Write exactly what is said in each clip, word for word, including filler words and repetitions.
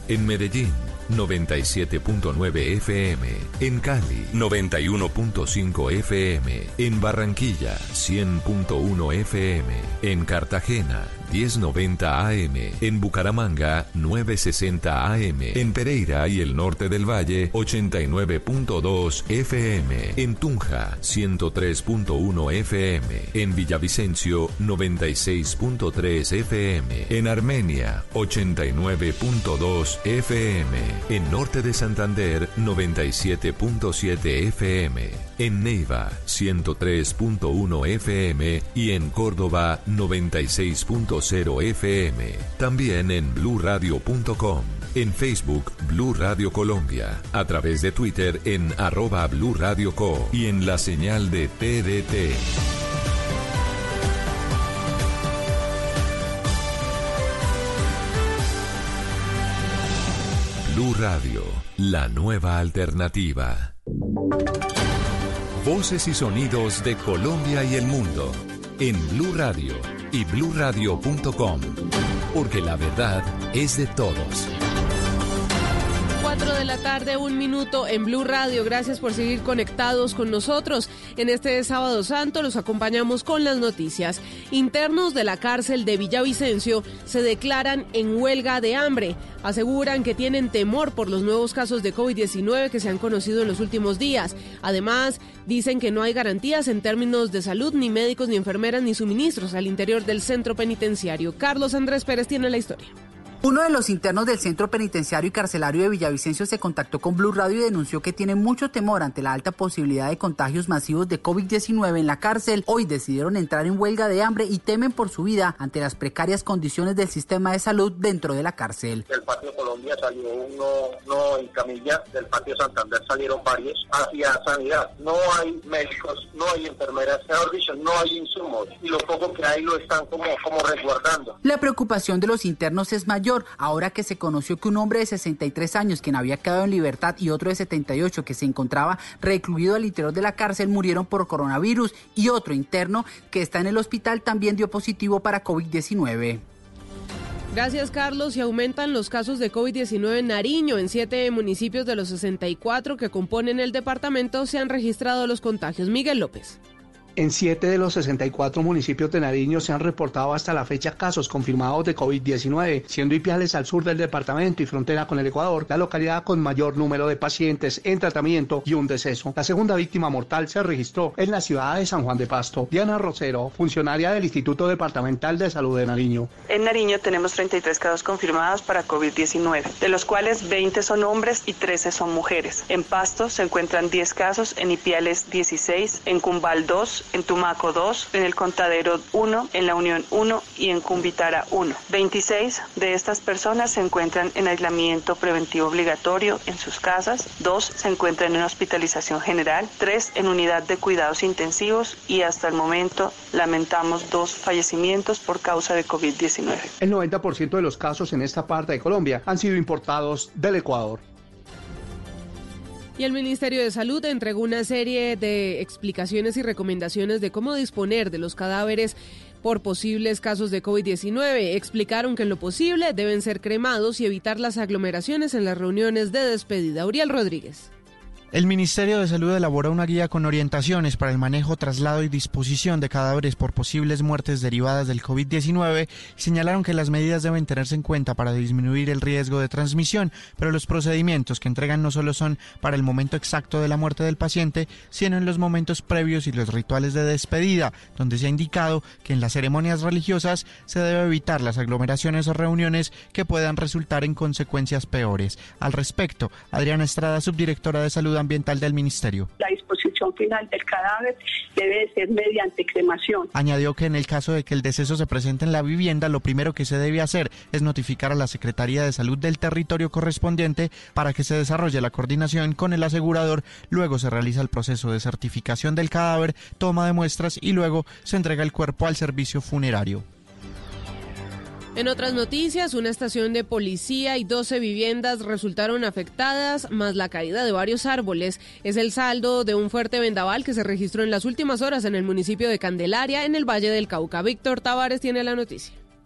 En Medellín, noventa y siete punto nueve F M. En Cali, noventa y uno punto cinco F M. En Barranquilla, cien punto uno F M. En Cartagena, mil noventa A M. En Bucaramanga, novecientos sesenta A M. En Pereira y el norte del Valle, ochenta y nueve punto dos F M. En Tunja, ciento tres punto uno F M. En Villavicencio, noventa y seis punto tres F M. En Armenia, ochenta y nueve punto dos F M. En Norte de Santander, noventa y siete punto siete F M. En Neiva, ciento tres punto uno F M. Y en Córdoba, noventa y seis punto cero F M. También en blue radio punto com. En Facebook, Blue Radio Colombia. A través de Twitter en arroba Blue Radio Co. Y en la señal de T D T. Blue Radio, la nueva alternativa. Voces y sonidos de Colombia y el mundo en Blue Radio y blue radio punto com, porque la verdad es de todos. cuatro de la tarde, un minuto en Blue Radio. Gracias por seguir conectados con nosotros. En este Sábado Santo los acompañamos con las noticias. Internos de la cárcel de Villavicencio se declaran en huelga de hambre. Aseguran que tienen temor por los nuevos casos de COVID diecinueve que se han conocido en los últimos días. Además, dicen que no hay garantías en términos de salud, ni médicos, ni enfermeras, ni suministros al interior del centro penitenciario. Carlos Andrés Pérez tiene la historia. Uno de los internos del Centro Penitenciario y Carcelario de Villavicencio se contactó con Blue Radio y denunció que tiene mucho temor ante la alta posibilidad de contagios masivos de COVID diecinueve en la cárcel. Hoy decidieron entrar en huelga de hambre y temen por su vida ante las precarias condiciones del sistema de salud dentro de la cárcel. Del patio Colombia salió uno, no en camilla, del patio Santander salieron varios hacia sanidad. No hay médicos, no hay enfermeras, mejor dicho, no hay insumos y lo poco que hay lo están como, como resguardando. La preocupación de los internos es mayor ahora que se conoció que un hombre de sesenta y tres años quien había quedado en libertad y otro de setenta y ocho que se encontraba recluido al interior de la cárcel murieron por coronavirus y otro interno que está en el hospital también dio positivo para COVID diecinueve. Gracias, Carlos. Y aumentan los casos de COVID diecinueve en Nariño. En siete municipios de los sesenta y cuatro que componen el departamento se han registrado los contagios. Miguel López. En siete de los sesenta y cuatro municipios de Nariño se han reportado hasta la fecha casos confirmados de COVID diecinueve, siendo Ipiales al sur del departamento y frontera con el Ecuador la localidad con mayor número de pacientes en tratamiento y un deceso. La segunda víctima mortal se registró en la ciudad de San Juan de Pasto. Diana Rosero, funcionaria del Instituto Departamental de Salud de Nariño. En Nariño tenemos treinta y tres casos confirmados para COVID diecinueve, de los cuales veinte son hombres y trece son mujeres. En Pasto se encuentran diez casos, en Ipiales dieciséis, en Cumbal dos, en Tumaco dos, en el Contadero uno, en La Unión uno y en Cumbitara uno. veintiséis de estas personas se encuentran en aislamiento preventivo obligatorio en sus casas, dos se encuentran en hospitalización general, tres en unidad de cuidados intensivos y hasta el momento lamentamos dos fallecimientos por causa de COVID diecinueve. El noventa por ciento de los casos en esta parte de Colombia han sido importados del Ecuador. Y el Ministerio de Salud entregó una serie de explicaciones y recomendaciones de cómo disponer de los cadáveres por posibles casos de COVID diecinueve. Explicaron que en lo posible deben ser cremados y evitar las aglomeraciones en las reuniones de despedida. Uriel Rodríguez. El Ministerio de Salud elaboró una guía con orientaciones para el manejo, traslado y disposición de cadáveres por posibles muertes derivadas del COVID diecinueve y señalaron que las medidas deben tenerse en cuenta para disminuir el riesgo de transmisión, pero los procedimientos que entregan no solo son para el momento exacto de la muerte del paciente, sino en los momentos previos y los rituales de despedida, donde se ha indicado que en las ceremonias religiosas se debe evitar las aglomeraciones o reuniones que puedan resultar en consecuencias peores. Al respecto, Adriana Estrada, subdirectora de Salud Ambiental del Ministerio. La disposición final del cadáver debe de ser mediante cremación. Añadió que en el caso de que el deceso se presente en la vivienda, lo primero que se debe hacer es notificar a la Secretaría de Salud del territorio correspondiente para que se desarrolle la coordinación con el asegurador. Luego se realiza el proceso de certificación del cadáver, toma de muestras y luego se entrega el cuerpo al servicio funerario. En otras noticias, una estación de policía y doce viviendas resultaron afectadas, más la caída de varios árboles. Es el saldo de un fuerte vendaval que se registró en las últimas horas en el municipio de Candelaria, en el Valle del Cauca. Víctor Tavares tiene la noticia.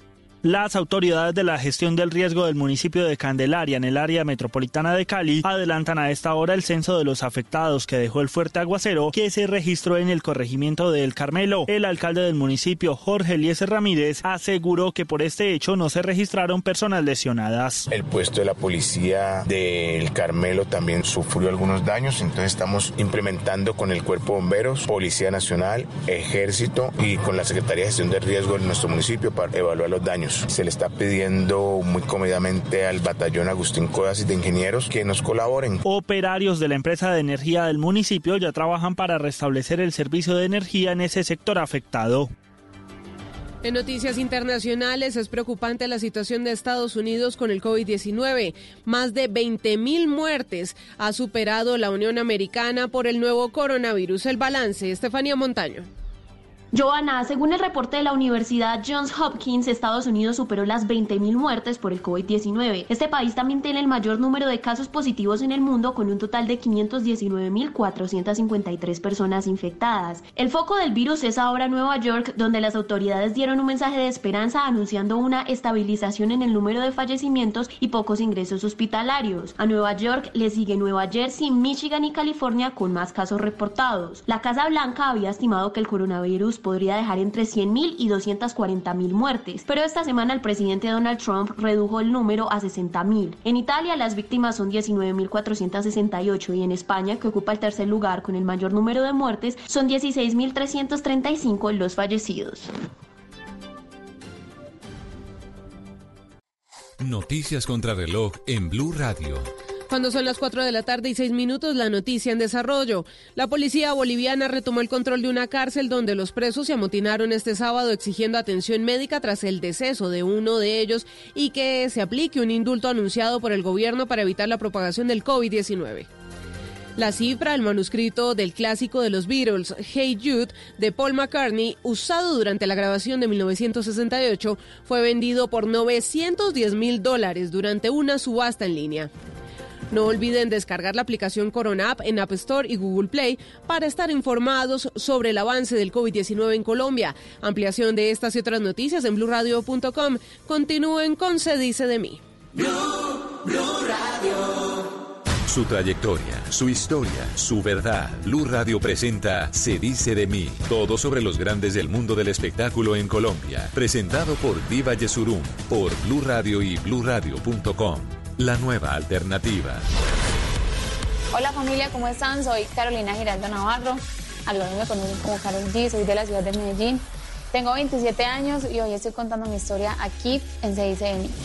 Las autoridades de la gestión del riesgo del municipio de Candelaria, en el área metropolitana de Cali, adelantan a esta hora el censo de los afectados que dejó el fuerte aguacero que se registró en el corregimiento de El Carmelo. El alcalde del municipio, Jorge Eliezer Ramírez, aseguró que por este hecho no se registraron personas lesionadas. El puesto de la policía de El Carmelo también sufrió algunos daños, entonces estamos implementando con el Cuerpo de Bomberos, Policía Nacional, Ejército y con la Secretaría de Gestión del Riesgo de nuestro municipio para evaluar los daños. Se le está pidiendo muy cómodamente al batallón Agustín Codazzi de ingenieros que nos colaboren. Operarios de la empresa de energía del municipio ya trabajan para restablecer el servicio de energía en ese sector afectado. En noticias internacionales, es preocupante la situación de Estados Unidos con el COVID diecinueve. Más de veinte mil muertes ha superado la Unión Americana por el nuevo coronavirus. El balance, Estefanía Montaño. Joana, según el reporte de la Universidad Johns Hopkins, Estados Unidos superó las veinte mil muertes por el COVID diecinueve. Este país también tiene el mayor número de casos positivos en el mundo, con un total de quinientos diecinueve mil cuatrocientas cincuenta y tres personas infectadas. El foco del virus es ahora Nueva York, donde las autoridades dieron un mensaje de esperanza anunciando una estabilización en el número de fallecimientos y pocos ingresos hospitalarios. A Nueva York le sigue Nueva Jersey, Michigan y California con más casos reportados. La Casa Blanca había estimado que el coronavirus podría dejar entre cien mil y doscientas cuarenta mil muertes, pero esta semana el presidente Donald Trump redujo el número a sesenta mil. En Italia las víctimas son diecinueve mil cuatrocientos sesenta y ocho y en España, que ocupa el tercer lugar con el mayor número de muertes, son dieciséis mil trescientos treinta y cinco los fallecidos. Noticias contra reloj en Blue Radio. Cuando son las cuatro de la tarde y seis minutos, la noticia en desarrollo. La policía boliviana retomó el control de una cárcel donde los presos se amotinaron este sábado exigiendo atención médica tras el deceso de uno de ellos y que se aplique un indulto anunciado por el gobierno para evitar la propagación del COVID diecinueve. La cifra, el manuscrito del clásico de los Beatles, Hey Jude, de Paul McCartney, usado durante la grabación de mil novecientos sesenta y ocho, fue vendido por novecientos diez mil dólares durante una subasta en línea. No olviden descargar la aplicación Corona App en App Store y Google Play para estar informados sobre el avance del COVID diecinueve en Colombia. Ampliación de estas y otras noticias en blue radio punto com. Continúen con Se Dice de Mí. Blue, Blue Radio. Su trayectoria, su historia, su verdad. Blue Radio presenta Se Dice de Mí. Todo sobre los grandes del mundo del espectáculo en Colombia. Presentado por Diva Yesurum, por Blue Radio y blue radio punto com. La nueva alternativa. Hola familia, ¿cómo están? Soy Carolina Giraldo Navarro. Algunos me conocen como Karol G, soy de la ciudad de Medellín. Tengo veintisiete años y hoy estoy contando mi historia aquí en Se Dice de Mí.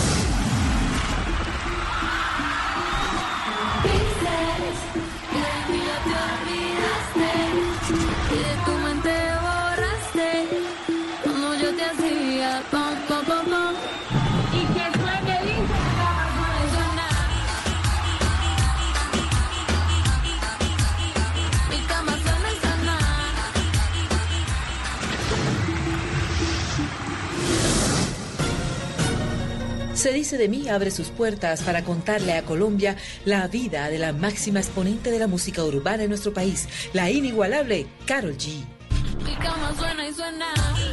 Se Dice de Mí abre sus puertas para contarle a Colombia la vida de la máxima exponente de la música urbana en nuestro país, la inigualable Karol G. Mi cama suena y suena.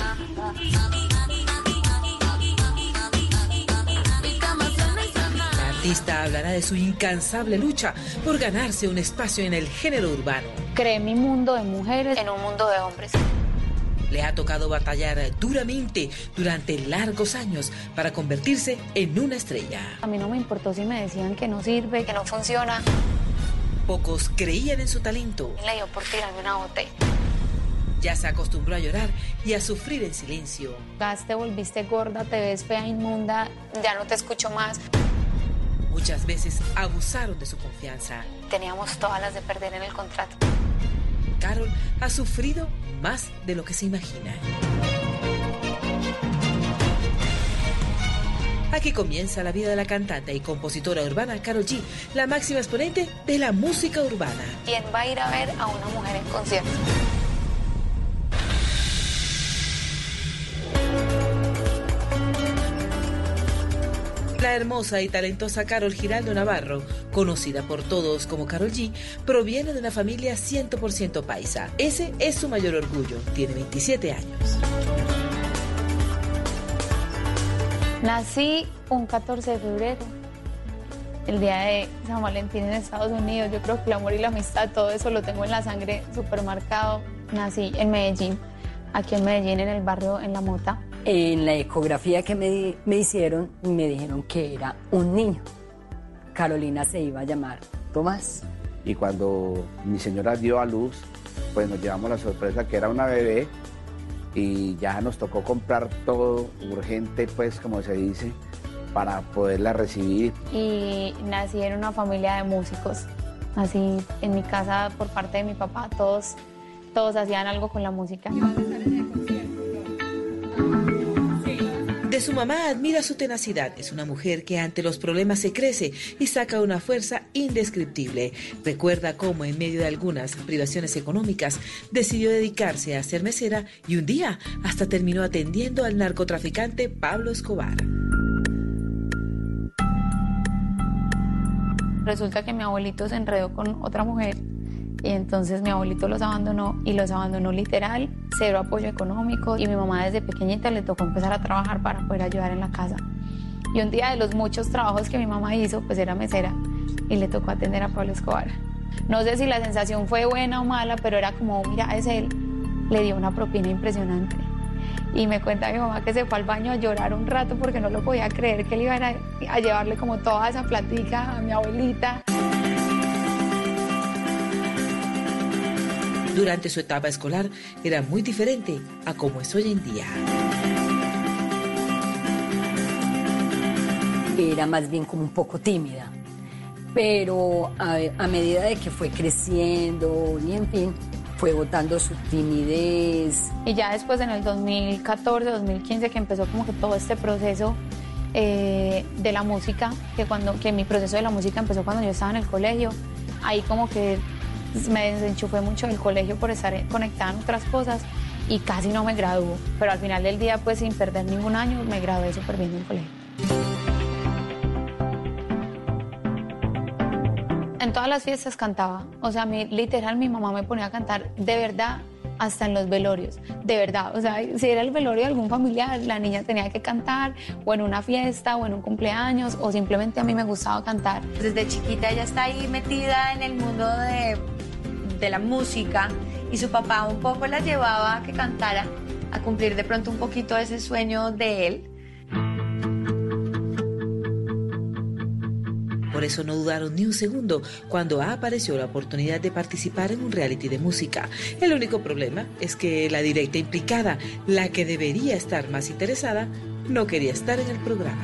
Mi cama suena y suena. La artista hablará de su incansable lucha por ganarse un espacio en el género urbano. Creé mi mundo de mujeres en un mundo de hombres. Le ha tocado batallar duramente durante largos años para convertirse en una estrella. A mí no me importó si me decían que no sirve, que no funciona. Pocos creían en su talento. Le dio por tirarme una botella. Ya se acostumbró a llorar y a sufrir en silencio. Gas, te volviste gorda, te ves fea, inmunda, ya no te escucho más. Muchas veces abusaron de su confianza. Teníamos todas las de perder en el contrato. Karol ha sufrido más de lo que se imagina. Aquí comienza la vida de la cantante y compositora urbana Karol G, la máxima exponente de la música urbana. ¿Quién va a ir a ver a una mujer en concierto? La hermosa y talentosa Karol Giraldo Navarro, conocida por todos como Karol G, proviene de una familia cien por ciento paisa. Ese es su mayor orgullo. Tiene veintisiete años. Nací un catorce de febrero, el día de San Valentín en Estados Unidos. Yo creo que el amor y la amistad, todo eso lo tengo en la sangre súper marcado. Nací en Medellín, aquí en Medellín, en el barrio En La Mota. En la ecografía que me, me hicieron, me dijeron que era un niño. Carolina se iba a llamar Tomás. Y cuando mi señora dio a luz, pues nos llevamos la sorpresa que era una bebé y ya nos tocó comprar todo urgente, pues como se dice, para poderla recibir. Y nací en una familia de músicos. Nací en mi casa por parte de mi papá, todos, todos hacían algo con la música. De su mamá admira su tenacidad. Es una mujer que ante los problemas se crece y saca una fuerza indescriptible. Recuerda cómo en medio de algunas privaciones económicas decidió dedicarse a ser mesera y un día hasta terminó atendiendo al narcotraficante Pablo Escobar. Resulta que mi abuelito se enredó con otra mujer y entonces mi abuelito los abandonó y los abandonó literal, cero apoyo económico, y mi mamá desde pequeñita le tocó empezar a trabajar para poder ayudar en la casa. Y un día de los muchos trabajos que mi mamá hizo, pues era mesera y le tocó atender a Pablo Escobar. No sé si la sensación fue buena o mala, pero era como, mira, es él. Le dio una propina impresionante. Y me cuenta mi mamá que se fue al baño a llorar un rato porque no lo podía creer, que él iba a, a llevarle como toda esa platica a mi abuelita. Durante su etapa escolar era muy diferente a como es hoy en día. Era más bien como un poco tímida, pero a, a medida de que fue creciendo y en fin, fue botando su timidez. Y ya después en el dos mil catorce, dos mil quince, que empezó como que todo este proceso eh, de la música, que, cuando, que mi proceso de la música empezó cuando yo estaba en el colegio, ahí como que me desenchufé mucho del colegio por estar conectada en otras cosas y casi no me graduó, pero al final del día, pues sin perder ningún año, me gradué súper bien del colegio. En todas las fiestas cantaba, o sea, mi, literal mi mamá me ponía a cantar de verdad hasta en los velorios, de verdad, o sea, si era el velorio de algún familiar, la niña tenía que cantar, o en una fiesta, o en un cumpleaños, o simplemente a mí me gustaba cantar. Desde chiquita ella está ahí metida en el mundo de, de la música y su papá un poco la llevaba a que cantara, a cumplir de pronto un poquito ese sueño de él. Por eso no dudaron ni un segundo cuando apareció la oportunidad de participar en un reality de música. El único problema es que la directa implicada, la que debería estar más interesada, no quería estar en el programa.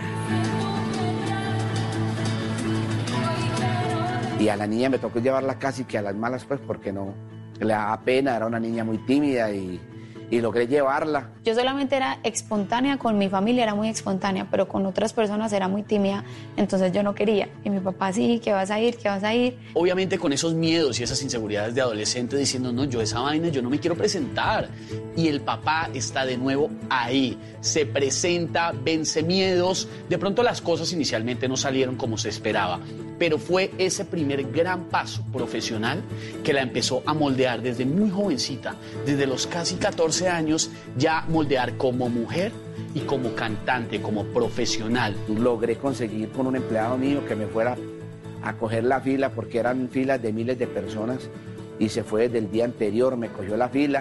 Y a la niña me tocó llevarla casi que a las malas, pues, porque no le daba pena, era una niña muy tímida y... y logré llevarla. Yo solamente era espontánea, con mi familia era muy espontánea, pero con otras personas era muy tímida, entonces yo no quería. Y mi papá, sí, que vas a ir, que vas a ir. Obviamente con esos miedos y esas inseguridades de adolescente diciendo, no, yo esa vaina, yo no me quiero presentar. Y el papá está de nuevo ahí, se presenta, vence miedos. De pronto las cosas inicialmente no salieron como se esperaba, pero fue ese primer gran paso profesional que la empezó a moldear desde muy jovencita, desde los casi catorce años, ya moldear como mujer y como cantante, como profesional. Logré conseguir con un empleado mío que me fuera a coger la fila, porque eran filas de miles de personas, y se fue desde el día anterior, me cogió la fila.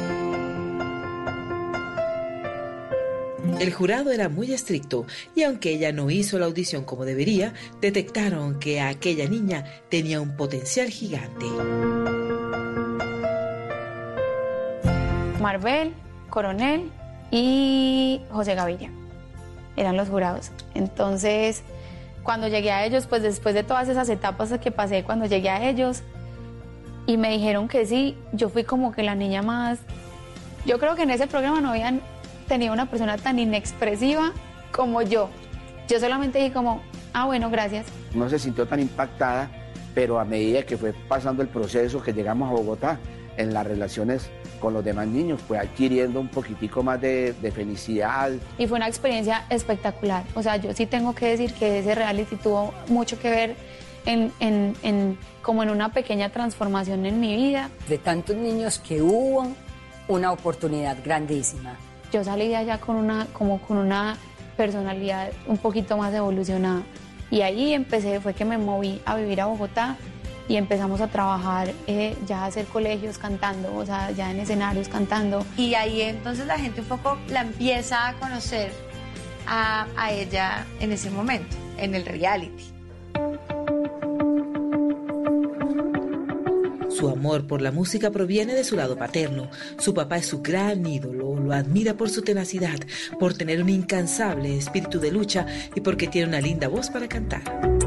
El jurado era muy estricto y aunque ella no hizo la audición como debería, detectaron que aquella niña tenía un potencial gigante. Marvel, Coronel y José Gaviria eran los jurados. Entonces, cuando llegué a ellos, pues después de todas esas etapas que pasé, cuando llegué a ellos y me dijeron que sí, yo fui como que la niña más... Yo creo que en ese programa no habían tenido una persona tan inexpresiva como yo. Yo solamente dije como, ah, bueno, gracias. No se sintió tan impactada, pero a medida que fue pasando el proceso, que llegamos a Bogotá, en las relaciones con los demás niños, fue adquiriendo un poquitico más de, de felicidad. Y fue una experiencia espectacular. O sea, yo sí tengo que decir que ese reality tuvo mucho que ver en, en, en, como en una pequeña transformación en mi vida. De tantos niños que hubo, una oportunidad grandísima. Yo salí de allá con una, como con una personalidad un poquito más evolucionada. Y ahí empecé, fue que me moví a vivir a Bogotá y empezamos a trabajar, eh, ya a hacer colegios cantando, o sea, ya en escenarios cantando. Y ahí entonces la gente un poco la empieza a conocer a, a ella en ese momento, en el reality. Su amor por la música proviene de su lado paterno. Su papá es su gran ídolo, lo admira por su tenacidad, por tener un incansable espíritu de lucha y porque tiene una linda voz para cantar.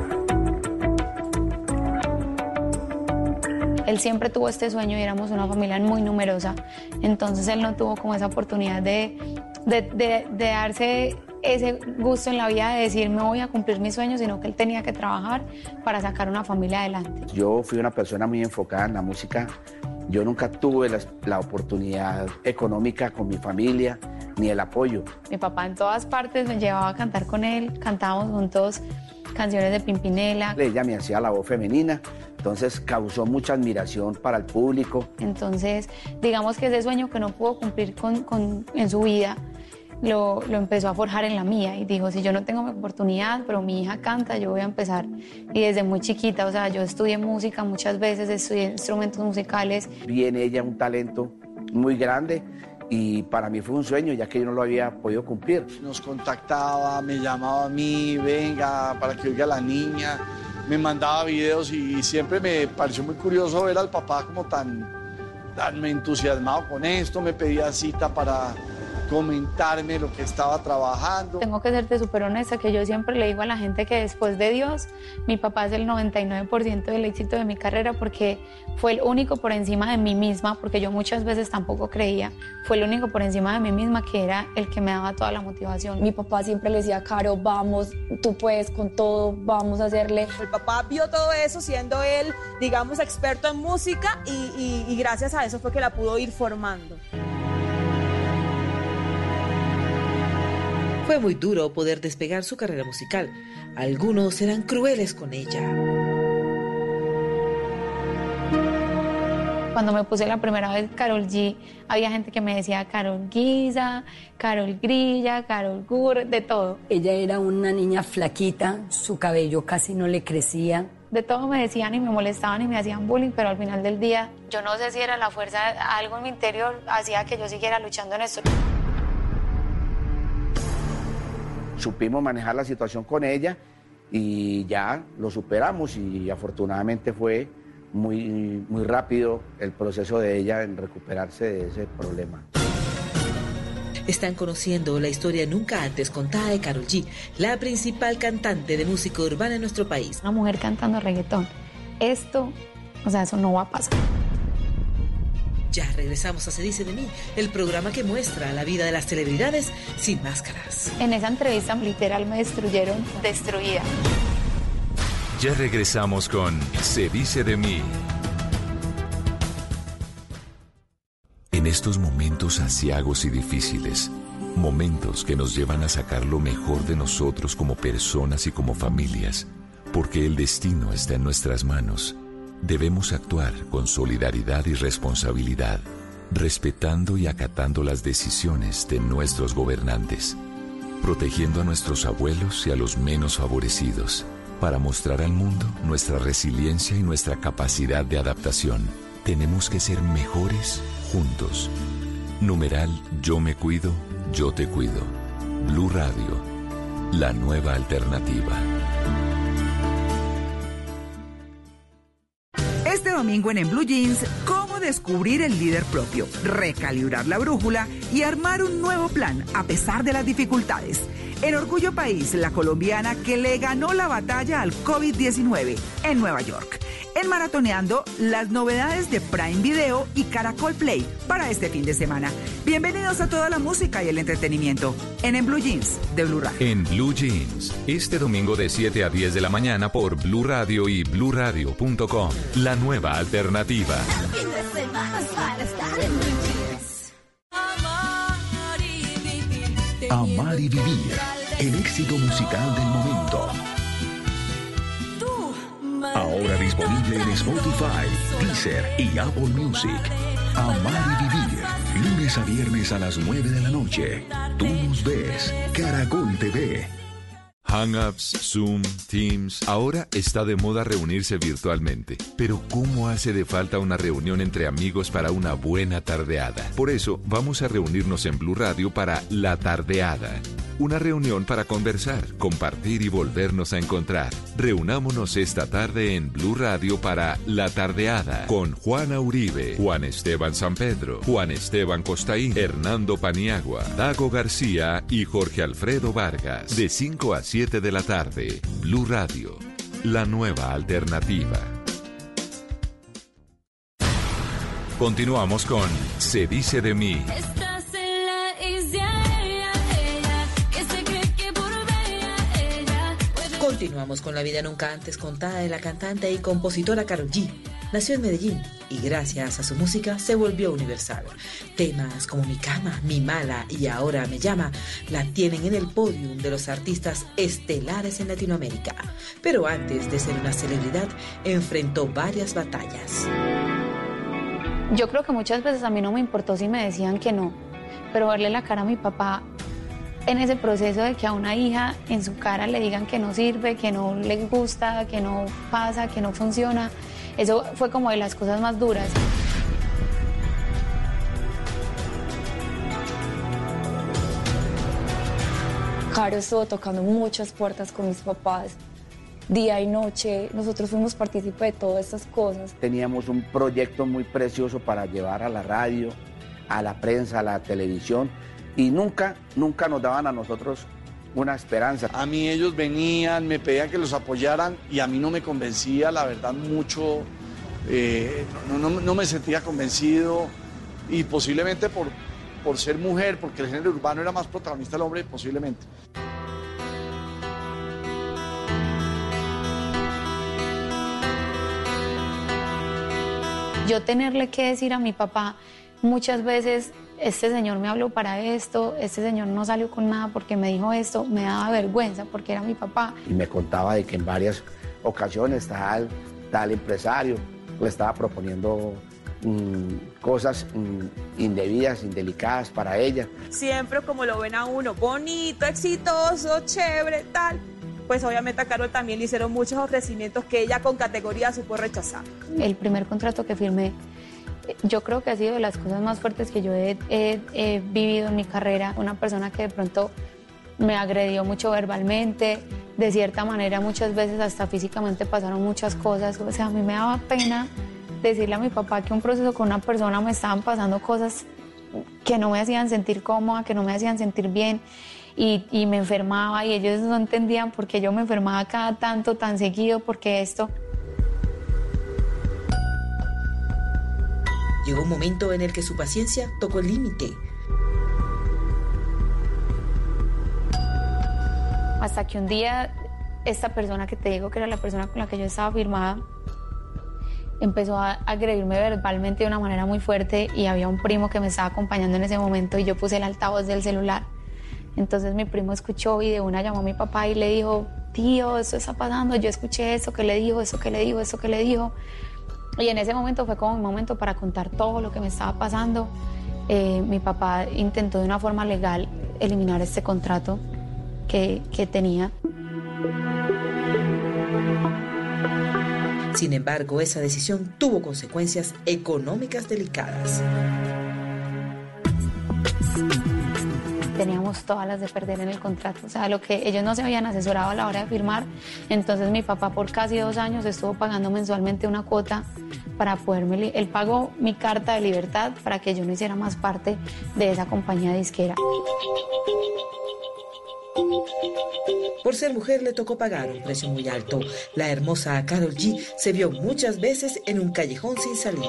Él siempre tuvo este sueño y éramos una familia muy numerosa, entonces él no tuvo como esa oportunidad de, de, de, de darse ese gusto en la vida de decir me voy a cumplir mis sueños, sino que él tenía que trabajar para sacar una familia adelante. Yo fui una persona muy enfocada en la música. Yo nunca tuve la, la oportunidad económica con mi familia, ni el apoyo. Mi papá en todas partes me llevaba a cantar con él, cantábamos juntos canciones de Pimpinela. Ella me hacía la voz femenina, entonces causó mucha admiración para el público. Entonces, digamos que ese sueño que no pudo cumplir con, con, en su vida, Lo, lo empezó a forjar en la mía y dijo, si yo no tengo mi oportunidad, pero mi hija canta, yo voy a empezar. Y desde muy chiquita, o sea, yo estudié música muchas veces, estudié instrumentos musicales. Vi en ella un talento muy grande y para mí fue un sueño, ya que yo no lo había podido cumplir. Nos contactaba, me llamaba a mí, venga, para que oiga a la niña, me mandaba videos y siempre me pareció muy curioso ver al papá como tan, tan entusiasmado con esto, me pedía cita para comentarme lo que estaba trabajando. Tengo que serte súper honesta, que yo siempre le digo a la gente que después de Dios, mi papá es el noventa y nueve por ciento del éxito de mi carrera, porque fue el único por encima de mí misma, porque yo muchas veces tampoco creía, fue el único por encima de mí misma que era el que me daba toda la motivación. Mi papá siempre le decía, Caro, vamos, tú puedes con todo, vamos a hacerle. El papá vio todo eso siendo él, digamos, experto en música y, y, y gracias a eso fue que la pudo ir formando. Fue muy duro poder despegar su carrera musical. Algunos eran crueles con ella. Cuando me puse la primera vez Karol G, había gente que me decía Karol Guisa, Karol Grilla, Karol Gur, de todo. Ella era una niña flaquita, su cabello casi no le crecía. De todo me decían y me molestaban y me hacían bullying, pero al final del día, yo no sé si era la fuerza, algo en mi interior hacía que yo siguiera luchando en esto. Supimos manejar la situación con ella y ya lo superamos y afortunadamente fue muy, muy rápido el proceso de ella en recuperarse de ese problema. Están conociendo la historia nunca antes contada de Karol G, la principal cantante de música urbana en nuestro país. Una mujer cantando reggaetón. Esto, o sea, eso no va a pasar. Ya regresamos a Se Dice de Mí, el programa que muestra la vida de las celebridades sin máscaras. En esa entrevista literal me destruyeron, destruida. Ya regresamos con Se Dice de Mí. En estos momentos aciagos y difíciles, momentos que nos llevan a sacar lo mejor de nosotros como personas y como familias, porque el destino está en nuestras manos, debemos actuar con solidaridad y responsabilidad, respetando y acatando las decisiones de nuestros gobernantes, protegiendo a nuestros abuelos y a los menos favorecidos, para mostrar al mundo nuestra resiliencia y nuestra capacidad de adaptación. Tenemos que ser mejores juntos. Numeral Yo me cuido, yo te cuido. Blue Radio, la nueva alternativa. Este domingo en En Blue Jeans, cómo descubrir el líder propio, recalibrar la brújula y armar un nuevo plan a pesar de las dificultades. En Orgullo País, la colombiana que le ganó la batalla al COVID diecinueve en Nueva York. En Maratoneando, las novedades de Prime Video y Caracol Play para este fin de semana. Bienvenidos a toda la música y el entretenimiento en En Blue Jeans de Blue Radio. En Blue Jeans, este domingo de siete a diez de la mañana por Blue Radio y blue radio punto com. La nueva alternativa. Amar y vivir, el éxito musical del momento. Ahora disponible en Spotify, Deezer y Apple Music. Amar y vivir. Lunes a viernes a las nueve de la noche. Tú nos ves. Caracol T V. Hangouts, Zoom, Teams. Ahora está de moda reunirse virtualmente. Pero ¿cómo hace de falta una reunión entre amigos para una buena tardeada? Por eso vamos a reunirnos en Blue Radio para La Tardeada. Una reunión para conversar, compartir y volvernos a encontrar. Reunámonos esta tarde en Blue Radio para La Tardeada con Juana Uribe, Juan Esteban Sampedro, Juan Esteban Costaín, Hernando Paniagua, Dago García y Jorge Alfredo Vargas. De cinco a siete de la tarde, Blue Radio, la nueva alternativa. Continuamos con Se dice de mí. Estás en la isla, ella, ella, que se cree que por bella ella puede... Continuamos con la vida nunca antes contada de la cantante y compositora Karol G. Nació en Medellín y gracias a su música se volvió universal. Temas como Mi Cama, Mi Mala y Ahora Me Llama la tienen en el podium de los artistas estelares en Latinoamérica. Pero antes de ser una celebridad, enfrentó varias batallas. Yo creo que muchas veces a mí no me importó si me decían que no, pero verle la cara a mi papá en ese proceso de que a una hija en su cara le digan que no sirve, que no le gusta, que no pasa, que no funciona, eso fue como de las cosas más duras. Caro estuvo tocando muchas puertas con mis papás, día y noche. Nosotros fuimos partícipes de todas estas cosas. Teníamos un proyecto muy precioso para llevar a la radio, a la prensa, a la televisión, y nunca, nunca nos daban a nosotros una esperanza. A mí ellos venían, me pedían que los apoyaran y a mí no me convencía, la verdad, mucho. Eh, no, no, no me sentía convencido y posiblemente por, por ser mujer, porque el género urbano era más protagonista del hombre, posiblemente. Yo tenerle que decir a mi papá muchas veces, este señor me habló para esto, este señor no salió con nada porque me dijo esto, me daba vergüenza porque era mi papá. Y me contaba de que en varias ocasiones tal, tal empresario le estaba proponiendo mmm, cosas mmm, indebidas, indelicadas para ella. Siempre como lo ven a uno, bonito, exitoso, chévere, tal. Pues obviamente a Karol también le hicieron muchos ofrecimientos que ella con categoría supo rechazar. El primer contrato que firmé, yo creo que ha sido de las cosas más fuertes que yo he, he, he vivido en mi carrera. Una persona que de pronto me agredió mucho verbalmente, de cierta manera muchas veces hasta físicamente pasaron muchas cosas. O sea, a mí me daba pena decirle a mi papá que un proceso con una persona me estaban pasando cosas que no me hacían sentir cómoda, que no me hacían sentir bien. Y, y me enfermaba y ellos no entendían por qué yo me enfermaba cada tanto, tan seguido, porque esto... Llegó un momento en el que su paciencia tocó el límite. Hasta que un día esta persona que te digo que era la persona con la que yo estaba firmada empezó a agredirme verbalmente de una manera muy fuerte y había un primo que me estaba acompañando en ese momento y yo puse el altavoz del celular. Entonces mi primo escuchó y de una llamó a mi papá y le dijo, tío, eso está pasando, yo escuché eso que le dijo, eso que le dijo, eso que le dijo. Y en ese momento fue como mi momento para contar todo lo que me estaba pasando. Eh, mi papá intentó de una forma legal eliminar este contrato que, que tenía. Sin embargo, esa decisión tuvo consecuencias económicas delicadas. Teníamos todas las de perder en el contrato, o sea, lo que ellos no se habían asesorado a la hora de firmar. Entonces mi papá por casi dos años estuvo pagando mensualmente una cuota para poderme... Él pagó mi carta de libertad para que yo no hiciera más parte de esa compañía disquera. Por ser mujer le tocó pagar un precio muy alto. La hermosa Karol G se vio muchas veces en un callejón sin salida.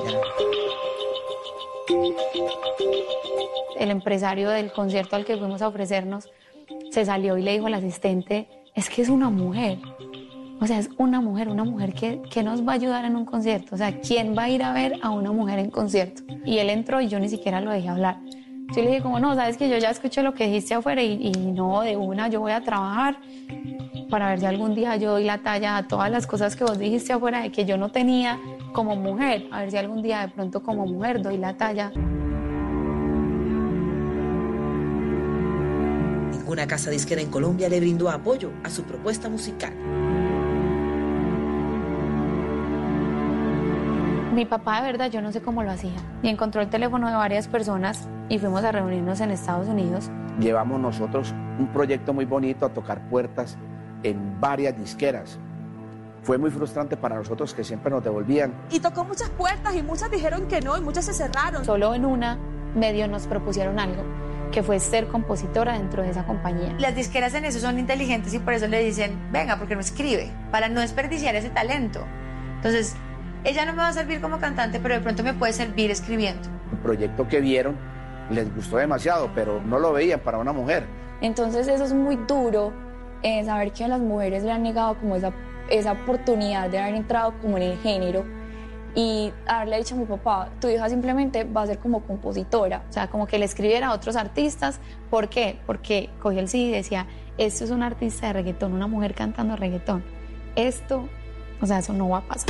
El empresario del concierto al que fuimos a ofrecernos se salió y le dijo al asistente, es que es una mujer, o sea, es una mujer, una mujer que, que nos va a ayudar en un concierto, o sea, ¿quién va a ir a ver a una mujer en concierto? Y él entró y yo ni siquiera lo dejé hablar. Yo le dije como, no, sabes que yo ya escuché lo que dijiste afuera y, y no, de una yo voy a trabajar para ver si algún día yo doy la talla a todas las cosas que vos dijiste afuera de que yo no tenía como mujer, a ver si algún día de pronto como mujer doy la talla. Ninguna casa disquera en Colombia le brindó apoyo a su propuesta musical. Mi papá, de verdad, yo no sé cómo lo hacía. Y encontró el teléfono de varias personas y fuimos a reunirnos en Estados Unidos. Llevamos nosotros un proyecto muy bonito a tocar puertas en varias disqueras. Fue muy frustrante para nosotros que siempre nos devolvían. Y tocó muchas puertas y muchas dijeron que no y muchas se cerraron. Solo en una medio nos propusieron algo, que fue ser compositora dentro de esa compañía. Las disqueras en eso son inteligentes y por eso le dicen, venga, porque no escribe, para no desperdiciar ese talento. Entonces, ella no me va a servir como cantante, pero de pronto me puede servir escribiendo. El proyecto que vieron les gustó demasiado, pero no lo veían para una mujer. Entonces eso es muy duro, eh, saber que a las mujeres le han negado como esa, esa oportunidad de haber entrado como en el género y haberle dicho a mi papá, tu hija simplemente va a ser como compositora. O sea, como que le escribiera a otros artistas. ¿Por qué? Porque cogí el C D y decía, esto es un artista de reggaetón, una mujer cantando reggaetón. Esto, o sea, eso no va a pasar.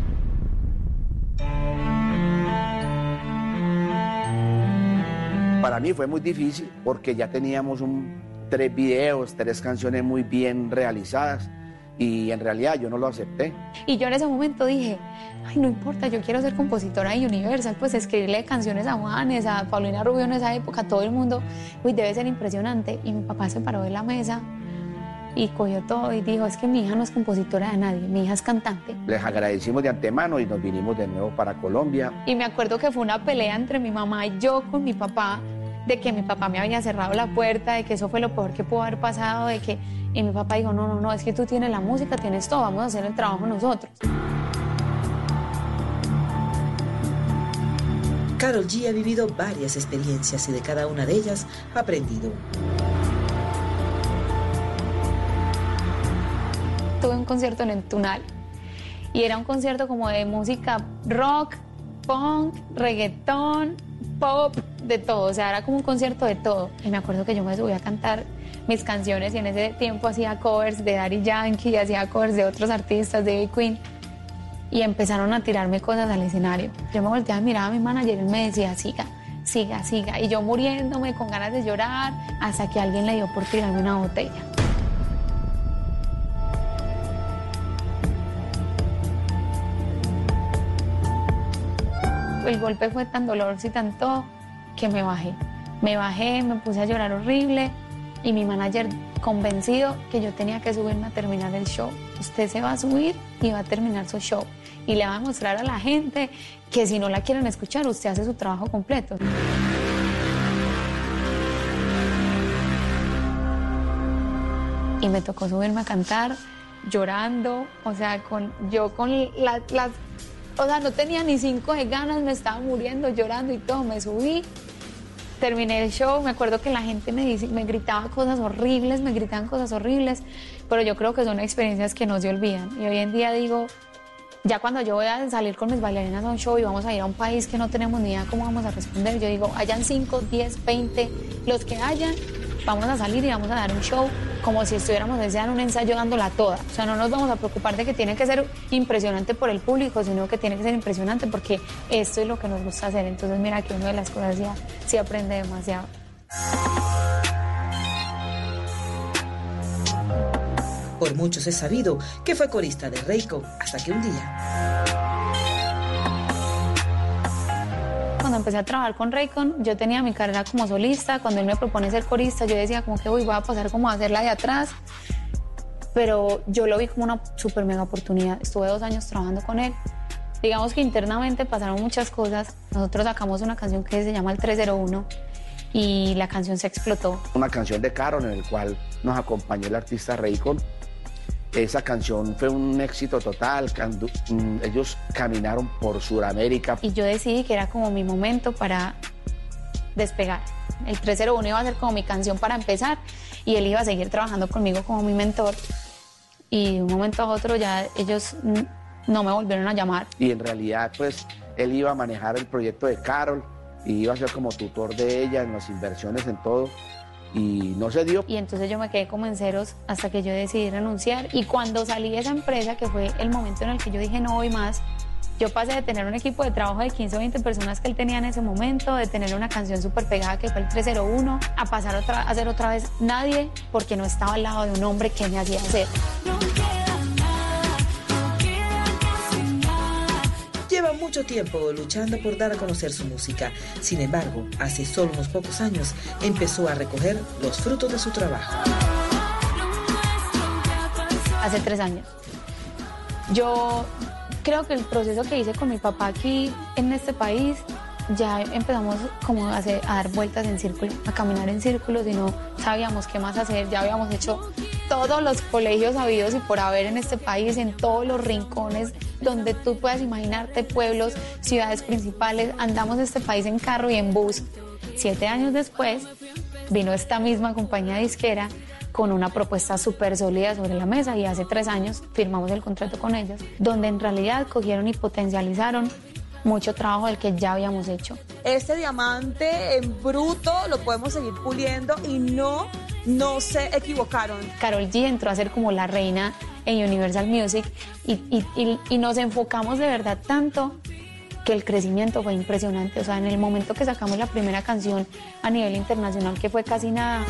Para mí fue muy difícil porque ya teníamos un, tres videos, tres canciones muy bien realizadas y en realidad yo no lo acepté. Y yo en ese momento dije, ay, no importa, yo quiero ser compositora de Universal, pues escribirle canciones a Juanes, a Paulina Rubio en esa época, todo el mundo, uy, debe ser impresionante. Y mi papá se paró de la mesa y cogió todo y dijo, es que mi hija no es compositora de nadie, mi hija es cantante. Les agradecimos de antemano y nos vinimos de nuevo para Colombia. Y me acuerdo que fue una pelea entre mi mamá y yo con mi papá, de que mi papá me había cerrado la puerta, de que eso fue lo peor que pudo haber pasado, de que... Y mi papá dijo, no, no, no, es que tú tienes la música, tienes todo, vamos a hacer el trabajo nosotros. Karol G ha vivido varias experiencias y de cada una de ellas ha aprendido. Tuve un concierto en el Tunal y era un concierto como de música rock, punk, reggaetón, pop, de todo, o sea, era como un concierto de todo. Y me acuerdo que yo me subí a cantar mis canciones y en ese tiempo hacía covers de Daddy Yankee, hacía covers de otros artistas, de Queen, y empezaron a tirarme cosas al escenario. Yo me volteaba y miraba a mi manager y él me decía, siga, siga, siga, y yo muriéndome con ganas de llorar, hasta que alguien le dio por tirarme una botella. El golpe fue tan doloroso y tanto que me bajé. Me bajé, me puse a llorar horrible y mi manager convencido que yo tenía que subirme a terminar el show. Usted se va a subir y va a terminar su show y le va a mostrar a la gente que si no la quieren escuchar, usted hace su trabajo completo. Y me tocó subirme a cantar llorando, o sea, con, yo con la, las... O sea, no tenía ni cinco de ganas, me estaba muriendo, llorando y todo. Me subí, terminé el show, me acuerdo que la gente me, dice, me gritaba cosas horribles, me gritaban cosas horribles, pero yo creo que son experiencias que no se olvidan. Y hoy en día digo, ya cuando yo voy a salir con mis bailarinas a un show y vamos a ir a un país que no tenemos ni idea cómo vamos a responder, yo digo, hayan cinco, diez, veinte, los que hayan, vamos a salir y vamos a dar un show como si estuviéramos en un ensayo dándola toda. O sea, no nos vamos a preocupar de que tiene que ser impresionante por el público, sino que tiene que ser impresionante porque esto es lo que nos gusta hacer. Entonces, mira que una de las cosas ya sí aprende demasiado. Por muchos es sabido que fue corista de Raycon, hasta que un día... Cuando empecé a trabajar con Raycon, yo tenía mi carrera como solista. Cuando él me propone ser corista, yo decía como que uy, voy a pasar como a hacerla de atrás. Pero yo lo vi como una súper mega oportunidad. Estuve dos años trabajando con él. Digamos que internamente pasaron muchas cosas. Nosotros sacamos una canción que se llama El tres cero uno y la canción se explotó. Una canción de Karol en el cual nos acompañó el artista Raycon. Esa canción fue un éxito total, ellos caminaron por Sudamérica. Y yo decidí que era como mi momento para despegar. El tres cero uno iba a ser como mi canción para empezar y él iba a seguir trabajando conmigo como mi mentor. Y de un momento a otro ya ellos no me volvieron a llamar. Y en realidad pues él iba a manejar el proyecto de Karol y iba a ser como tutor de ella en las inversiones, en todo. Y no se dio. Y entonces yo me quedé como en ceros hasta que yo decidí renunciar. Y cuando salí de esa empresa, que fue el momento en el que yo dije no voy más, Yo pasé de tener un equipo de trabajo de quince o veinte personas que él tenía en ese momento, de tener una canción súper pegada que fue el tres cero uno, a pasar otra, a hacer otra vez nadie, porque no estaba al lado de un hombre que me hacía hacer. Lleva mucho tiempo luchando por dar a conocer su música. Sin embargo, hace solo unos pocos años empezó a recoger los frutos de su trabajo. Hace tres años. Yo creo que el proceso que hice con mi papá aquí en este país, ya empezamos como a, hacer, a dar vueltas en círculo, a caminar en círculos y no sabíamos qué más hacer. Ya habíamos hecho todos los colegios habidos y por haber en este país, en todos los rincones donde tú puedas imaginarte, pueblos, ciudades principales. Andamos este país en carro y en bus. Siete años después vino esta misma compañía disquera con una propuesta súper sólida sobre la mesa y hace tres años firmamos el contrato con ellos, donde en realidad cogieron y potencializaron mucho trabajo del que ya habíamos hecho. Este diamante en bruto lo podemos seguir puliendo y no, no se equivocaron. Karol G entró a ser como la reina en Universal Music y, y, y, y nos enfocamos de verdad tanto que el crecimiento fue impresionante. O sea, en el momento que sacamos la primera canción a nivel internacional, que fue Casi Nada,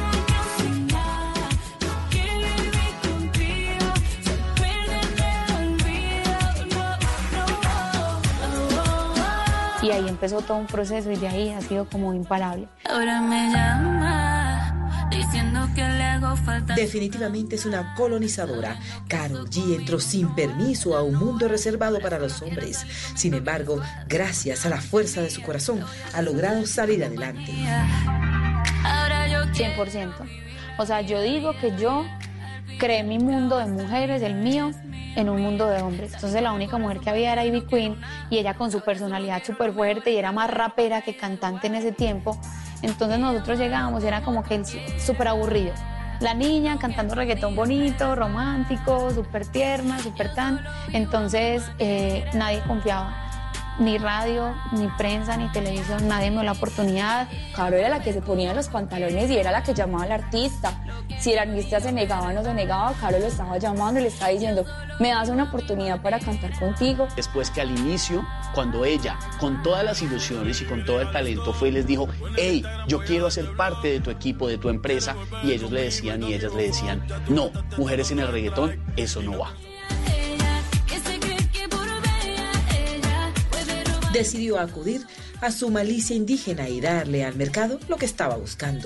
y ahí empezó todo un proceso y de ahí ha sido como imparable. Ahora me llama diciendo que le hago falta. Definitivamente es una colonizadora. Karol G entró sin permiso a un mundo reservado para los hombres. Sin embargo, gracias a la fuerza de su corazón, ha logrado salir adelante. cien por ciento. O sea, yo digo que yo creé mi mundo de mujeres, el mío, en un mundo de hombres. Entonces la única mujer que había era Ivy Queen y ella con su personalidad súper fuerte y era más rapera que cantante en ese tiempo. Entonces nosotros llegábamos y era como que súper aburrido. La niña cantando reggaetón bonito, romántico, súper tierna, súper tan. Entonces eh, nadie confiaba. Ni radio, ni prensa, ni televisión, nadie me dio la oportunidad. Caro era la que se ponía los pantalones y era la que llamaba al artista. Si el artista se negaba o no se negaba, Caro lo estaba llamando y le estaba diciendo, me das una oportunidad para cantar contigo. Después que al inicio, cuando ella, con todas las ilusiones y con todo el talento, fue y les dijo, hey, yo quiero hacer parte de tu equipo, de tu empresa, y ellos le decían y ellas le decían, no, mujeres en el reggaetón, eso no va. Decidió acudir a su malicia indígena y darle al mercado lo que estaba buscando.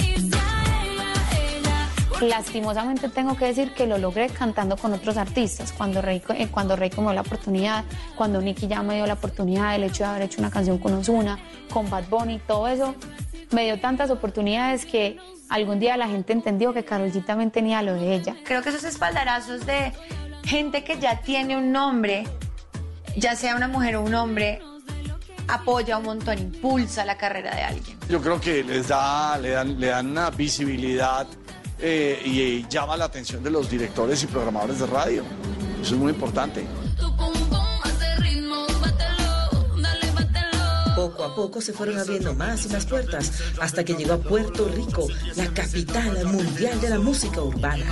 Lastimosamente tengo que decir que lo logré cantando con otros artistas. Cuando Reiko, eh, cuando Reiko me dio la oportunidad, cuando Nicky Jam me dio la oportunidad, el hecho de haber hecho una canción con Ozuna, con Bad Bunny, todo eso me dio tantas oportunidades que algún día la gente entendió que Karol G también tenía lo de ella. Creo que esos espaldarazos de gente que ya tiene un nombre, ya sea una mujer o un hombre, apoya un montón, impulsa la carrera de alguien. Yo creo que les da, le dan, le dan una visibilidad eh, y, y llama la atención de los directores y programadores de radio. Eso es muy importante. Poco a poco se fueron abriendo más y más puertas hasta que llegó a Puerto Rico, la capital mundial de la música urbana.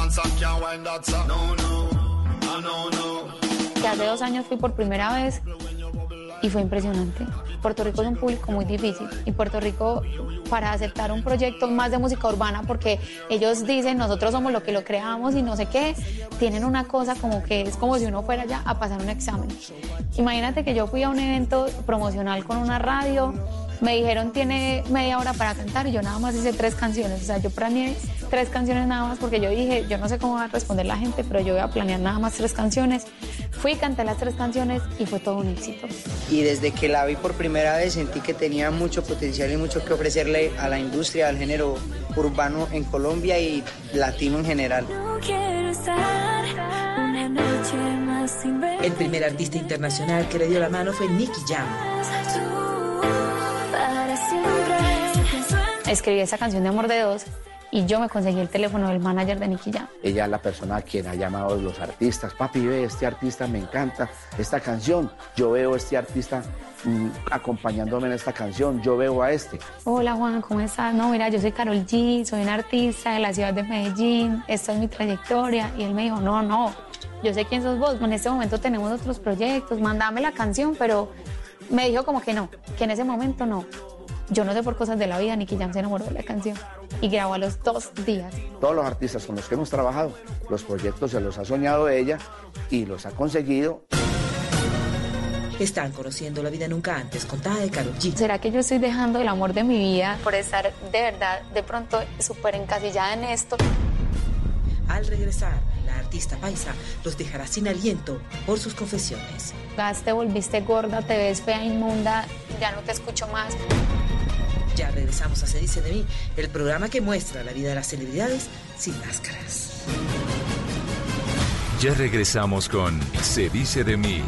Que hace dos años fui por primera vez y fue impresionante. Puerto Rico es un público muy difícil y Puerto Rico, para aceptar un proyecto más de música urbana, porque ellos dicen nosotros somos lo que lo creamos y no sé qué, tienen una cosa como que es como si uno fuera ya a pasar un examen. Imagínate que yo fui a un evento promocional con una radio, me dijeron tiene media hora para cantar y yo nada más hice tres canciones. O sea, yo planeé tres canciones nada más porque yo dije, yo no sé cómo va a responder la gente, pero yo voy a planear nada más tres canciones. Fui, canté las tres canciones y fue todo un éxito. Y desde que la vi por primera vez sentí que tenía mucho potencial y mucho que ofrecerle a la industria, al género urbano en Colombia y latino en general. No quiero estar una noche más sin ver. El primer artista internacional que le dio la mano fue Nicky Jam. Escribí esa canción de Amor de Dos y yo me conseguí el teléfono del manager de Nicky Jam. Ella es la persona a quien ha llamado a los artistas. Papi, ve, este artista me encanta, esta canción. Yo veo a este artista mmm, acompañándome en esta canción. Yo veo a este. Hola Juan, ¿cómo estás? No, mira, yo soy Karol G, soy una artista de la ciudad de Medellín. Esta es mi trayectoria. Y él me dijo, no, no, yo sé quién sos vos. En este momento tenemos otros proyectos. Mándame la canción, pero me dijo como que no, que en ese momento no. Yo no sé por cosas de la vida, Nicky Jam se enamoró de la canción y grabó a los dos días. Todos los artistas con los que hemos trabajado, los proyectos se los ha soñado ella y los ha conseguido. Están conociendo la vida nunca antes contada de Karol G. ¿Será que yo estoy dejando el amor de mi vida por estar de verdad de pronto súper encasillada en esto? Al regresar, la artista paisa los dejará sin aliento por sus confesiones. Gas, te volviste gorda, te ves fea, inmunda, ya no te escucho más. Ya regresamos a Se Dice de Mí, el programa que muestra la vida de las celebridades sin máscaras. Ya regresamos con Se Dice de Mí.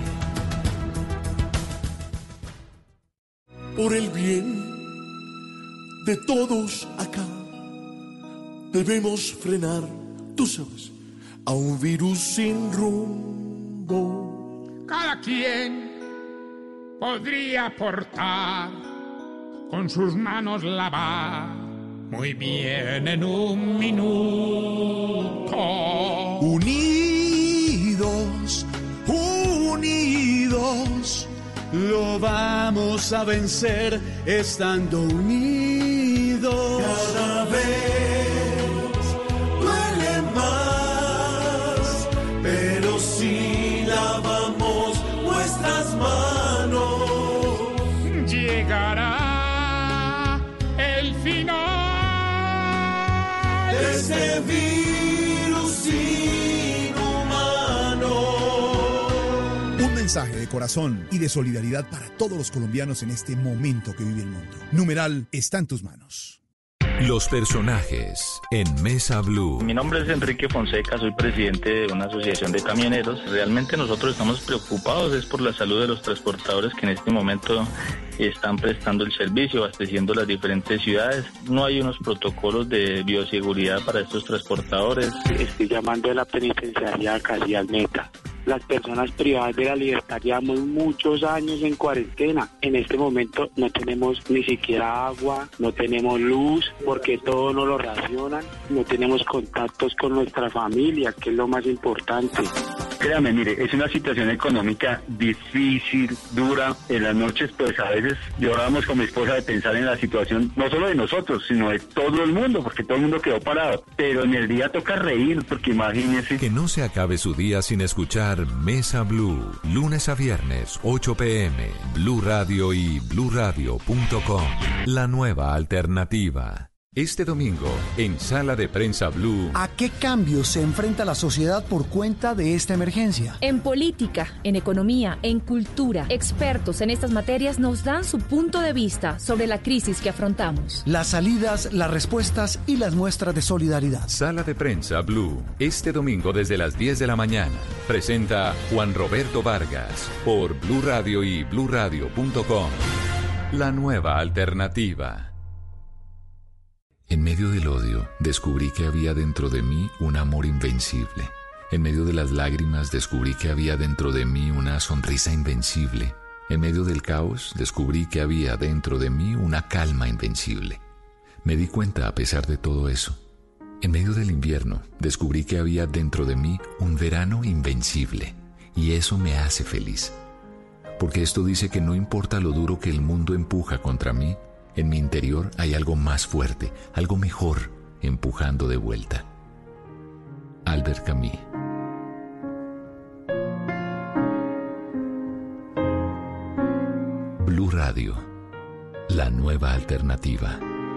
Por el bien de todos acá, debemos frenar, tú sabes, a un virus sin rumbo. Cada quien podría aportar con sus manos lavar muy bien en un minuto. Unidos, unidos, lo vamos a vencer estando unidos. Cada vez duele más, pero si lavamos nuestras manos, llegará el final de este virus inhumano. Un mensaje de corazón y de solidaridad para todos los colombianos en este momento que vive el mundo. Numeral está en tus manos. Los personajes en Mesa Blue. Mi nombre es Enrique Fonseca, soy presidente de una asociación de camioneros. Realmente nosotros estamos preocupados es por la salud de los transportadores que en este momento están prestando el servicio, abasteciendo las diferentes ciudades. No hay unos protocolos de bioseguridad para estos transportadores. Estoy llamando a la penitenciaria casi al Meta. Las personas privadas de la libertad llevamos muchos años en cuarentena. En este momento no tenemos ni siquiera agua, no tenemos luz, porque todo nos lo racionan. No tenemos contactos con nuestra familia, que es lo más importante. Créame, mire, es una situación económica difícil, dura. En las noches, pues a veces lloramos con mi esposa de pensar en la situación, no solo de nosotros, sino de todo el mundo, porque todo el mundo quedó parado. Pero en el día toca reír, porque imagínese. Que no se acabe su día sin escuchar Mesa Blue, lunes a viernes, ocho p m, Blue Radio y blue radio punto com. La nueva alternativa. Este domingo, en Sala de Prensa Blue. ¿A qué cambios se enfrenta la sociedad por cuenta de esta emergencia? En política, en economía, en cultura, expertos en estas materias nos dan su punto de vista sobre la crisis que afrontamos. Las salidas, las respuestas y las muestras de solidaridad. Sala de Prensa Blue, este domingo desde las diez de la mañana. Presenta Juan Roberto Vargas por Blue Radio y blue radio punto com. La nueva alternativa. En medio del odio, descubrí que había dentro de mí un amor invencible. En medio de las lágrimas, descubrí que había dentro de mí una sonrisa invencible. En medio del caos, descubrí que había dentro de mí una calma invencible. Me di cuenta a pesar de todo eso. En medio del invierno, descubrí que había dentro de mí un verano invencible. Y eso me hace feliz. Porque esto dice que no importa lo duro que el mundo empuja contra mí, en mi interior hay algo más fuerte, algo mejor, empujando de vuelta. Albert Camus. Blue Radio, la nueva alternativa.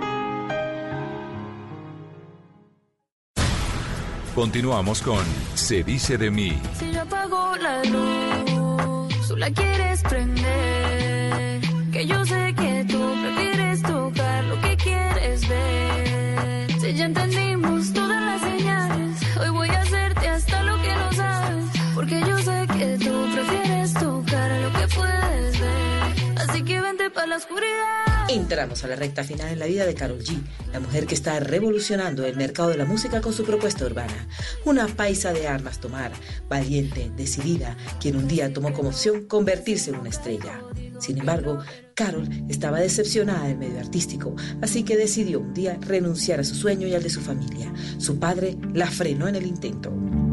Continuamos con Se Dice de Mí. Si yo apago la luz, tú la quieres prender, que yo sé que tú prefieres tocar lo que quieres ver. Si ya entendimos todas las señales, hoy voy a hacerte hasta lo que no sabes, porque yo sé que tú prefieres tocar lo que puedes ver. Así que vente toda la oscuridad. Entramos a la recta final en la vida de Karol G, la mujer que está revolucionando el mercado de la música con su propuesta urbana. Una paisa de armas tomar, valiente, decidida, quien un día tomó como opción convertirse en una estrella. Sin embargo, Karol estaba decepcionada del medio artístico, así que decidió un día renunciar a su sueño y al de su familia. Su padre la frenó en el intento.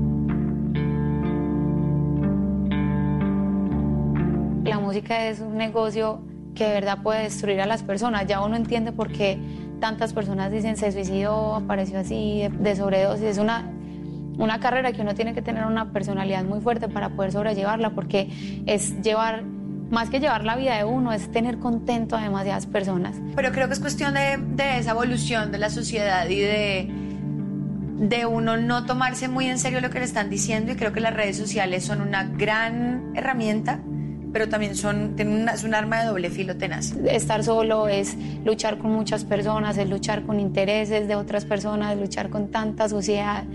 La música es un negocio que de verdad puede destruir a las personas. Ya uno entiende por qué tantas personas dicen se suicidó, apareció así, de, de sobredosis. Es una, una carrera que uno tiene que tener una personalidad muy fuerte para poder sobrellevarla, porque es llevar, más que llevar la vida de uno, es tener contento a demasiadas personas. Pero creo que es cuestión de, de esa evolución de la sociedad y de, de uno no tomarse muy en serio lo que le están diciendo, y creo que las redes sociales son una gran herramienta, pero también son, tienen una, es un arma de doble filo tenaz. Estar solo es luchar con muchas personas, es luchar con intereses de otras personas, es luchar con tanta sociedad.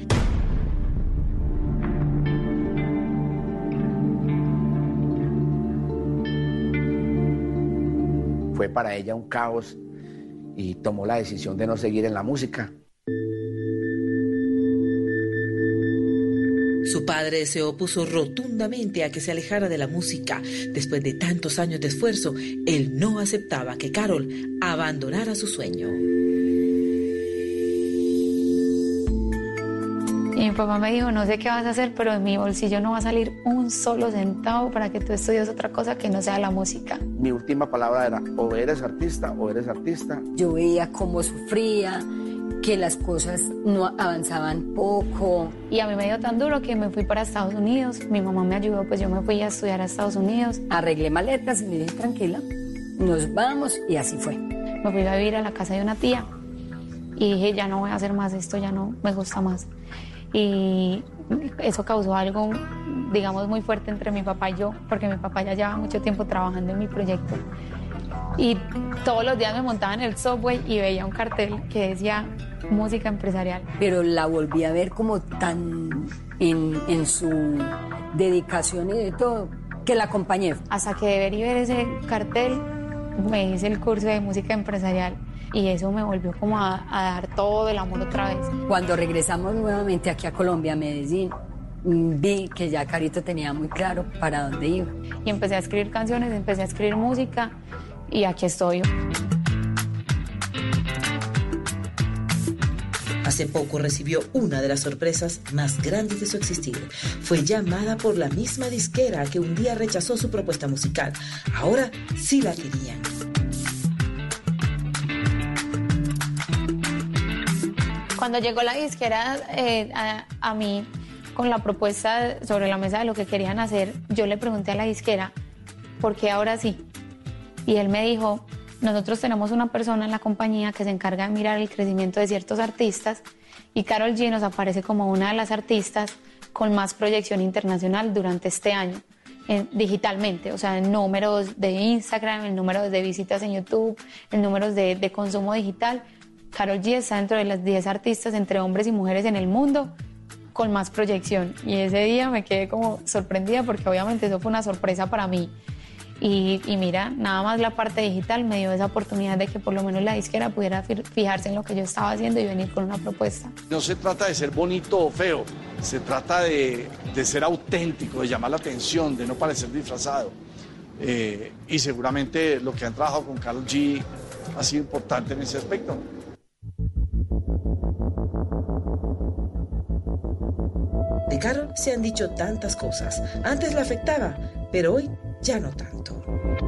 Fue para ella un caos y tomó la decisión de no seguir en la música. Su padre se opuso rotundamente a que se alejara de la música. Después de tantos años de esfuerzo, él no aceptaba que Karol abandonara su sueño. Y mi papá me dijo, no sé qué vas a hacer, pero de mi bolsillo no va a salir un solo centavo para que tú estudies otra cosa que no sea la música. Mi última palabra era, o eres artista o eres artista. Yo veía cómo sufría, que las cosas no avanzaban poco. Y a mí me dio tan duro que me fui para Estados Unidos. Mi mamá me ayudó, pues yo me fui a estudiar a Estados Unidos. Arreglé maletas y me dije, tranquila, nos vamos, y así fue. Me fui a vivir a la casa de una tía y dije, ya no voy a hacer más esto, ya no me gusta más. Y eso causó algo, digamos, muy fuerte entre mi papá y yo, porque mi papá ya llevaba mucho tiempo trabajando en mi proyecto. Y todos los días me montaba en el subway y veía un cartel que decía música empresarial. Pero la volví a ver como tan en, en su dedicación y de todo, que la acompañé. Hasta que de ver y ver ese cartel, me hice el curso de música empresarial y eso me volvió como a, a dar todo el amor otra vez. Cuando regresamos nuevamente aquí a Colombia, a Medellín, vi que ya Carito tenía muy claro para dónde iba. Y empecé a escribir canciones, empecé a escribir música. Y aquí estoy. Hace poco recibió una de las sorpresas más grandes de su existir. Fue llamada por la misma disquera que un día rechazó su propuesta musical. Ahora sí la querían. Cuando llegó la disquera eh, a, a mí con la propuesta sobre la mesa de lo que querían hacer, yo le pregunté a la disquera, ¿por qué ahora sí? Y él me dijo, nosotros tenemos una persona en la compañía que se encarga de mirar el crecimiento de ciertos artistas y Karol G nos aparece como una de las artistas con más proyección internacional durante este año, en, digitalmente, o sea, en números de Instagram, en números de visitas en YouTube, en números de, de consumo digital. Karol G está dentro de las diez artistas entre hombres y mujeres en el mundo con más proyección. Y ese día me quedé como sorprendida porque obviamente eso fue una sorpresa para mí. Y, y mira, nada más la parte digital me dio esa oportunidad de que por lo menos la disquera pudiera fijarse en lo que yo estaba haciendo y venir con una propuesta. No se trata de ser bonito o feo, se trata de, de ser auténtico, de llamar la atención, de no parecer disfrazado. Eh, y seguramente lo que han trabajado con Karol G ha sido importante en ese aspecto. De Karol se han dicho tantas cosas. Antes la afectaba, pero hoy ya no tanto.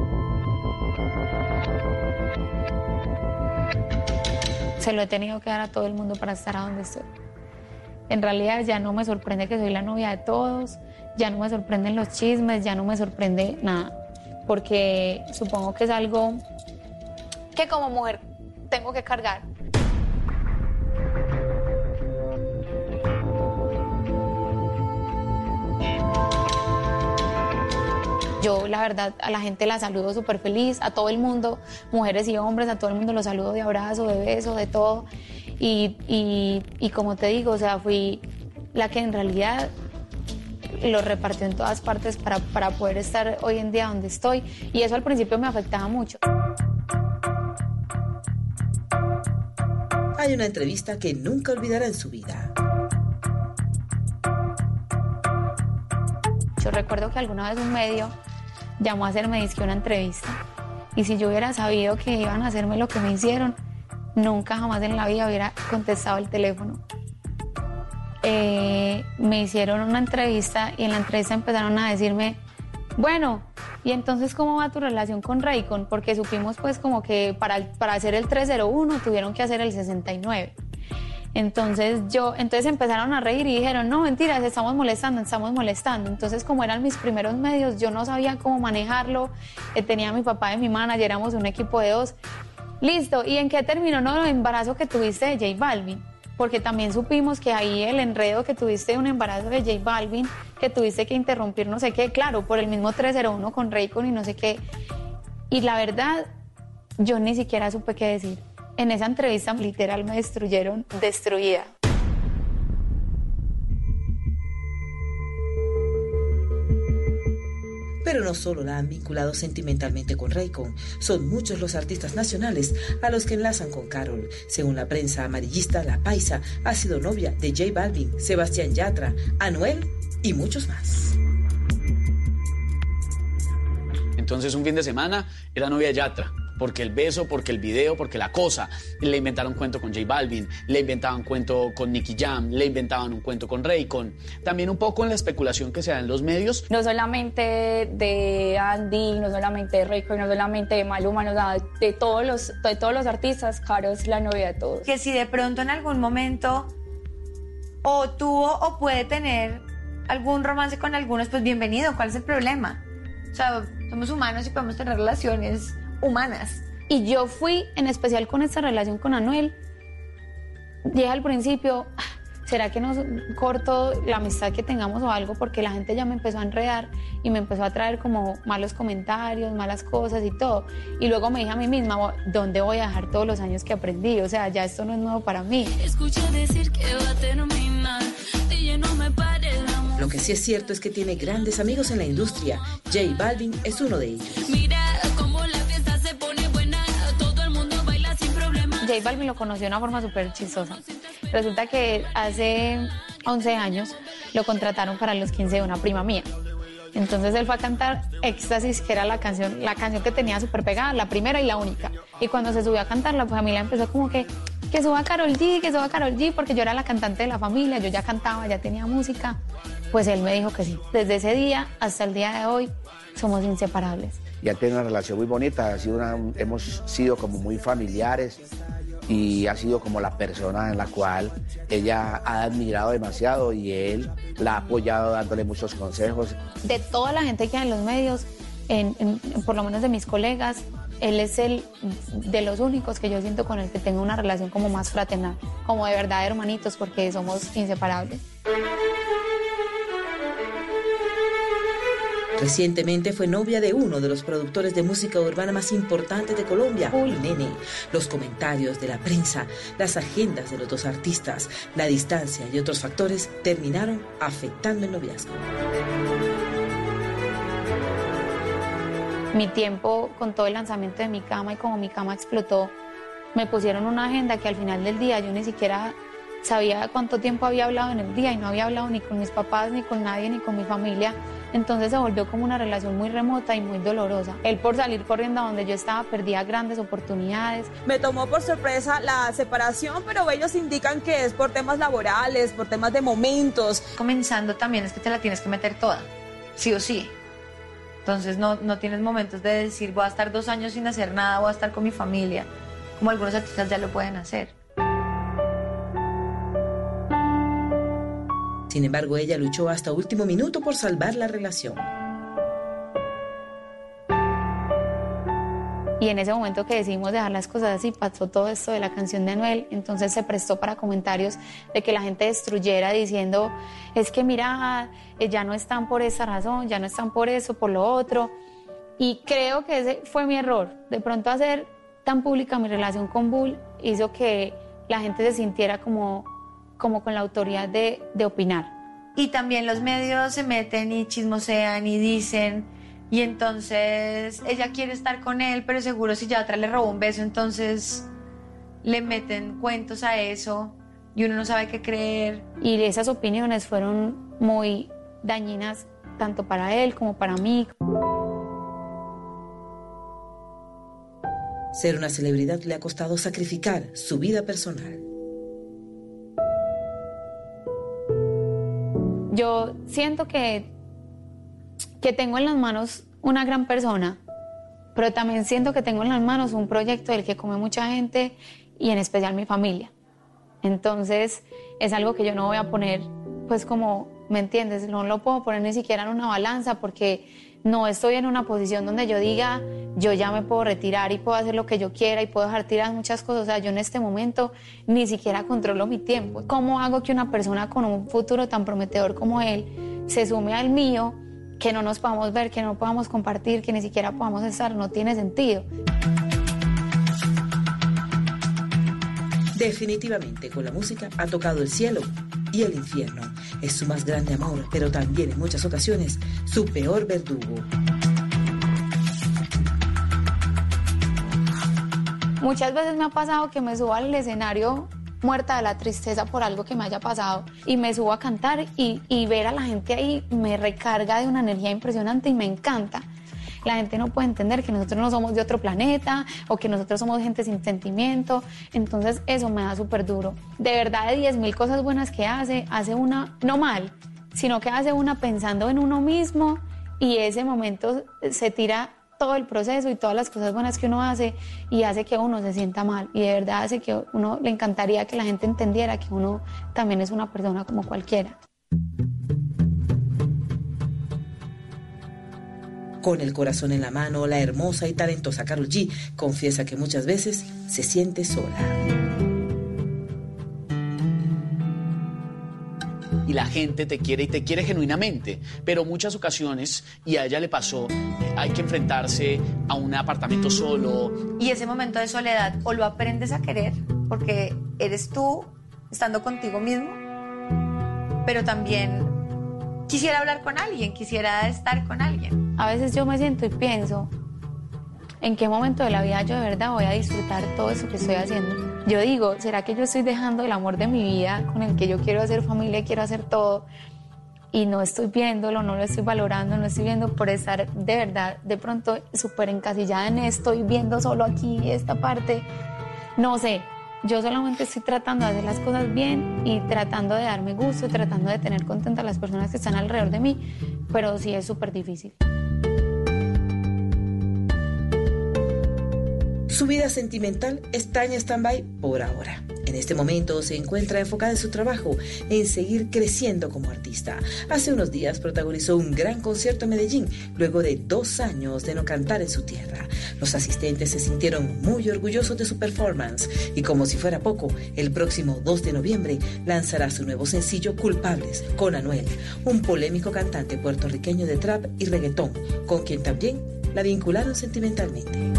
Se lo he tenido que dar a todo el mundo para estar a donde estoy. En realidad ya no me sorprende que soy la novia de todos, ya no me sorprenden los chismes, ya no me sorprende nada, porque supongo que es algo que como mujer tengo que cargar. Yo, la verdad, a la gente la saludo súper feliz, a todo el mundo, mujeres y hombres, a todo el mundo los saludo de abrazo, de beso, de todo. Y, y, y como te digo, o sea, fui la que en realidad lo repartió en todas partes para, para poder estar hoy en día donde estoy. Y eso al principio me afectaba mucho. Hay una entrevista que nunca olvidará en su vida. Yo recuerdo que alguna vez un medio llamó a hacerme dizque una entrevista. Y si yo hubiera sabido que iban a hacerme lo que me hicieron, nunca jamás en la vida hubiera contestado el teléfono. Eh, me hicieron una entrevista y en la entrevista empezaron a decirme, bueno, ¿y entonces cómo va tu relación con Raycon? Porque supimos pues como que para, para hacer el trescientos uno tuvieron que hacer el sesenta y nueve. Entonces yo, entonces empezaron a reír y dijeron, no, mentiras, estamos molestando, estamos molestando. Entonces como eran mis primeros medios, yo no sabía cómo manejarlo. Eh, tenía a mi papá y mi manager, éramos un equipo de dos. Listo, ¿y en qué terminó no, el embarazo que tuviste de J Balvin? Porque también supimos que ahí el enredo que tuviste de un embarazo de J Balvin, que tuviste que interrumpir no sé qué, claro, por el mismo trescientos uno con Raycon y no sé qué. Y la verdad, yo ni siquiera supe qué decir. En esa entrevista literal me destruyeron, destruida. Pero no solo la han vinculado sentimentalmente con Raycon, son muchos los artistas nacionales a los que enlazan con Karol. Según la prensa amarillista, La Paisa ha sido novia de J Balvin, Sebastián Yatra, Anuel y muchos más. Entonces un fin de semana era novia de Yatra. Porque el beso, porque el video, porque la cosa. Le inventaron un cuento con J Balvin, le inventaban un cuento con Nicky Jam, le inventaban un cuento con Raycon. También un poco en la especulación que se da en los medios. No solamente de Andy, no solamente de Raycon, no solamente de Maluma, no, de, todos los, de todos los artistas, Karol es la novia de todos. Que si de pronto en algún momento o tuvo o puede tener algún romance con algunos, pues bienvenido, ¿cuál es el problema? O sea, somos humanos y podemos tener relaciones humanas. Y yo fui, en especial con esta relación con Anuel, dije al principio, ¿será que nos corto la amistad que tengamos o algo? Porque la gente ya me empezó a enredar y me empezó a traer como malos comentarios, malas cosas y todo. Y luego me dije a mí misma, ¿dónde voy a dejar todos los años que aprendí? O sea, ya esto no es nuevo para mí. Escuché decir que va a terminar, y no me pare el amor. Lo que sí es cierto es que tiene grandes amigos en la industria. J Balvin es uno de ellos. Mira cómo la fiesta se pone buena, todo el mundo baila sin problema. J Balvin lo conoció de una forma súper chistosa. Resulta que hace once años lo contrataron para los quince de una prima mía. Entonces él fue a cantar Éxtasis, que era la canción, la canción que tenía súper pegada, la primera y la única. Y cuando se subió a cantar, la familia empezó como que, que suba Karol G, que suba Karol G, porque yo era la cantante de la familia, yo ya cantaba, ya tenía música. Pues él me dijo que sí. Desde ese día hasta el día de hoy somos inseparables. Y ha tenido una relación muy bonita, ha sido una, hemos sido como muy familiares y ha sido como la persona en la cual ella ha admirado demasiado y él la ha apoyado dándole muchos consejos. De toda la gente que hay en los medios, en, en, por lo menos de mis colegas, él es el de los únicos que yo siento con el que tengo una relación como más fraternal, como de verdad hermanitos, porque somos inseparables. Recientemente fue novia de uno de los productores de música urbana más importantes de Colombia, Uy. Nene. Los comentarios de la prensa, las agendas de los dos artistas, la distancia y otros factores terminaron afectando el noviazgo. Mi tiempo con todo el lanzamiento de Mi Cama y como Mi Cama explotó, me pusieron una agenda que al final del día yo ni siquiera sabía cuánto tiempo había hablado en el día y no había hablado ni con mis papás, ni con nadie, ni con mi familia. Entonces se volvió como una relación muy remota y muy dolorosa. Él por salir corriendo a donde yo estaba perdía grandes oportunidades. Me tomó por sorpresa la separación, pero ellos indican que es por temas laborales, por temas de momentos. Comenzando también es que te la tienes que meter toda, sí o sí. Entonces no, no tienes momentos de decir voy a estar dos años sin hacer nada, voy a estar con mi familia, como algunos artistas ya lo pueden hacer. Sin embargo, ella luchó hasta último minuto por salvar la relación. Y en ese momento que decidimos dejar las cosas así, pasó todo esto de la canción de Anuel, entonces se prestó para comentarios de que la gente destruyera diciendo, es que mira, ya no están por esa razón, ya no están por eso, por lo otro. Y creo que ese fue mi error. De pronto hacer tan pública mi relación con Bull hizo que la gente se sintiera como... como con la autoridad de, de opinar. Y también los medios se meten y chismosean y dicen, y entonces ella quiere estar con él, pero seguro si ya otra le robó un beso, entonces le meten cuentos a eso y uno no sabe qué creer. Y esas opiniones fueron muy dañinas tanto para él como para mí. Ser una celebridad le ha costado sacrificar su vida personal. Yo siento que, que tengo en las manos una gran persona, pero también siento que tengo en las manos un proyecto del que come mucha gente y en especial mi familia. Entonces es algo que yo no voy a poner, pues como, ¿me entiendes? No lo puedo poner ni siquiera en una balanza porque no estoy en una posición donde yo diga, yo ya me puedo retirar y puedo hacer lo que yo quiera y puedo dejar tiradas muchas cosas. O sea, yo en este momento ni siquiera controlo mi tiempo. ¿Cómo hago que una persona con un futuro tan prometedor como él se sume al mío, que no nos podamos ver, que no podamos compartir, que ni siquiera podamos estar? No tiene sentido. Definitivamente, con la música ha tocado el cielo y el infierno. Es su más grande amor, pero también en muchas ocasiones su peor verdugo. Muchas veces me ha pasado que me subo al escenario muerta de la tristeza por algo que me haya pasado y me subo a cantar y, y ver a la gente ahí me recarga de una energía impresionante y me encanta. La gente no puede entender que nosotros no somos de otro planeta o que nosotros somos gente sin sentimiento. Entonces eso me da súper duro. De verdad, de diez mil cosas buenas que hace, hace una no mal, sino que hace una pensando en uno mismo y ese momento se tira todo el proceso y todas las cosas buenas que uno hace y hace que uno se sienta mal. Y de verdad hace que uno le encantaría que la gente entendiera que uno también es una persona como cualquiera. Con el corazón en la mano, la hermosa y talentosa Karol G confiesa que muchas veces se siente sola. Y la gente te quiere y te quiere genuinamente, pero muchas ocasiones, y a ella le pasó, hay que enfrentarse a un apartamento solo. Y ese momento de soledad o lo aprendes a querer porque eres tú estando contigo mismo, pero también quisiera hablar con alguien, quisiera estar con alguien. A veces yo me siento y pienso, ¿en qué momento de la vida yo de verdad voy a disfrutar todo eso que estoy haciendo? Yo digo, ¿será que yo estoy dejando el amor de mi vida con el que yo quiero hacer familia, quiero hacer todo? Y no estoy viéndolo, no lo estoy valorando, no estoy viendo por estar de verdad de pronto súper encasillada en esto y viendo solo aquí esta parte. No sé, yo solamente estoy tratando de hacer las cosas bien y tratando de darme gusto y tratando de tener contenta a las personas que están alrededor de mí, pero sí es súper difícil. Su vida sentimental está en stand-by por ahora. En este momento se encuentra enfocada en su trabajo, en seguir creciendo como artista. Hace unos días protagonizó un gran concierto en Medellín, luego de dos años de no cantar en su tierra. Los asistentes se sintieron muy orgullosos de su performance y, como si fuera poco, el próximo dos de noviembre lanzará su nuevo sencillo Culpables con Anuel, un polémico cantante puertorriqueño de trap y reggaetón, con quien también la vincularon sentimentalmente.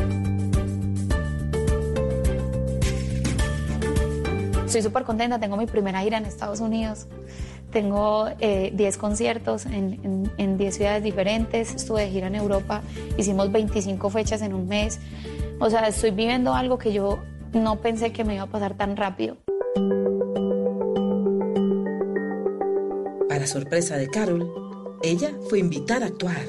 Estoy súper contenta, tengo mi primera gira en Estados Unidos, tengo eh, diez conciertos en diez ciudades diferentes, estuve de gira en Europa, hicimos veinticinco fechas en un mes, o sea, estoy viviendo algo que yo no pensé que me iba a pasar tan rápido. Para sorpresa de Karol, ella fue invitada a actuar.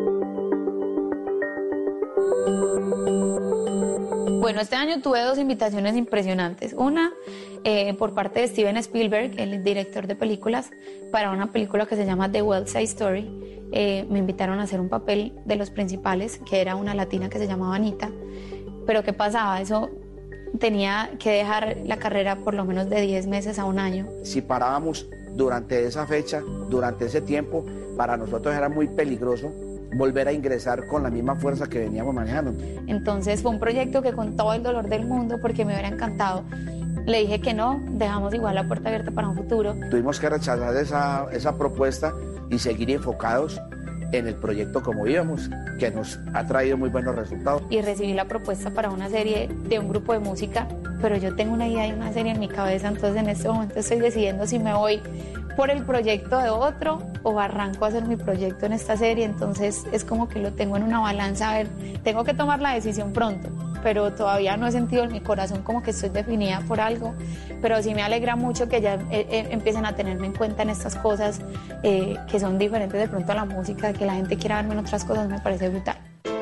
Bueno, este año tuve dos invitaciones impresionantes. Una eh, por parte de Steven Spielberg, el director de películas, para una película que se llama The West Side Story. Eh, me invitaron a hacer un papel de los principales, que era una latina que se llamaba Anita. Pero ¿qué pasaba? Eso tenía que dejar la carrera por lo menos de diez meses a un año. Si parábamos durante esa fecha, durante ese tiempo, para nosotros era muy peligroso volver a ingresar con la misma fuerza que veníamos manejando. Entonces fue un proyecto que, con todo el dolor del mundo, porque me hubiera encantado, le dije que no, dejamos igual la puerta abierta para un futuro. Tuvimos que rechazar esa, esa propuesta y seguir enfocados en el proyecto como íbamos, que nos ha traído muy buenos resultados. Y recibí la propuesta para una serie de un grupo de música, pero yo tengo una idea y una serie en mi cabeza, entonces en este momento estoy decidiendo si me voy por el proyecto de otro o arranco a hacer mi proyecto en esta serie, entonces es como que lo tengo en una balanza, a ver, tengo que tomar la decisión pronto, pero todavía no he sentido en mi corazón como que estoy definida por algo, pero sí me alegra mucho que ya eh, eh, empiecen a tenerme en cuenta en estas cosas eh, que son diferentes de pronto a la música, que la gente quiera verme en otras cosas, me parece brutal.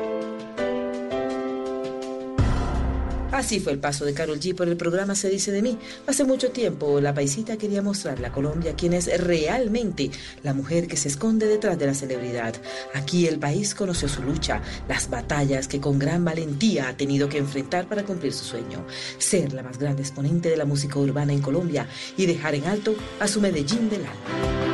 Así fue el paso de Karol G por el programa Se Dice de Mí. Hace mucho tiempo, la paisita quería mostrarle a Colombia quién es realmente la mujer que se esconde detrás de la celebridad. Aquí el país conoció su lucha, las batallas que con gran valentía ha tenido que enfrentar para cumplir su sueño. Ser la más grande exponente de la música urbana en Colombia y dejar en alto a su Medellín del alma.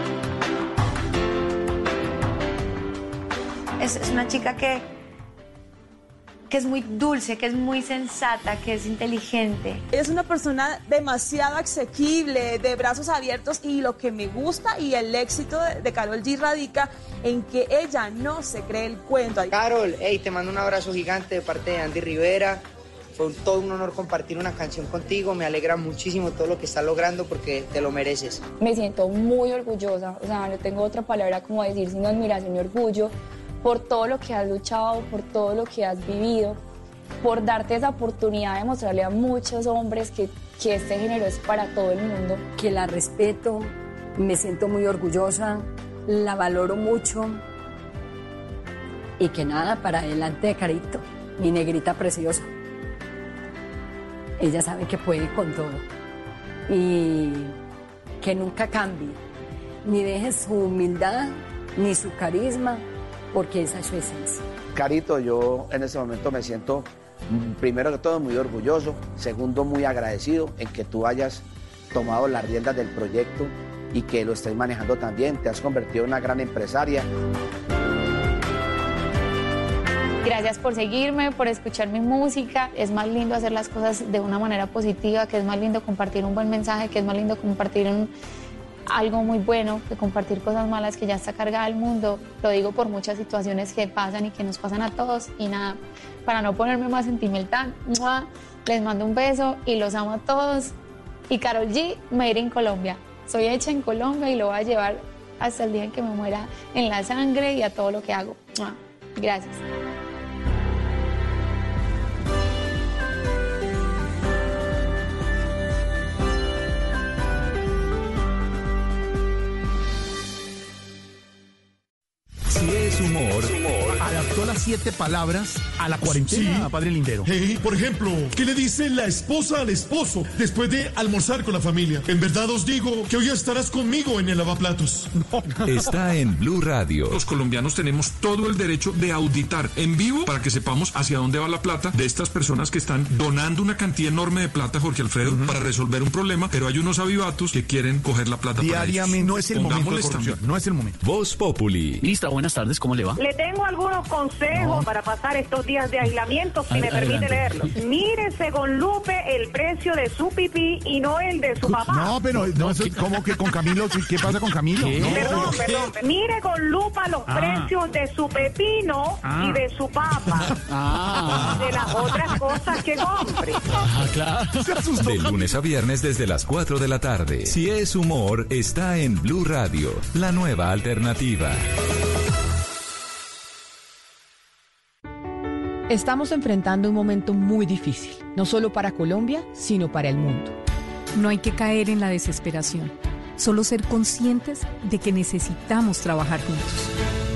Es, es una chica que... que es muy dulce, que es muy sensata, que es inteligente. Ella es una persona demasiado asequible, de brazos abiertos, y lo que me gusta y el éxito de, de Karol G radica en que ella no se cree el cuento. Karol, hey, te mando un abrazo gigante de parte de Andy Rivera. Fue un, todo un honor compartir una canción contigo. Me alegra muchísimo todo lo que estás logrando porque te lo mereces. Me siento muy orgullosa, o sea, no tengo otra palabra como decir sino admiración y orgullo por todo lo que has luchado, por todo lo que has vivido, por darte esa oportunidad de mostrarle a muchos hombres que, que este género es para todo el mundo. Que la respeto, me siento muy orgullosa, la valoro mucho y que nada, para adelante, Carito, mi negrita preciosa. Ella sabe que puede con todo y que nunca cambie, ni deje su humildad, ni su carisma, porque esa es su esencia. Carito, yo en este momento me siento, primero que todo, muy orgulloso, segundo, muy agradecido en que tú hayas tomado las riendas del proyecto y que lo estés manejando también. Te has convertido en una gran empresaria. Gracias por seguirme, por escuchar mi música. Es más lindo hacer las cosas de una manera positiva, que es más lindo compartir un buen mensaje, que es más lindo compartir un... algo muy bueno, que compartir cosas malas que ya está cargada el mundo. Lo digo por muchas situaciones que pasan y que nos pasan a todos. Y nada, para no ponerme más sentimental, ¡mua!, les mando un beso y los amo a todos. Y Karol G, made in Colombia. Soy hecha en Colombia y lo voy a llevar hasta el día en que me muera en la sangre y a todo lo que hago. ¡Mua! Gracias. Si es humor, adaptó las siete palabras a la cuarentena, Sí. padre Lindero. Hey, por ejemplo, ¿qué le dice la esposa al esposo después de almorzar con la familia? En verdad os digo que hoy estarás conmigo en el lavaplatos. Está en Blue Radio. Los colombianos tenemos todo el derecho de auditar en vivo para que sepamos hacia dónde va la plata de estas personas que están donando una cantidad enorme de plata, Jorge Alfredo, uh-huh. para resolver un problema, pero hay unos avivatos que quieren coger la plata diariamente. No es el momento de corrupción, también. no es el momento. Voz Populi. Lista, buenas tardes, ¿cómo le va? Le tengo algunos consejos no. para pasar estos días de aislamiento, si Ad- me permite adelante. leerlos. Mire según Lupe el precio de su pipí y no el de su papá. No, pero no, eso, ¿cómo que con Camilo? ¿Qué pasa con Camilo? No, perdón, ¿qué? perdón. Mire con lupa los ah. precios de su pepino ah. y de su papa. Ah. Y de las otras cosas que compre. Ah, claro. De lunes a viernes desde las cuatro de la tarde. Si es humor, está en Blue Radio, la nueva alternativa. Estamos enfrentando un momento muy difícil, no solo para Colombia, sino para el mundo. No hay que caer en la desesperación, solo ser conscientes de que necesitamos trabajar juntos.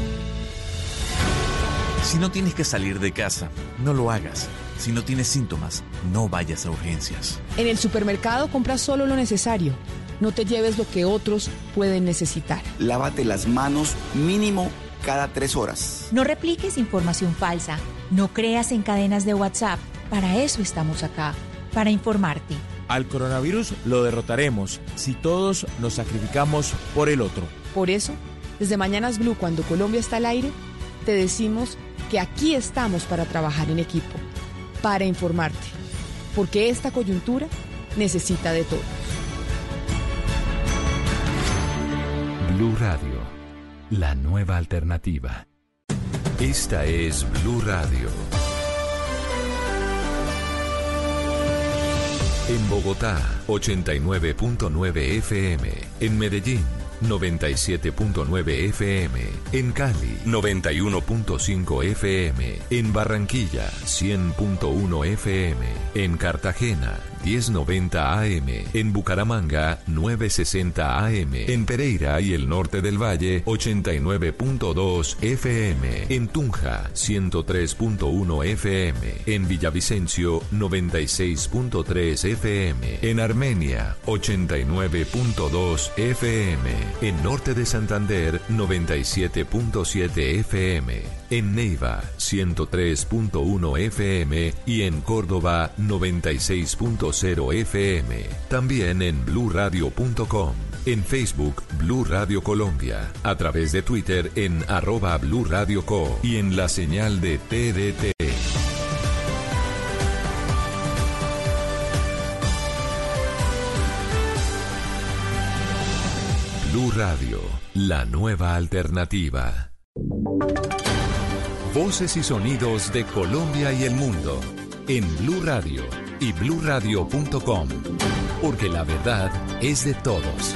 Si no tienes que salir de casa, no lo hagas. Si no tienes síntomas, no vayas a urgencias. En el supermercado compra solo lo necesario. No te lleves lo que otros pueden necesitar. Lávate las manos mínimo cada tres horas. No repliques información falsa. No creas en cadenas de WhatsApp. Para eso estamos acá, para informarte. Al coronavirus lo derrotaremos si todos nos sacrificamos por el otro. Por eso, desde Mañanas Blue, cuando Colombia está al aire, te decimos que aquí estamos para trabajar en equipo, para informarte, porque esta coyuntura necesita de todos. Blue Radio, la nueva alternativa. Esta es Blue Radio. En Bogotá, ochenta y nueve punto nueve F M. En Medellín, noventa y siete punto nueve F M. En Cali, noventa y uno punto cinco F M. En Barranquilla, cien punto uno F M. En Cartagena, diez noventa A M. En Bucaramanga, novecientos sesenta A M. En Pereira y el norte del Valle, ochenta y nueve punto dos F M. En Tunja, ciento tres punto uno F M. En Villavicencio, noventa y seis punto tres F M. En Armenia, ochenta y nueve punto dos F M. En norte de Santander, noventa y siete punto siete F M. En Neiva, ciento tres punto uno F M. Y en Córdoba, noventa y seis punto cero F M. También en blue radio punto com. En Facebook, Blue Radio Colombia. A través de Twitter en arroba Blue Radio Co. Y en la señal de T D T. Blue Radio, la nueva alternativa. Voces y sonidos de Colombia y el mundo en Blue Radio y blue radio punto com, porque la verdad es de todos.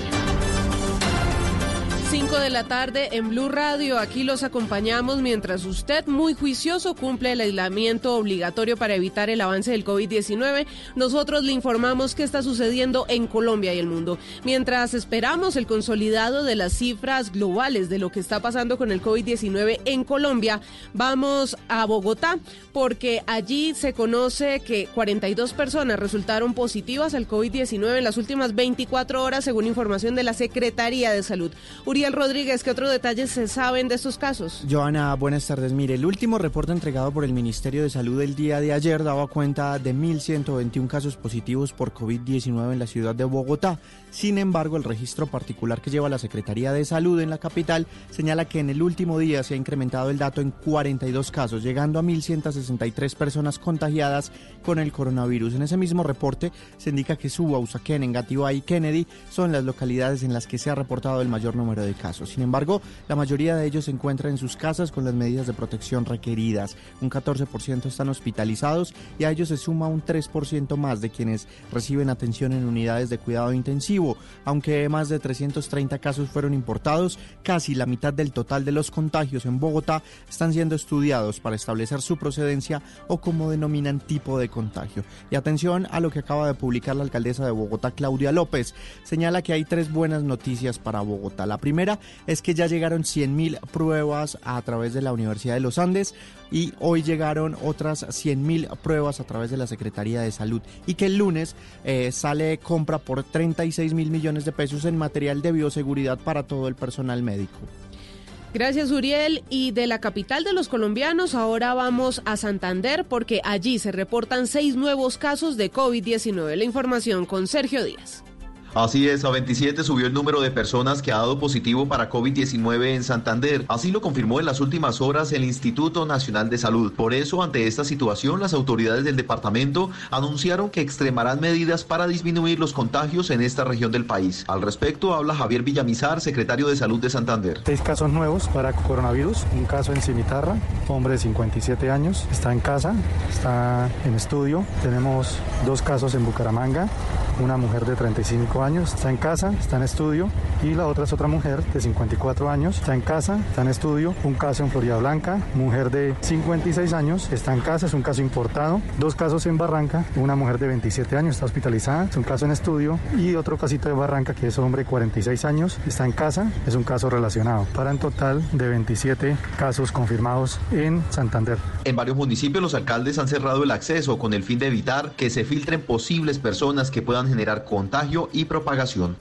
cinco de la tarde en Blue Radio, aquí los acompañamos mientras usted, muy juicioso, cumple el aislamiento obligatorio para evitar el avance del COVID diecinueve. Nosotros le informamos qué está sucediendo en Colombia y el mundo. Mientras esperamos el consolidado de las cifras globales de lo que está pasando con el COVID diecinueve en Colombia, vamos a Bogotá, porque allí se conoce que cuarenta y dos personas resultaron positivas al COVID diecinueve en las últimas veinticuatro horas, según información de la Secretaría de Salud. Uriel Rodríguez, ¿qué otros detalles se saben de estos casos? Joana, buenas tardes. Mire, el último reporte entregado por el Ministerio de Salud el día de ayer daba cuenta de mil ciento veintiún casos positivos por COVID diecinueve en la ciudad de Bogotá. Sin embargo, el registro particular que lleva la Secretaría de Salud en la capital señala que en el último día se ha incrementado el dato en cuarenta y dos casos, llegando a mil ciento sesenta y tres personas contagiadas con el coronavirus. En ese mismo reporte se indica que Suba, Usaquén, Engativá y Kennedy son las localidades en las que se ha reportado el mayor número de casos. Sin embargo, la mayoría de ellos se encuentran en sus casas con las medidas de protección requeridas. Un catorce por ciento están hospitalizados y a ellos se suma un tres por ciento más de quienes reciben atención en unidades de cuidado intensivo. Aunque más de trescientos treinta casos fueron importados, casi la mitad del total de los contagios en Bogotá están siendo estudiados para establecer su procedencia o como denominan tipo de contagio. Y atención a lo que acaba de publicar la alcaldesa de Bogotá, Claudia López. Señala que hay tres buenas noticias para Bogotá. La primera es que ya llegaron cien mil pruebas a través de la Universidad de los Andes y hoy llegaron otras cien mil pruebas a través de la Secretaría de Salud, y que el lunes eh, sale compra por treinta y seis mil millones de pesos en material de bioseguridad para todo el personal médico. Gracias, Uriel. Y de la capital de los colombianos ahora vamos a Santander, porque allí se reportan seis nuevos casos de COVID diecinueve. La información con Sergio Díaz. Así es, a veintisiete subió el número de personas que ha dado positivo para COVID diecinueve en Santander. Así lo confirmó en las últimas horas el Instituto Nacional de Salud. Por eso, ante esta situación, las autoridades del departamento anunciaron que extremarán medidas para disminuir los contagios en esta región del país. Al respecto, habla Javier Villamizar, secretario de Salud de Santander. Seis casos nuevos para coronavirus, un caso en Cimitarra, hombre de cincuenta y siete años, está en casa, está en estudio. Tenemos dos casos en Bucaramanga, una mujer de treinta y cinco años, está en casa, está en estudio, y la otra es otra mujer de cincuenta y cuatro años, está en casa, está en estudio. Un caso en Florida Blanca, mujer de cincuenta y seis años, está en casa, es un caso importado. Dos casos en Barranca, una mujer de veintisiete años, está hospitalizada, es un caso en estudio, y otro casito de Barranca que es hombre de cuarenta y seis años, está en casa, es un caso relacionado. Para un total de veintisiete casos confirmados en Santander. En varios municipios los alcaldes han cerrado el acceso con el fin de evitar que se filtren posibles personas que puedan generar contagio y propagación.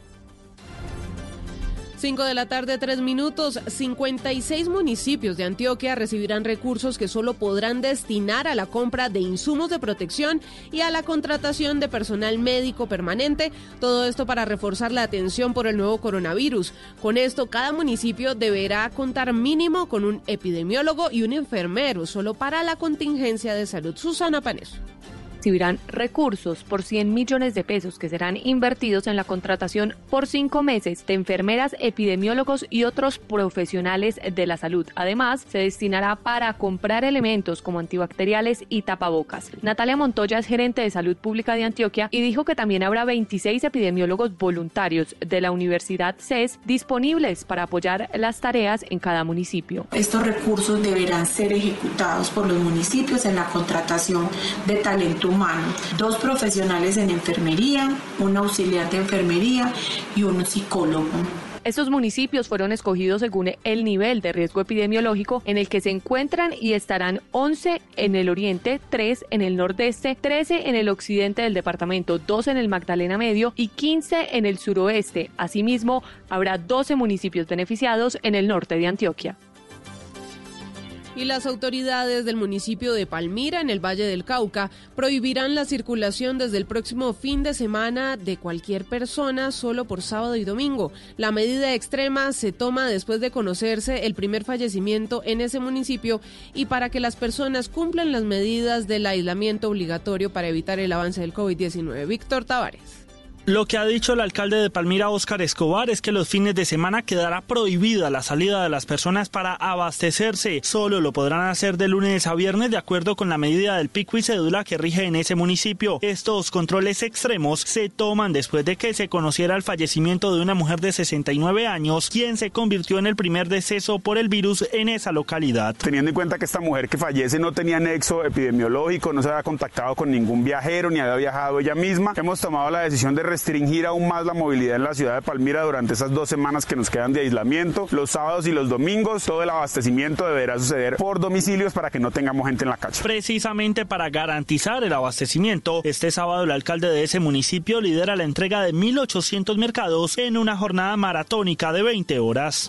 cinco de la tarde, tres minutos. cincuenta y seis municipios de Antioquia recibirán recursos que solo podrán destinar a la compra de insumos de protección y a la contratación de personal médico permanente. Todo esto para reforzar la atención por el nuevo coronavirus. Con esto, cada municipio deberá contar mínimo con un epidemiólogo y un enfermero, solo para la contingencia de salud. Susana Paneso. recibirán recursos por cien millones de pesos que serán invertidos en la contratación por cinco meses de enfermeras, epidemiólogos y otros profesionales de la salud. Además, se destinará para comprar elementos como antibacteriales y tapabocas. Natalia Montoya es gerente de Salud Pública de Antioquia y dijo que también habrá veintiséis epidemiólogos voluntarios de la Universidad C E S disponibles para apoyar las tareas en cada municipio. Estos recursos deberán ser ejecutados por los municipios en la contratación de talento humano, dos profesionales en enfermería, un auxiliar de enfermería y un psicólogo. Estos municipios fueron escogidos según el nivel de riesgo epidemiológico en el que se encuentran y estarán once en el oriente, tres en el nordeste, trece en el occidente del departamento, dos en el Magdalena Medio y quince en el suroeste. Asimismo, habrá doce municipios beneficiados en el norte de Antioquia. Y las autoridades del municipio de Palmira, en el Valle del Cauca, prohibirán la circulación desde el próximo fin de semana de cualquier persona solo por sábado y domingo. La medida extrema se toma después de conocerse el primer fallecimiento en ese municipio y para que las personas cumplan las medidas del aislamiento obligatorio para evitar el avance del COVID diecinueve. Víctor Tavares. Lo que ha dicho el alcalde de Palmira, Óscar Escobar, es que los fines de semana quedará prohibida la salida de las personas para abastecerse. Solo lo podrán hacer de lunes a viernes de acuerdo con la medida del pico y cédula que rige en ese municipio. Estos controles extremos se toman después de que se conociera el fallecimiento de una mujer de sesenta y nueve años, quien se convirtió en el primer deceso por el virus en esa localidad. Teniendo en cuenta que esta mujer que fallece no tenía nexo epidemiológico, no se había contactado con ningún viajero ni había viajado ella misma, hemos tomado la decisión de restringir aún más la movilidad en la ciudad de Palmira durante esas dos semanas que nos quedan de aislamiento. Los sábados y los domingos todo el abastecimiento deberá suceder por domicilios para que no tengamos gente en la calle. Precisamente para garantizar el abastecimiento, este sábado el alcalde de ese municipio lidera la entrega de mil ochocientos mercados en una jornada maratónica de veinte horas.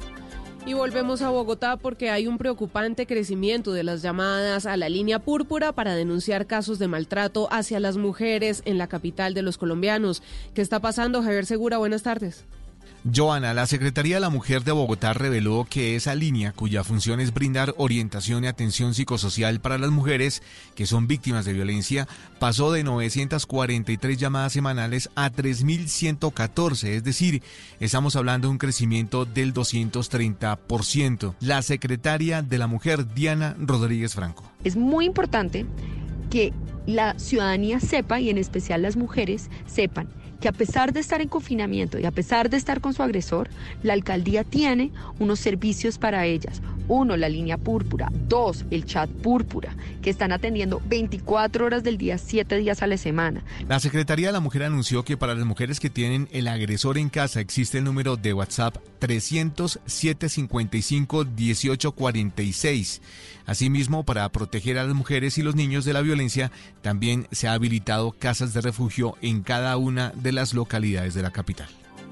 Y volvemos a Bogotá porque hay un preocupante crecimiento de las llamadas a la línea púrpura para denunciar casos de maltrato hacia las mujeres en la capital de los colombianos. ¿Qué está pasando, Javier Segura? Buenas tardes. Joana, la Secretaría de la Mujer de Bogotá reveló que esa línea, cuya función es brindar orientación y atención psicosocial para las mujeres que son víctimas de violencia, pasó de novecientas cuarenta y tres llamadas semanales a tres mil ciento catorce, es decir, estamos hablando de un crecimiento del doscientos treinta por ciento. La Secretaria de la Mujer, Diana Rodríguez Franco. Es muy importante que la ciudadanía sepa, y en especial las mujeres sepan, que a pesar de estar en confinamiento y a pesar de estar con su agresor, la alcaldía tiene unos servicios para ellas. Uno, la línea púrpura. Dos, el chat púrpura, que están atendiendo veinticuatro horas del día, siete días a la semana. La Secretaría de la Mujer anunció que para las mujeres que tienen el agresor en casa existe el número de WhatsApp trescientos siete cincuenta y cinco dieciocho cuarenta y seis. Asimismo, para proteger a las mujeres y los niños de la violencia, también se ha habilitado casas de refugio en cada una de las localidades de la capital.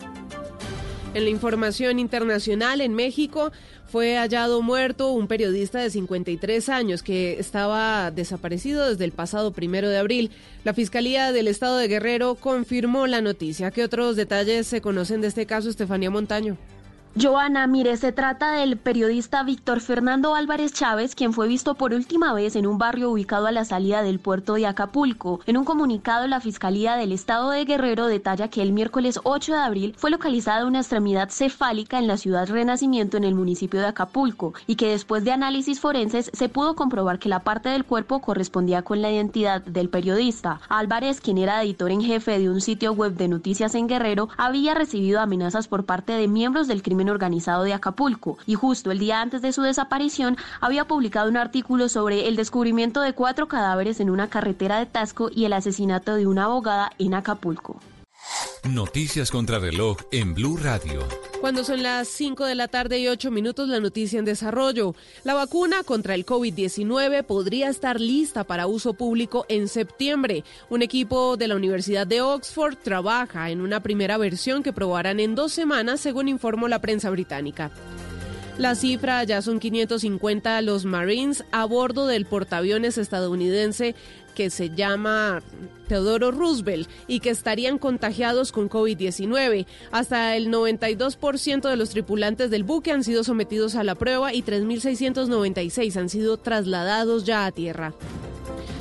En la información internacional, en México fue hallado muerto un periodista de cincuenta y tres años que estaba desaparecido desde el pasado primero de abril. La Fiscalía del Estado de Guerrero confirmó la noticia. ¿Qué otros detalles se conocen de este caso, Estefanía Montaño? Joana, mire, se trata del periodista Víctor Fernando Álvarez Chávez, quien fue visto por última vez en un barrio ubicado a la salida del puerto de Acapulco. En un comunicado, la Fiscalía del Estado de Guerrero detalla que el miércoles ocho de abril fue localizada una extremidad cefálica en la ciudad Renacimiento, en el municipio de Acapulco, y que después de análisis forenses se pudo comprobar que la parte del cuerpo correspondía con la identidad del periodista. Álvarez, quien era editor en jefe de un sitio web de noticias en Guerrero, había recibido amenazas por parte de miembros del crimen organizado de Acapulco y justo el día antes de su desaparición había publicado un artículo sobre el descubrimiento de cuatro cadáveres en una carretera de Tasco y el asesinato de una abogada en Acapulco. Noticias contra reloj en Blue Radio. Cuando son las cinco de la tarde y ocho minutos, la noticia en desarrollo. La vacuna contra el COVID diecinueve podría estar lista para uso público en septiembre. Un equipo de la Universidad de Oxford trabaja en una primera versión que probarán en dos semanas, según informó la prensa británica. La cifra ya son quinientos cincuenta los Marines a bordo del portaaviones estadounidense que se llama Theodore Roosevelt y que estarían contagiados con COVID diecinueve. Hasta el noventa y dos por ciento de los tripulantes del buque han sido sometidos a la prueba y tres mil seiscientos noventa y seis han sido trasladados ya a tierra.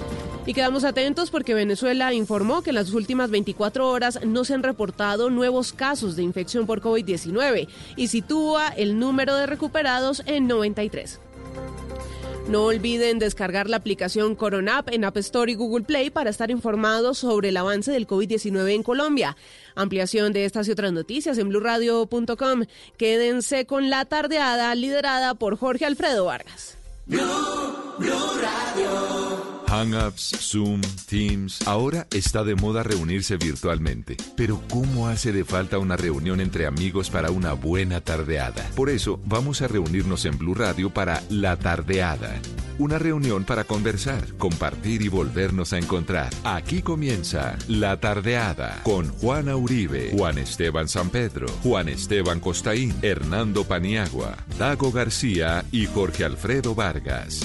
Y quedamos atentos porque Venezuela informó que en las últimas veinticuatro horas no se han reportado nuevos casos de infección por COVID diecinueve y sitúa el número de recuperados en noventa y tres. No olviden descargar la aplicación Coronap en App Store y Google Play para estar informados sobre el avance del COVID diecinueve en Colombia. Ampliación de estas y otras noticias en blue radio punto com. Quédense con la tardeada liderada por Jorge Alfredo Vargas. Blue, Blue Radio. Hangouts, Zoom, Teams. Ahora está de moda reunirse virtualmente. Pero ¿cómo hace de falta una reunión entre amigos para una buena tardeada? Por eso vamos a reunirnos en Blue Radio para La Tardeada. Una reunión para conversar, compartir y volvernos a encontrar. Aquí comienza La Tardeada con Juana Uribe, Juan Esteban Sampedro, Juan Esteban Costaín, Hernando Paniagua, Dago García y Jorge Alfredo Vargas.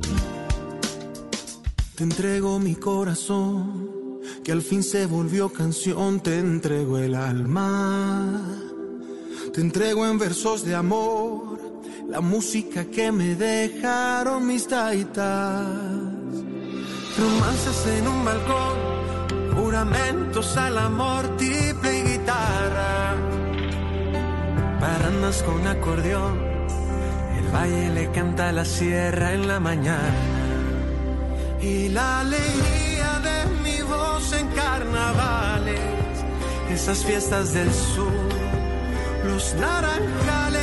Te entrego mi corazón, que al fin se volvió canción. Te entrego el alma, te entrego en versos de amor la música que me dejaron mis taitas. Romances en un balcón, juramentos al amor, triple y guitarra, parrandas con acordeón, el valle le canta a la sierra en la mañana. Y la alegría de mi voz en carnavales, esas fiestas del sur, los naranjales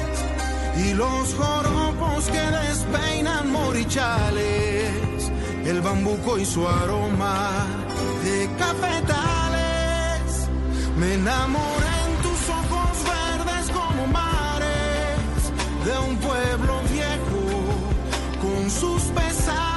y los joropos que despeinan morichales, el bambuco y su aroma de cafetales. Me enamoré en tus ojos verdes como mares, de un pueblo viejo con sus pesares.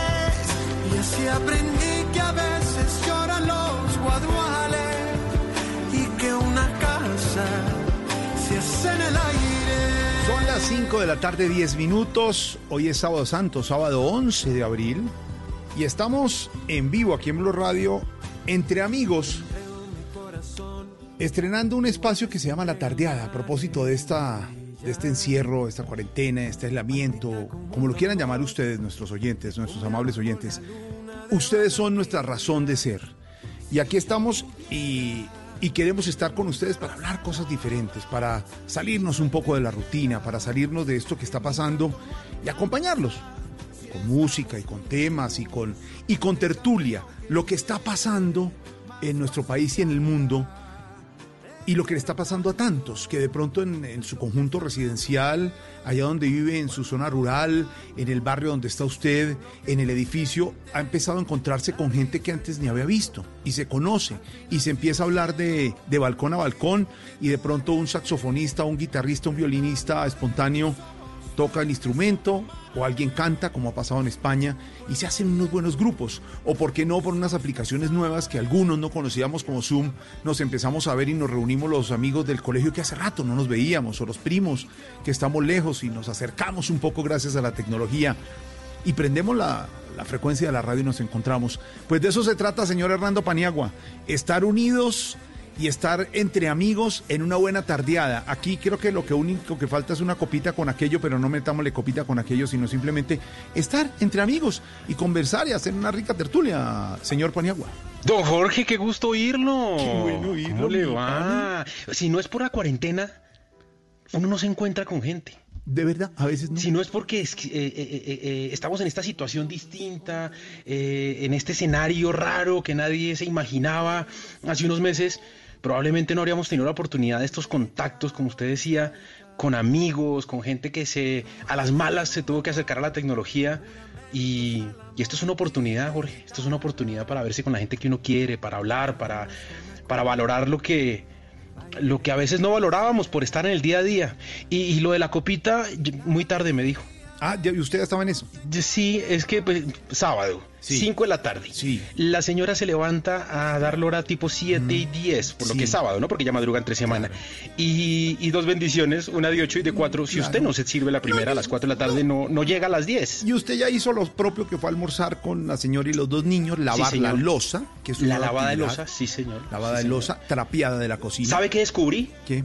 Y así aprendí que a veces lloran los guaduales y que una casa se hace en el aire. Son las cinco de la tarde, diez minutos. Hoy es Sábado Santo, sábado once de abril. Y estamos en vivo aquí en Blue Radio, entre amigos, estrenando un espacio que se llama La Tardeada, a propósito de esta... de este encierro, esta cuarentena, este aislamiento, como lo quieran llamar ustedes, nuestros oyentes, nuestros amables oyentes. Ustedes son nuestra razón de ser. Y aquí estamos y, y queremos estar con ustedes para hablar cosas diferentes, para salirnos un poco de la rutina, para salirnos de esto que está pasando y acompañarlos con música y con temas y con, y con tertulia, lo que está pasando en nuestro país y en el mundo. Y lo que le está pasando a tantos, que de pronto en, en su conjunto residencial, allá donde vive, en su zona rural, en el barrio donde está usted, en el edificio, ha empezado a encontrarse con gente que antes ni había visto, y se conoce, y se empieza a hablar de, de balcón a balcón, y de pronto un saxofonista, un guitarrista, un violinista espontáneo toca el instrumento, o alguien canta, como ha pasado en España, y se hacen unos buenos grupos, o por qué no, por unas aplicaciones nuevas que algunos no conocíamos como Zoom, nos empezamos a ver y nos reunimos los amigos del colegio que hace rato no nos veíamos, o los primos que estamos lejos y nos acercamos un poco gracias a la tecnología, y prendemos la, la frecuencia de la radio y nos encontramos. Pues de eso se trata, señor Hernando Paniagua, estar unidos y estar entre amigos en una buena tardeada. Aquí creo que lo que único que falta es una copita con aquello, pero no metámosle copita con aquello, sino simplemente estar entre amigos y conversar y hacer una rica tertulia, señor Paniagua. Don Jorge, qué gusto oírlo. Qué bueno oírlo. ¿Cómo le va? Si no es por la cuarentena, uno no se encuentra con gente. De verdad, a veces no. Si no es porque es, eh, eh, eh, eh, estamos en esta situación distinta, eh, en este escenario raro que nadie se imaginaba hace unos meses, probablemente no habríamos tenido la oportunidad de estos contactos, como usted decía, con amigos, con gente que se a las malas se tuvo que acercar a la tecnología. Y, y esto es una oportunidad, Jorge, esto es una oportunidad para verse con la gente que uno quiere, para hablar, para, para valorar lo que, lo que a veces no valorábamos por estar en el día a día. Y, y lo de la copita, muy tarde me dijo. Ah, ¿y usted ya estaba en eso? Sí, es que pues, sábado, sí. cinco de la tarde. Sí. La señora se levanta a dar hora tipo siete mm. y diez, por lo sí. que es sábado, ¿no? Porque ya madruga entre semana. Claro. Y, y dos bendiciones, una de ocho y de cuatro. Si claro. usted no se sirve la primera no, a las cuatro de la tarde, no, no llega a las diez. Y usted ya hizo lo propio, que fue almorzar con la señora y los dos niños, lavar sí, la loza. Que es la lavada actividad. de loza, sí, señor. Lavada sí, de loza, trapeada de la cocina. ¿Sabe qué descubrí? ¿Qué?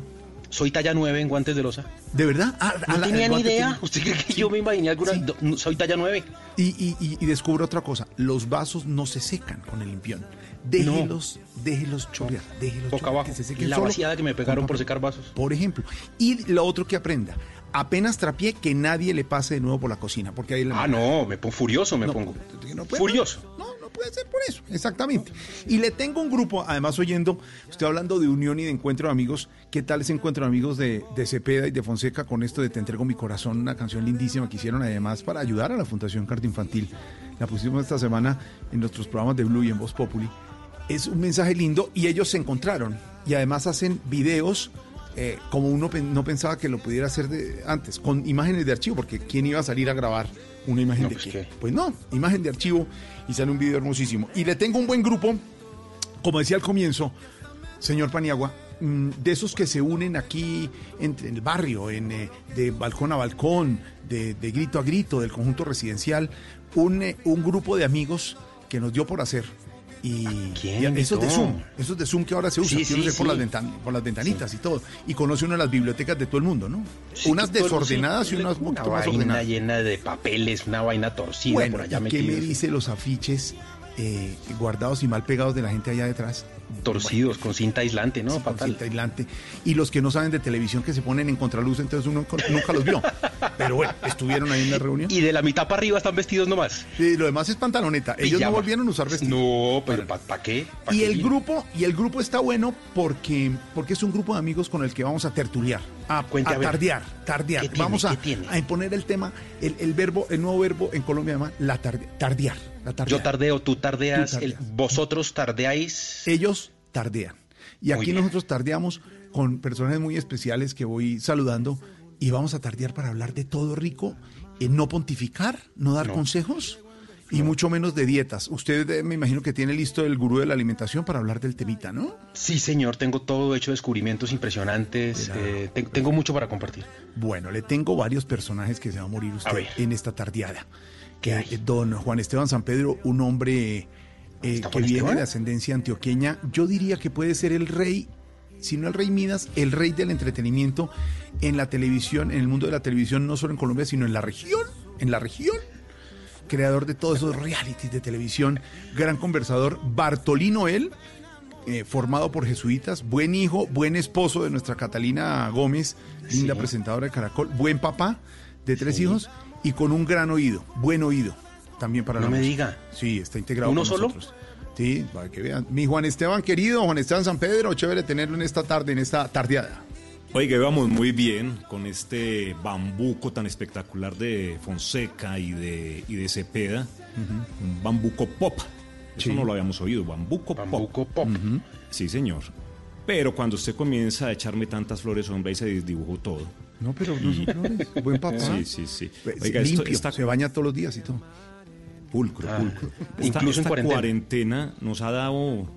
Soy talla nueve en guantes de loza. ¿De verdad? Ah, no la, tenía ni idea. Tiene... ¿Usted cree que sí. yo me imaginé alguna? Sí. No, soy talla nueve. Y, y, y, y descubro otra cosa. Los vasos no se secan con el limpión. Déjelos, no. déjelos chorrear. Déjelos Boca chorrear, abajo. que se sequen La solo. vaciada que me pegaron por secar vasos. Por ejemplo. Y lo otro que aprenda. Apenas trapié, que nadie le pase de nuevo por la cocina. Porque ahí ah, no. Me pongo furioso, me no, pongo. No puede, furioso. No, no puede ser por eso. Exactamente. Y le tengo un grupo, además oyendo, estoy hablando de unión y de encuentro de amigos. ¿Qué tal ese encuentro de amigos de, de Cepeda y de Fonseca con esto de Te entrego mi corazón? Una canción lindísima que hicieron además para ayudar a la Fundación Carta Infantil. La pusimos esta semana en nuestros programas de Blue y en Voz Populi. Es un mensaje lindo y ellos se encontraron. Y además hacen videos eh, como uno no pensaba que lo pudiera hacer de, antes, con imágenes de archivo, porque ¿quién iba a salir a grabar una imagen no, de pues qué? qué? Pues no, imagen de archivo y sale un video hermosísimo. Y le tengo un buen grupo, como decía al comienzo, señor Paniagua, de esos que se unen aquí en, en el barrio, en, eh, de balcón a balcón, de, de grito a grito, del conjunto residencial, un, eh, un grupo de amigos que nos dio por hacer. Y, y esos de Zoom, esos de Zoom que ahora se usan, sí, sí, sí. por, las ventan, por las ventanitas sí. y todo. Y conoce una de las bibliotecas de todo el mundo, ¿no? Sí, unas desordenadas sí, y unas un poquito más ordenadas. Una vaina llena de papeles, una vaina torcida bueno, por allá ¿qué metidos. me dice los afiches eh, guardados y mal pegados de la gente allá detrás? Torcidos, bueno, con cinta aislante, ¿no? Sí, Fatal. Con cinta aislante. Y los que no saben de televisión que se ponen en contraluz, entonces uno nunca los vio. Pero bueno, estuvieron ahí en la reunión. Y de la mitad para arriba están vestidos nomás. Sí, lo demás es pantaloneta. Ellos Pijama. no volvieron a usar vestidos. No, pero ¿para pa qué? ¿Pa y qué el viene? grupo, y el grupo está bueno porque, porque es un grupo de amigos con el que vamos a tertuliar, a, Cuente, a, a tardear, tardear. ¿Qué tiene, vamos a, ¿qué tiene? a imponer el tema, el, el verbo, el nuevo verbo en Colombia además, la tarde, tardear, la tardear. Yo tardeo, tú tardeas, Tú tardeas. El, vosotros tardeáis. Ellos tardean. Y aquí nosotros tardeamos con personajes muy especiales que voy saludando y vamos a tardear para hablar de todo rico, eh, no pontificar, no dar no. consejos y no. mucho menos de dietas. Usted eh, me imagino que tiene listo el gurú de la alimentación para hablar del temita, ¿no? Sí, señor, tengo todo hecho descubrimientos impresionantes, eh, te, tengo mucho para compartir. Bueno, le tengo varios personajes que se va a morir usted a en esta tardeada. Que, eh, don Juan Esteban Sampedro, un hombre... Eh, que viene Esteban? de ascendencia antioqueña, yo diría que puede ser el rey, si no el rey Midas, el rey del entretenimiento en la televisión, en el mundo de la televisión, no solo en Colombia, sino en la región, en la región, creador de todos esos realities de televisión, gran conversador, Bartolino él, eh, formado por jesuitas, buen hijo, buen esposo de nuestra Catalina Gómez, linda sí. presentadora de Caracol, buen papá de tres sí. hijos y con un gran oído, buen oído. También para no la me música. diga. Sí, está integrado ¿Uno con solo? nosotros. Sí, para que vean. Mi Juan Esteban querido, Juan Esteban Sampedro, chévere tenerlo en esta tarde, en esta tardeada. Oiga, vamos muy bien con este bambuco tan espectacular de Fonseca y de, y de Cepeda. Uh-huh. Un bambuco pop. Eso sí. no lo habíamos oído, bambuco, bambuco pop. pop. Uh-huh. Sí, señor. Pero cuando usted comienza a echarme tantas flores, hombre, ahí se desdibujó todo. No, pero no son flores. Buen papá. Sí, sí, sí. Oiga, limpio, esto, esta... se baña todos los días y todo. Pulcro, ah, pulcro. Esta, incluso esta en cuarentena. cuarentena nos ha dado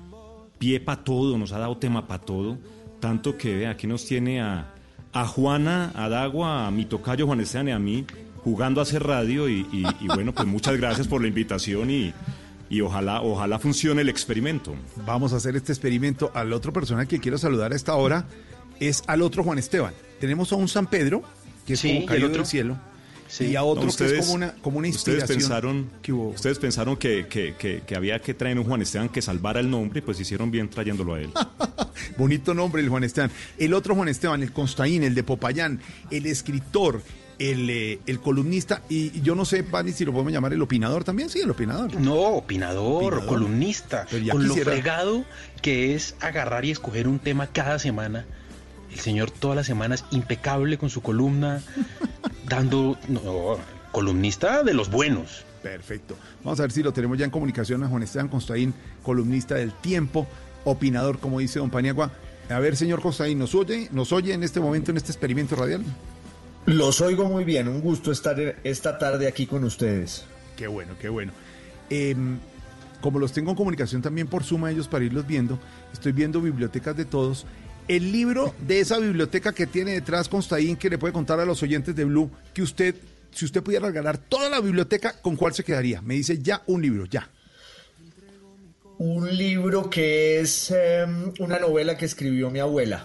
pie para todo, nos ha dado tema para todo. Tanto que vea, aquí nos tiene a, a Juana, a Dagua, a mi tocayo Juan Esteban y a mí jugando a hacer radio. Y, y, y bueno, pues muchas gracias por la invitación y, y ojalá, ojalá funcione el experimento. Vamos a hacer este experimento. Al otro personaje que quiero saludar a esta hora es al otro Juan Esteban. Tenemos a un San Pedro, que es sí, como caído del cielo. Sí. Y a otro no, ustedes, que es como una, como una inspiración. Ustedes pensaron, ustedes pensaron que, que, que, que había que traer un Juan Esteban que salvara el nombre, pues hicieron bien trayéndolo a él. Bonito nombre el Juan Esteban. El otro Juan Esteban, el Constaín, el de Popayán, el escritor, el, eh, el columnista, y yo no sé, Pani, si lo podemos llamar el opinador también. Sí, el opinador. No, opinador, opinador. columnista. Con quisiera... lo fregado que es agarrar y escoger un tema cada semana. El señor todas las semanas impecable con su columna, dando no, columnista de los buenos. Perfecto. Vamos a ver si lo tenemos ya en comunicación a Juan Esteban Constaín, columnista del Tiempo, opinador, como dice don Paniagua. A ver, señor Constaín, ¿nos oye? ¿Nos oye en este momento, en este experimento radial? Los oigo muy bien, un gusto estar esta tarde aquí con ustedes. Qué bueno, qué bueno. Eh, como los tengo en comunicación también por Zoom a ellos para irlos viendo, estoy viendo Bibliotecas de Todos. El libro de esa biblioteca que tiene detrás Constaín, que le puede contar a los oyentes de Blue, que usted, si usted pudiera regalar toda la biblioteca, ¿con cuál se quedaría? Me dice ya un libro, ya. Un libro que es eh, una novela que escribió mi abuela.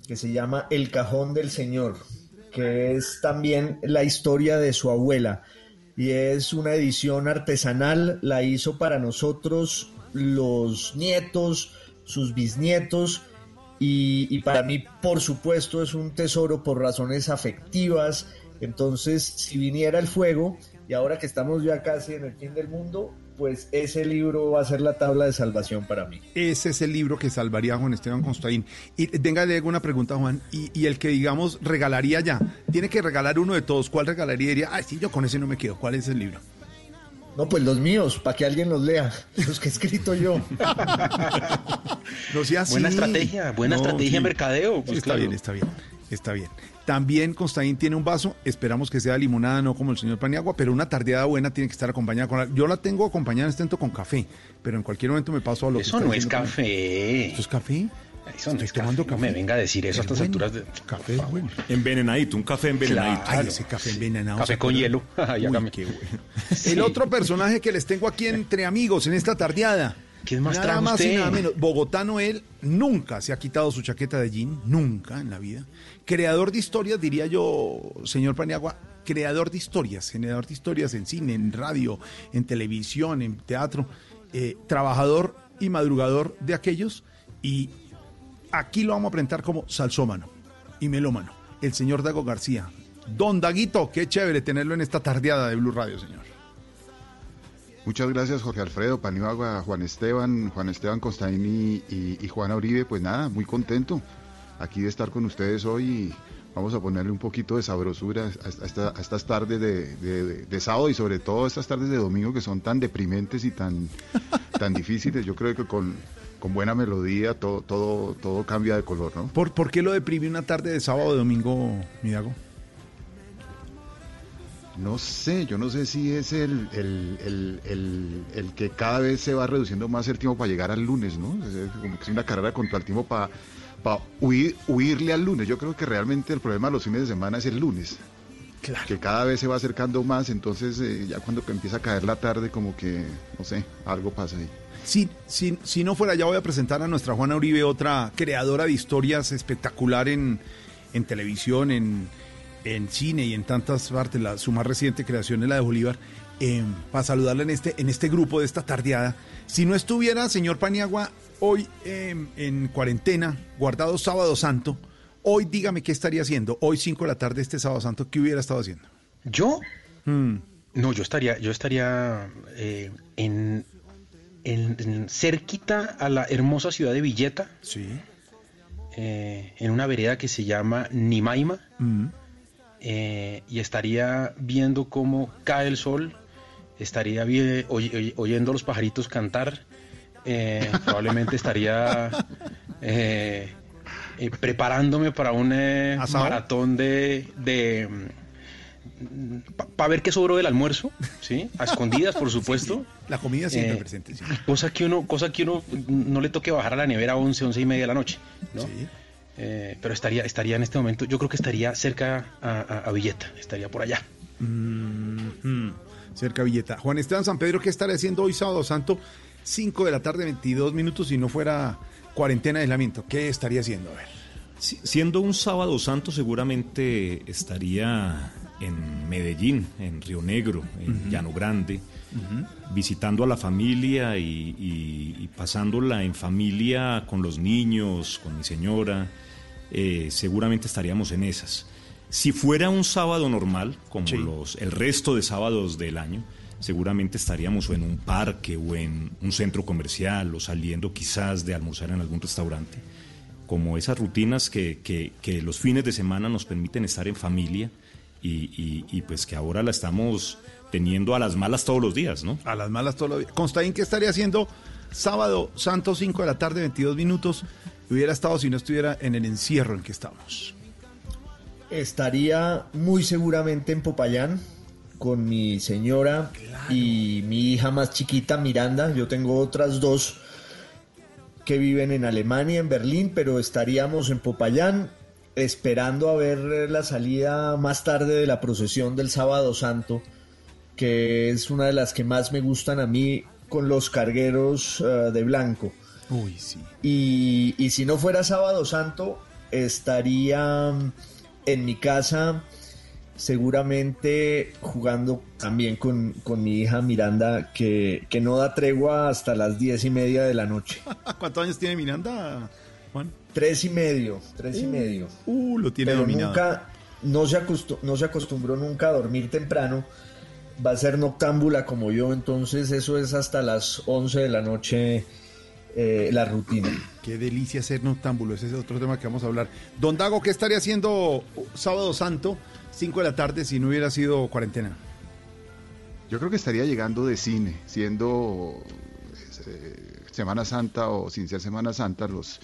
que se llama El Cajón del Señor, que es también la historia de su abuela. Y es una edición artesanal, la hizo para nosotros los nietos, sus bisnietos, y, y para mí, por supuesto, es un tesoro por razones afectivas. Entonces, si viniera el fuego, y ahora que estamos ya casi en el fin del mundo, pues ese libro va a ser la tabla de salvación para mí. Ese es el libro que salvaría a Juan Esteban Constaín. Y téngale alguna pregunta, Juan, y, y el que, digamos, regalaría ya, tiene que regalar uno de todos, ¿cuál regalaría? Diría, ay, sí, yo con ese no me quedo, ¿cuál es el libro? No, pues los míos, para que alguien los lea, los que he escrito yo. No sea así. Buena estrategia, buena no, estrategia de sí. mercadeo. Pues está claro. bien, está bien, está bien. También Constaín tiene un vaso, esperamos que sea limonada, no como el señor Paniagua, pero una tardeada buena tiene que estar acompañada con... La, yo la tengo acompañada en este momento con café, pero en cualquier momento me paso a lo eso que... Eso no es café. Con... ¿Eso es café? Eso no es tomando café. café. No me venga a decir eso a estas bueno. alturas. De... Café, bueno. Envenenadito, un café envenenadito. Claro. Ay, ese café envenenado. Café con hielo. Uy, qué bueno. Sí. El otro personaje que les tengo aquí entre amigos en esta tardeada. ¿Quién más nada trae más usted? Y nada menos. Bogotá Noel nunca se ha quitado su chaqueta de jean, nunca en la vida. Creador de historias, diría yo, señor Paniagua, creador de historias, generador de historias en cine, en radio, en televisión, en teatro, eh, trabajador y madrugador de aquellos, y aquí lo vamos a presentar como salsómano y melómano, el señor Dago García. Don Daguito, qué chévere tenerlo en esta tardeada de Blue Radio, señor. Muchas gracias, Jorge Alfredo, Paniagua, Juan Esteban, Juan Esteban Constaín y, y, y Juana Uribe. Pues nada, muy contento aquí de estar con ustedes hoy y vamos a ponerle un poquito de sabrosura a, a, esta, a estas tardes de, de, de, de sábado y sobre todo estas tardes de domingo que son tan deprimentes y tan, tan difíciles. Yo creo que con, con buena melodía todo, todo, todo cambia de color, ¿no? ¿Por, ¿Por qué lo deprime una tarde de sábado o domingo, mi Dago? No sé, yo no sé si es el, el, el, el, el que cada vez se va reduciendo más el tiempo para llegar al lunes, ¿no? Es como que es una carrera contra el tiempo para pa huir, huirle al lunes. Yo creo que realmente el problema de los fines de semana es el lunes. Claro. Que cada vez se va acercando más, entonces eh, ya cuando empieza a caer la tarde como que, no sé, algo pasa ahí. Si, si, si no fuera, ya voy a presentar a nuestra Juana Uribe, otra creadora de historias espectacular en, en televisión, en... en cine y en tantas partes. La, su más reciente creación es la de Bolívar, eh, para saludarla en este, en este grupo de esta tardeada. Si no estuviera, señor Paniagua, hoy eh, en cuarentena, guardado Sábado Santo, hoy dígame qué estaría haciendo, hoy cinco de la tarde este Sábado Santo, ¿qué hubiera estado haciendo? ¿Yo? Hmm. No, yo estaría, yo estaría eh, en, en, en cerquita a la hermosa ciudad de Villeta, sí. eh, en una vereda que se llama Nimaima, Mm. Eh, y estaría viendo cómo cae el sol, estaría vi- oy- oy- oyendo a los pajaritos cantar, eh, probablemente estaría eh, eh, preparándome para un eh, maratón de... de para pa ver qué sobró del almuerzo, ¿sí? A escondidas, por supuesto. Sí, sí. La comida siempre eh, presente, sí. Cosa que uno, cosa que uno no le toque bajar a la nevera a once, once y media de la noche, ¿no? Sí. Eh, pero estaría, estaría en este momento, yo creo que estaría cerca a, a, a Villeta, estaría por allá. Mm-hmm. Cerca a Villeta. Juan Esteban San Pedro, ¿qué estaría haciendo hoy Sábado Santo? cinco de la tarde, veintidós minutos, si no fuera cuarentena de aislamiento. ¿Qué estaría haciendo? A ver. Si, siendo un Sábado Santo, seguramente estaría en Medellín, en Río Negro, en uh-huh. Llano Grande, uh-huh. visitando a la familia y, y, y pasándola en familia con los niños, con mi señora. Eh, seguramente estaríamos en esas. Si fuera un sábado normal, como sí. los, el resto de sábados del año, seguramente estaríamos o en un parque o en un centro comercial o saliendo quizás de almorzar en algún restaurante, como esas rutinas que, que, que los fines de semana nos permiten estar en familia y, y, y pues que ahora la estamos teniendo a las malas todos los días, ¿no? A las malas todos los días. Constaín, ¿qué estaría haciendo Sábado Santo, cinco de la tarde, veintidós minutos? Hubiera estado si no estuviera en el encierro en que estamos. Estaría muy seguramente en Popayán con mi señora claro. y mi hija más chiquita, Miranda. Yo tengo otras dos que viven en Alemania, en Berlín, pero estaríamos en Popayán esperando a ver la salida más tarde de la procesión del Sábado Santo, que es una de las que más me gustan a mí, con los cargueros uh, de blanco. Uy, sí. Y, y si no fuera Sábado Santo, estaría en mi casa seguramente jugando también con, con mi hija Miranda, que, que no da tregua hasta las diez y media de la noche. ¿Cuántos años tiene Miranda, Juan? Tres y medio, tres uh, y medio. Uh, lo tiene Pero dominado. Nunca, no se, acostum- no se acostumbró nunca a dormir temprano. Va a ser noctámbula como yo, entonces eso es hasta las once de la noche eh, la rutina. Qué delicia ser noctámbulo, ese es otro tema que vamos a hablar. Don Dago, ¿qué estaría haciendo sábado santo, cinco de la tarde, si no hubiera sido cuarentena? Yo creo que estaría llegando de cine, siendo eh, Semana Santa o sin ser Semana Santa, los,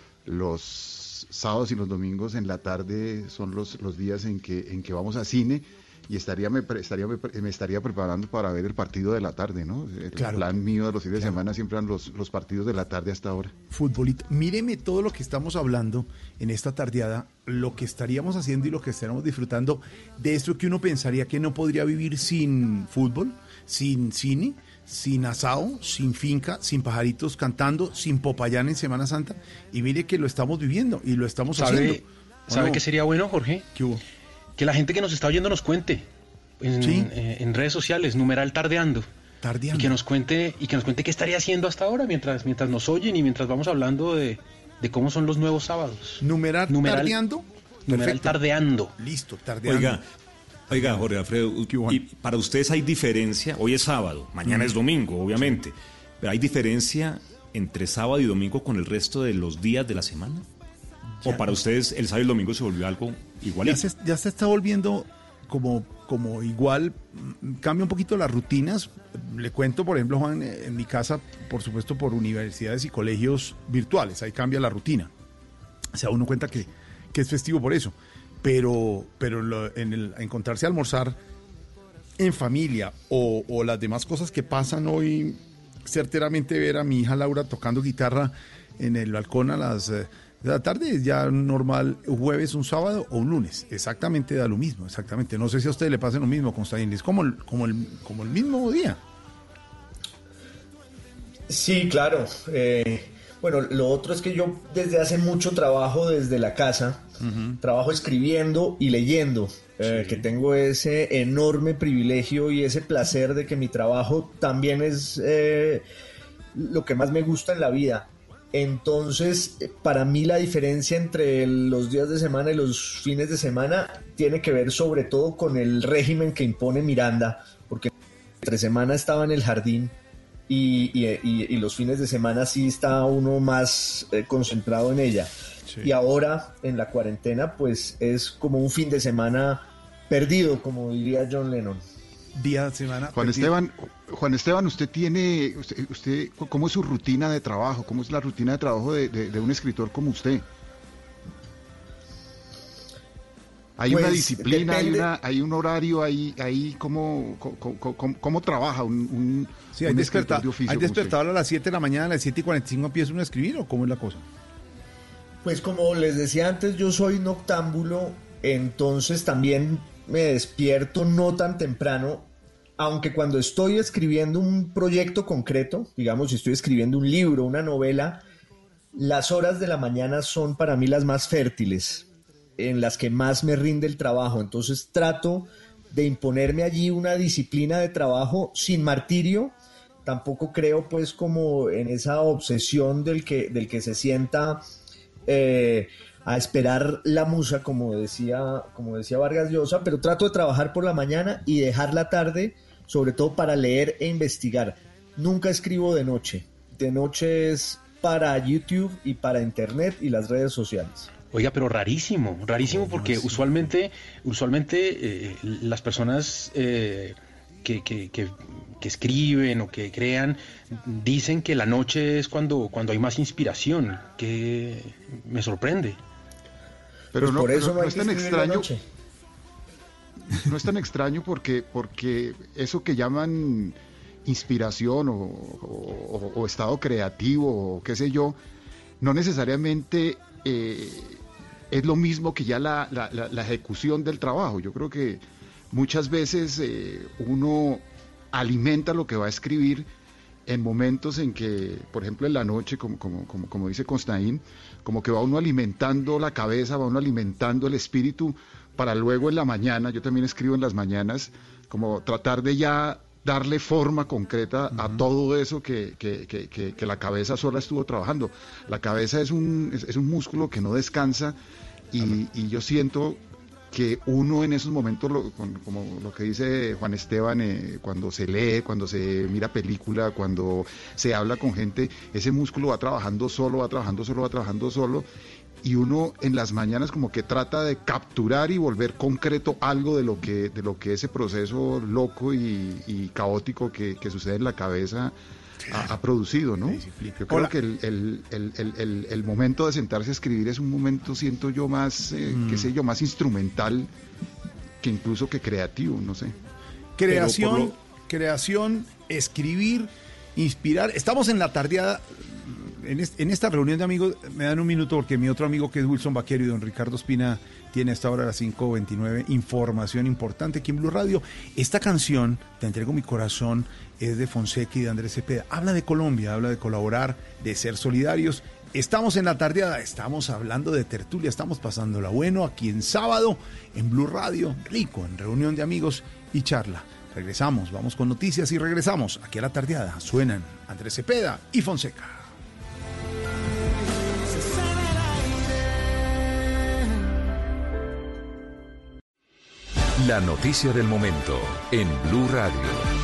los sábados y los domingos en la tarde son los, los días en que, en que vamos a cine. Y estaría me, estaría me estaría preparando para ver el partido de la tarde, ¿no? El claro, plan mío de los fines claro. de semana siempre eran los, los partidos de la tarde hasta ahora. Futbolito. Míreme todo lo que estamos hablando en esta tardeada, lo que estaríamos haciendo y lo que estaríamos disfrutando de esto que uno pensaría que no podría vivir sin fútbol, sin cine, sin asado, sin finca, sin pajaritos cantando, sin Popayán en Semana Santa. Y mire que lo estamos viviendo y lo estamos ¿Sabe, haciendo. ¿Sabe no? qué sería bueno, Jorge? ¿Qué hubo? Que la gente que nos está oyendo nos cuente en, ¿Sí? eh, en redes sociales, numeral tardeando. Tardeando. Y que nos cuente, y que nos cuente qué estaría haciendo hasta ahora mientras, mientras nos oyen y mientras vamos hablando de, de cómo son los nuevos sábados. Numeral, numeral tardeando. Numeral Perfecto. tardeando. Listo, tardeando. Oiga, oiga, Jorge Alfredo, y para ustedes hay diferencia, hoy es sábado, mañana mm. es domingo, obviamente, sí. Pero ¿hay diferencia entre sábado y domingo con el resto de los días de la semana? ¿O ya para no. ustedes el sábado y el domingo se volvió algo igualito? Ya se, ya se está volviendo como, como igual, cambia un poquito las rutinas. Le cuento, por ejemplo, Juan, en mi casa, por supuesto, por universidades y colegios virtuales, ahí cambia la rutina. O sea, uno cuenta que, que es festivo por eso. Pero, pero lo, en el encontrarse a almorzar en familia o, o las demás cosas que pasan hoy, certeramente ver a mi hija Laura tocando guitarra en el balcón a las... Eh, de la tarde es ya normal, un jueves, un sábado o un lunes. Exactamente da lo mismo, exactamente. No sé si a usted le pasa lo mismo, Constantín. Es como el, como el, como el mismo día. Sí, claro. Eh, bueno, lo otro es que yo desde hace mucho trabajo desde la casa. Uh-huh. Trabajo escribiendo y leyendo. Eh, sí. Que tengo ese enorme privilegio y ese placer de que mi trabajo también es eh, lo que más me gusta en la vida. Entonces, para mí la diferencia entre los días de semana y los fines de semana tiene que ver sobre todo con el régimen que impone Miranda, porque entre semana estaba en el jardín y, y, y, y los fines de semana sí está uno más eh, concentrado en ella. Sí. Y ahora, en la cuarentena, pues es como un fin de semana perdido, como diría John Lennon. Día de semana. Juan perdido. Esteban, Juan Esteban, usted tiene, usted, usted, ¿cómo es su rutina de trabajo? ¿Cómo es la rutina de trabajo de, de, de un escritor como usted? ¿Hay pues, una disciplina, hay, una, hay un horario, hay, hay cómo, cómo, cómo, cómo trabaja un, un, sí, hay un desperta, escritor de oficio? ¿Hay despertador a las siete de la mañana, a las siete y cuarenta y cinco empieza uno a escribir o cómo es la cosa? Pues como les decía antes, yo soy noctámbulo, entonces también me despierto no tan temprano, aunque cuando estoy escribiendo un proyecto concreto, digamos si estoy escribiendo un libro, una novela, las horas de la mañana son para mí las más fértiles, en las que más me rinde el trabajo. Entonces trato de imponerme allí una disciplina de trabajo sin martirio. Tampoco creo pues como en esa obsesión del que, del que se sienta eh, a esperar la musa, como decía, como decía Vargas Llosa, pero trato de trabajar por la mañana y dejar la tarde, sobre todo para leer e investigar. Nunca escribo de noche. De noche es para YouTube y para Internet y las redes sociales. Oiga, pero rarísimo, rarísimo porque sí. usualmente, usualmente eh, las personas eh, que, que, que, que escriben o que crean dicen que la noche es cuando, cuando hay más inspiración, que me sorprende. Pero pues no, por eso pero no, no hay es que tan extraño. Noche. No es tan extraño porque, porque eso que llaman inspiración o, o, o estado creativo o qué sé yo, no necesariamente eh, es lo mismo que ya la, la, la, la ejecución del trabajo. Yo creo que muchas veces eh, uno alimenta lo que va a escribir en momentos en que, por ejemplo, en la noche, como, como, como, como dice Constaín, como que va uno alimentando la cabeza, va uno alimentando el espíritu, para luego en la mañana, yo también escribo en las mañanas, como tratar de ya darle forma concreta uh-huh. a todo eso que, que, que, que, que la cabeza sola estuvo trabajando. La cabeza es un, es, es un músculo que no descansa y, y yo siento que uno en esos momentos, lo, como lo que dice Juan Esteban, eh, cuando se lee, cuando se mira película, cuando se habla con gente, ese músculo va trabajando solo, va trabajando solo, va trabajando solo, y uno en las mañanas como que trata de capturar y volver concreto algo de lo que, de lo que ese proceso loco y, y caótico que, que sucede en la cabeza Ha, ha producido, ¿no? Yo creo Hola. que el, el, el, el, el momento de sentarse a escribir es un momento, siento yo, más, eh, mm. qué sé yo, más instrumental que incluso que creativo, no sé. Creación, lo... creación, escribir, inspirar. Estamos en la tardeada, en, est en esta reunión de amigos, me dan un minuto porque mi otro amigo que es Wilson Vaquero y don Ricardo Espina tiene a esta hora a las cinco veintinueve información importante aquí en Blue Radio. Esta canción, Te entrego mi corazón, es de Fonseca y de Andrés Cepeda. Habla de Colombia, habla de colaborar, de ser solidarios. Estamos en la tardeada, estamos hablando de tertulia, estamos pasándola bueno aquí en sábado en Blue Radio, rico en reunión de amigos y charla. Regresamos, vamos con noticias y regresamos aquí a la tardeada. Suenan Andrés Cepeda y Fonseca. La noticia del momento en Blue Radio.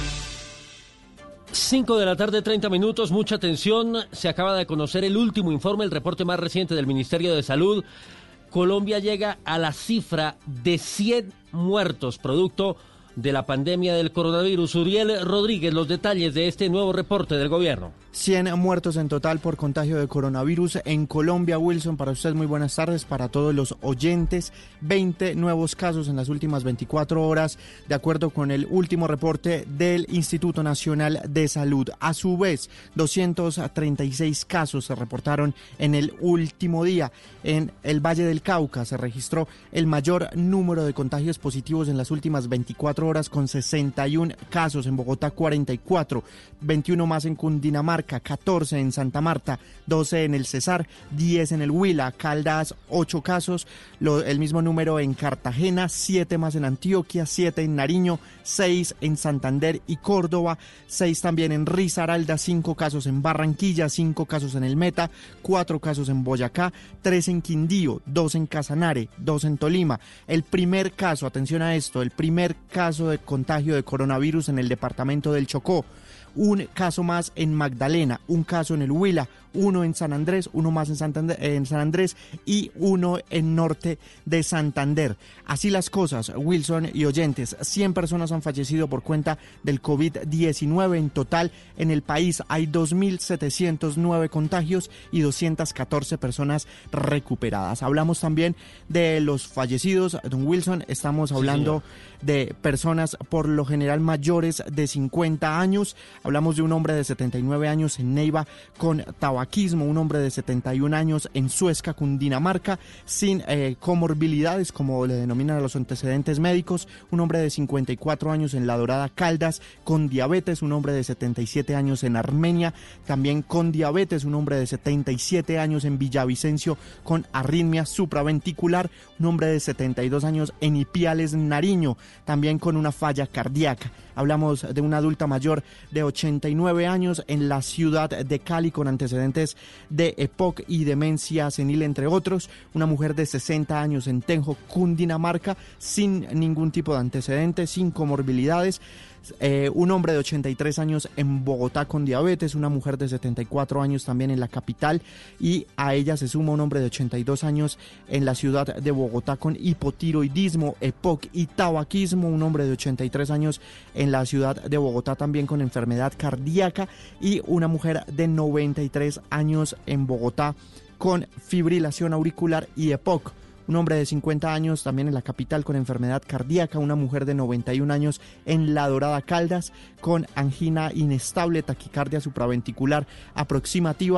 cinco de la tarde, treinta minutos, mucha atención. Se acaba de conocer el último informe, el reporte más reciente del Ministerio de Salud. Colombia llega a la cifra de cien muertos producto de la pandemia del coronavirus. Uriel Rodríguez, los detalles de este nuevo reporte del gobierno. cien muertos en total por contagio de coronavirus en Colombia. Wilson, para usted muy buenas tardes, para todos los oyentes. veinte nuevos casos en las últimas veinticuatro horas, de acuerdo con el último reporte del Instituto Nacional de Salud. A su vez, doscientos treinta y seis casos se reportaron en el último día. En el Valle del Cauca se registró el mayor número de contagios positivos en las últimas veinticuatro horas, con sesenta y un casos. En Bogotá, cuarenta y cuatro, veintiuno más en Cundinamarca, catorce en Santa Marta, doce en el Cesar, diez en el Huila, Caldas, ocho casos, lo, el mismo número en Cartagena, siete más en Antioquia, siete en Nariño, seis en Santander y Córdoba, seis también en Risaralda, cinco casos en Barranquilla, cinco casos en el Meta, cuatro casos en Boyacá, tres en Quindío, dos en Casanare, dos en Tolima. El primer caso, atención a esto, el primer caso de contagio de coronavirus en el departamento del Chocó. Un caso más en Magdalena, un caso en el Huila, uno en San Andrés, uno más en, Santander, en San Andrés y uno en norte de Santander. Así las cosas, Wilson y oyentes, cien personas han fallecido por cuenta del COVID diecinueve. En total, en el país hay dos mil setecientos nueve contagios y doscientas catorce personas recuperadas. Hablamos también de los fallecidos, don Wilson, estamos hablando sí, de personas por lo general mayores de cincuenta años. Hablamos de un hombre de setenta y nueve años en Neiva con tabaquismo, un hombre de setenta y un años en Suezca, Cundinamarca, sin eh, comorbilidades, como le denominan a los antecedentes médicos, un hombre de cincuenta y cuatro años en La Dorada, Caldas, con diabetes, un hombre de setenta y siete años en Armenia, también con diabetes, un hombre de setenta y siete años en Villavicencio con arritmia supraventricular, un hombre de setenta y dos años en Ipiales, Nariño, también con una falla cardíaca. Hablamos de una adulta mayor de ochenta y nueve años en la ciudad de Cali con antecedentes de E P O C y demencia senil, entre otros. Una mujer de sesenta años en Tenjo, Cundinamarca, sin ningún tipo de antecedentes, sin comorbilidades. Eh, un hombre de ochenta y tres años en Bogotá con diabetes, una mujer de setenta y cuatro años también en la capital, y a ella se suma un hombre de ochenta y dos años en la ciudad de Bogotá con hipotiroidismo, E P O C y tabaquismo, un hombre de ochenta y tres años en la ciudad de Bogotá también con enfermedad cardíaca, y una mujer de noventa y tres años en Bogotá con fibrilación auricular y E P O C. Un hombre de cincuenta años también en la capital con enfermedad cardíaca, una mujer de noventa y un años en La Dorada, Caldas, con angina inestable, taquicardia supraventricular aproximativa,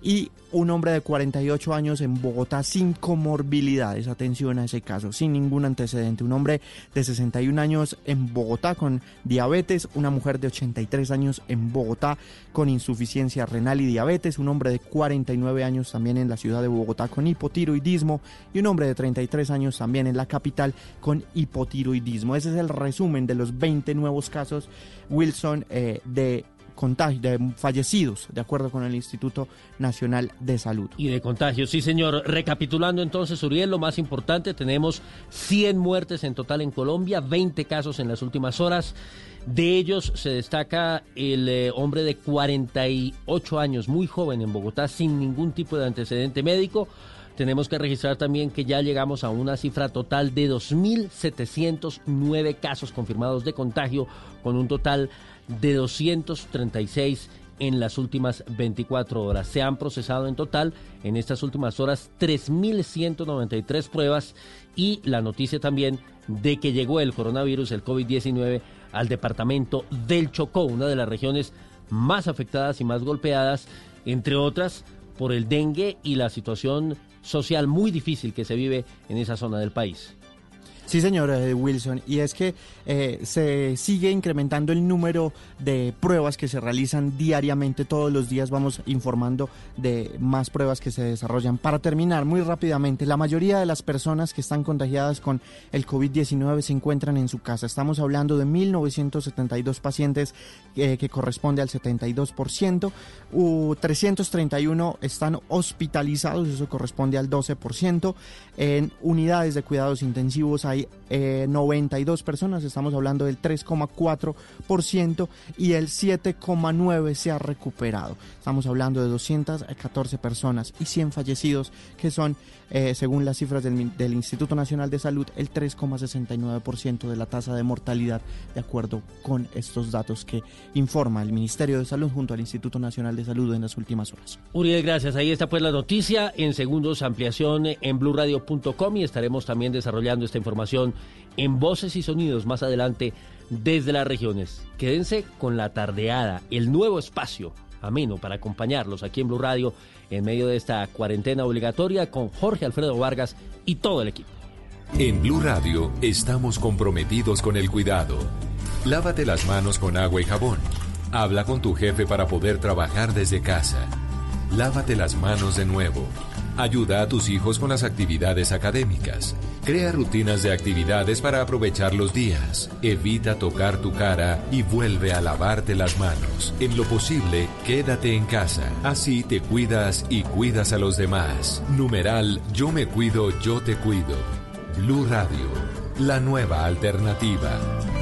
y un hombre de cuarenta y ocho años en Bogotá sin comorbilidades, atención a ese caso, sin ningún antecedente. Un hombre de sesenta y un años en Bogotá con diabetes, una mujer de ochenta y tres años en Bogotá con insuficiencia renal y diabetes, un hombre de cuarenta y nueve años también en la ciudad de Bogotá con hipotiroidismo y un hombre de treinta y tres años también en la capital con hipotiroidismo. Ese es el resumen de los veinte nuevos casos, Wilson, eh, de contagio, de fallecidos, de acuerdo con el Instituto Nacional de Salud. Y de contagios, sí señor. Recapitulando entonces, Uriel, lo más importante, tenemos cien muertes en total en Colombia, veinte casos en las últimas horas. De ellos se destaca el eh, hombre de cuarenta y ocho años, muy joven en Bogotá, sin ningún tipo de antecedente médico. Tenemos que registrar también que ya llegamos a una cifra total de dos mil setecientos nueve casos confirmados de contagio, con un total de doscientos treinta y seis en las últimas veinticuatro horas. Se han procesado en total en estas últimas horas tres mil ciento noventa y tres pruebas, y la noticia también de que llegó el coronavirus, el COVID diecinueve, al departamento del Chocó, una de las regiones más afectadas y más golpeadas, entre otras por el dengue y la situación social muy difícil que se vive en esa zona del país. Sí, señor eh, Wilson, y es que eh, se sigue incrementando el número de pruebas que se realizan diariamente. Todos los días vamos informando de más pruebas que se desarrollan. Para terminar, muy rápidamente, la mayoría de las personas que están contagiadas con el COVID diecinueve se encuentran en su casa. Estamos hablando de mil novecientos setenta y dos pacientes, eh, que corresponde al setenta y dos por ciento. Uh, trescientos treinta y uno están hospitalizados, eso corresponde al doce por ciento. En unidades de cuidados intensivos hay eh, noventa y dos personas, estamos hablando del tres coma cuatro por ciento, y el siete coma nueve por ciento se ha recuperado. Estamos hablando de doscientas catorce personas y cien fallecidos, que son, eh, según las cifras del, del Instituto Nacional de Salud, el tres coma sesenta y nueve por ciento de la tasa de mortalidad, de acuerdo con estos datos que informa el Ministerio de Salud junto al Instituto Nacional de Salud en las últimas horas. Uriel, gracias. Ahí está pues la noticia. En segundos, ampliación en blue radio punto com, y estaremos también desarrollando esta información en Voces y Sonidos más adelante desde las regiones. Quédense con La Tardeada, el nuevo espacio ameno para acompañarlos aquí en Blue Radio en medio de esta cuarentena obligatoria, con Jorge Alfredo Vargas y todo el equipo. En Blue Radio estamos comprometidos con el cuidado. Lávate las manos con agua y jabón. Habla con tu jefe para poder trabajar desde casa. Lávate las manos de nuevo. Ayuda a tus hijos con las actividades académicas. Crea rutinas de actividades para aprovechar los días. Evita tocar tu cara y vuelve a lavarte las manos. En lo posible, quédate en casa. Así te cuidas y cuidas a los demás. Numeral Yo me cuido, yo te cuido. Blue Radio, la nueva alternativa.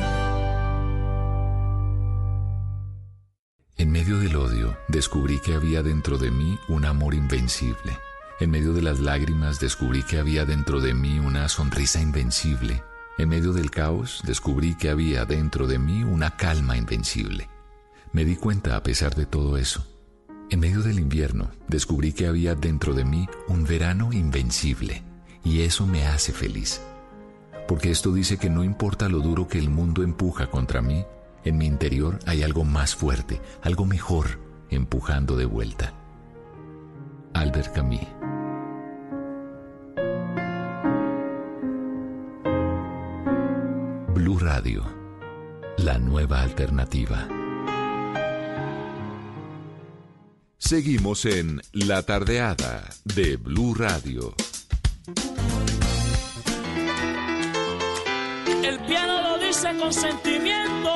En medio del odio, descubrí que había dentro de mí un amor invencible. En medio de las lágrimas descubrí que había dentro de mí una sonrisa invencible. En medio del caos descubrí que había dentro de mí una calma invencible. Me di cuenta a pesar de todo eso. En medio del invierno descubrí que había dentro de mí un verano invencible. Y eso me hace feliz. Porque esto dice que no importa lo duro que el mundo empuja contra mí, en mi interior hay algo más fuerte, algo mejor, empujando de vuelta. Albert Camus. Blue Radio, la nueva alternativa. Seguimos en La Tardeada de Blue Radio. El piano lo dice con sentimiento.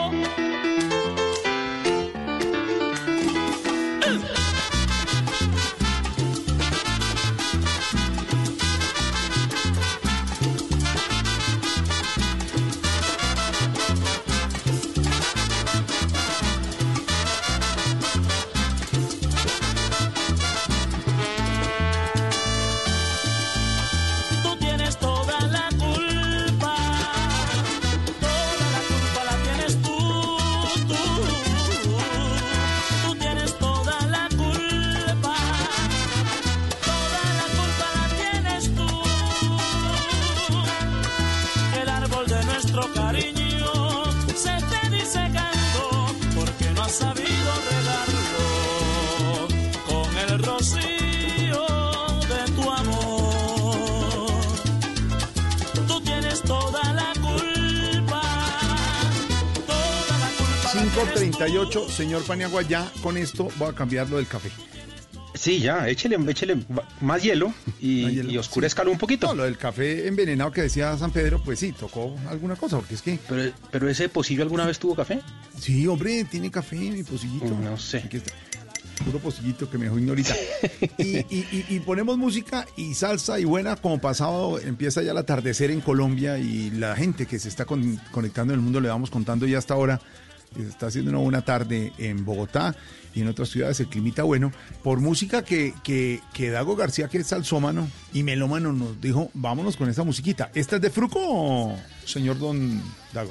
Tú treinta y ocho, señor Paniagua, ya con esto voy a cambiar lo del café. Sí, ya, échele, échele más hielo y, más hielo, y oscurezcalo sí. un poquito. No, lo del café envenenado que decía San Pedro, pues sí, tocó alguna cosa, porque es que... ¿Pero, pero ese pocillo alguna vez tuvo café? Sí, hombre, tiene café, mi pocillito. No sé. Aquí está. Puro pocillito que me dejó ignorita. y, y, y, y ponemos música y salsa y buena, como pasado, empieza ya el atardecer en Colombia y la gente que se está con, conectando en el mundo, le vamos contando ya hasta ahora, se está haciendo una buena tarde en Bogotá y en otras ciudades, el climita bueno, por música que, que, que Dago García, que es salsómano y melómano, nos dijo, vámonos con esta musiquita. ¿Esta es de Fruco, señor don Dago?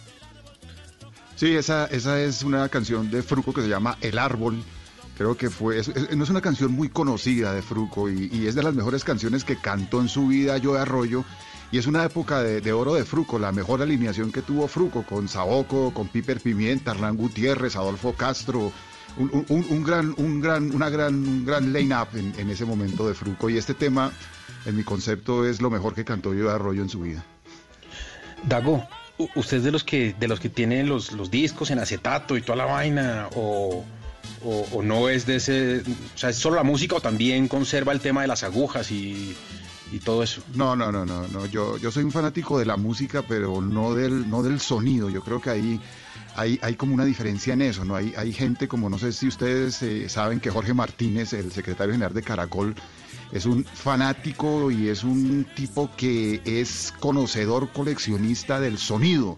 Sí, esa, esa es una canción de Fruco que se llama El Árbol. Creo que fue, es, es, no es una canción muy conocida de Fruco y, y es de las mejores canciones que cantó en su vida Joe Arroyo. Y es una época de, de oro de Fruco, la mejor alineación que tuvo Fruco, con Saoco, con Piper Pimienta, Hernán Gutiérrez, Adolfo Castro, un, un, un gran, un gran, una gran, un gran line-up en, en ese momento de Fruco. Y este tema, en mi concepto, es lo mejor que cantó Joe Arroyo en su vida. Dago, ¿usted es de los que, de los que tienen los, los discos en acetato y toda la vaina? ¿O, o, o no es de ese, o sea, es solo la música o también conserva el tema de las agujas y... y todo eso? No, no, no, no, no. Yo, yo soy un fanático de la música, pero no del, no del sonido. Yo creo que ahí hay, hay como una diferencia en eso, ¿no? Hay, hay gente como, no sé si ustedes eh, saben que Jorge Martínez, el secretario general de Caracol, es un fanático y es un tipo que es conocedor, coleccionista del sonido.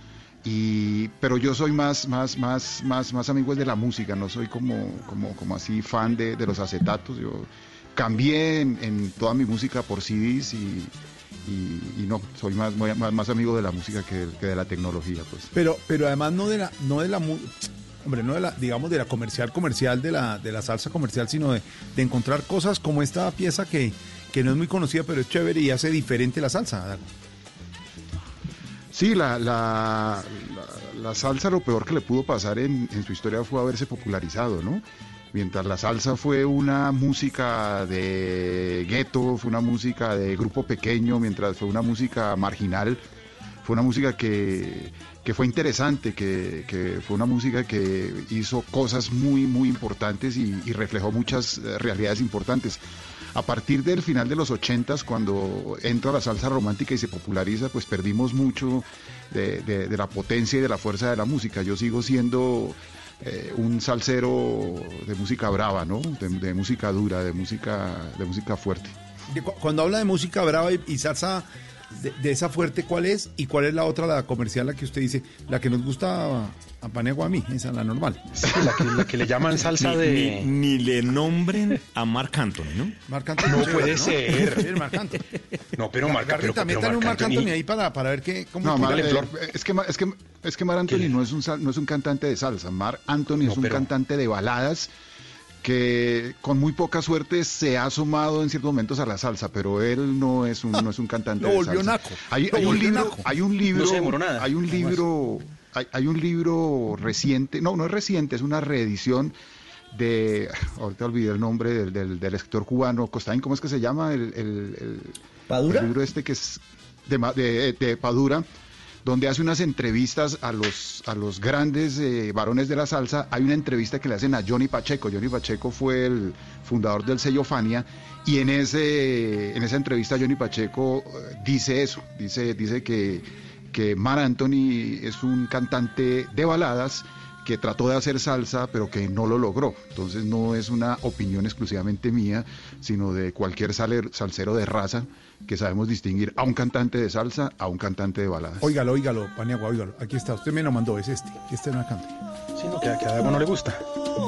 Y, pero yo soy más, más, más, más, más amigo de la música, no soy como, como, como así fan de, de los acetatos. Yo cambié en, en toda mi música por C Ds y, y, y no, soy más, más, más amigo de la música que, que de la tecnología, pues. Pero, pero además no de la, no de la, hombre, no de la, digamos, de la comercial comercial, de la, de la salsa comercial, sino de, de encontrar cosas como esta pieza que, que no es muy conocida, pero es chévere y hace diferente la salsa. Sí, la, la, la, la salsa, lo peor que le pudo pasar en, en su historia fue haberse popularizado, ¿no? Mientras la salsa fue una música de gueto, fue una música de grupo pequeño, mientras fue una música marginal, fue una música que, que fue interesante, que, que fue una música que hizo cosas muy, muy importantes y, y reflejó muchas realidades importantes. A partir del final de los ochentas, cuando entra la salsa romántica y se populariza, pues perdimos mucho de, de, de la potencia y de la fuerza de la música. Yo sigo siendo... Eh, un salsero de música brava, ¿no? De, de música dura, de música, de música fuerte. Cuando habla de música brava y, y salsa de, de esa fuerte, ¿cuál es? ¿Y cuál es la otra, la comercial, la que usted dice, la que nos gusta a, a Paniagua, a mí, esa, la normal? Sí, la que, la que le llaman salsa ni, de... Ni, ni le nombren a Marc Anthony, ¿no? Marc Anthony. No puede ¿no? ser. Sí, Marc Anthony. No, pero Marc Anthony. También está un Marc Anthony ahí para, para ver qué... Cómo no, Mar, Flor, es que, es que, es que Marc Anthony no es, un, no es un cantante de salsa. Marc Anthony no, es un pero... cantante de baladas que con muy poca suerte se ha sumado en ciertos momentos a la salsa, pero él no es un, no es un cantante lo de volvió salsa. Naco. Hay, hay, lo un libro, naco. hay un libro, no se demoró nada. hay un libro, hay, hay un libro reciente, no, no es reciente, es una reedición de, ahorita olvidé el nombre del, del, del escritor cubano, Costain, ¿cómo es que se llama? El, el, el, ¿Padura? El libro este que es de, de, de Padura, donde hace unas entrevistas a los, a los grandes eh, varones de la salsa. Hay una entrevista que le hacen a Johnny Pacheco. Johnny Pacheco fue el fundador del sello Fania, y en, ese, en esa entrevista Johnny Pacheco dice eso, dice, dice que, que Marc Anthony es un cantante de baladas que trató de hacer salsa, pero que no lo logró. Entonces no es una opinión exclusivamente mía, sino de cualquier saler, salsero de raza, que sabemos distinguir a un cantante de salsa a un cantante de baladas. Óigalo, óigalo, Paniagua, óigalo. Aquí está, usted me lo mandó, es este. Este no canta. Sí, no, que, que a Dago no le gusta.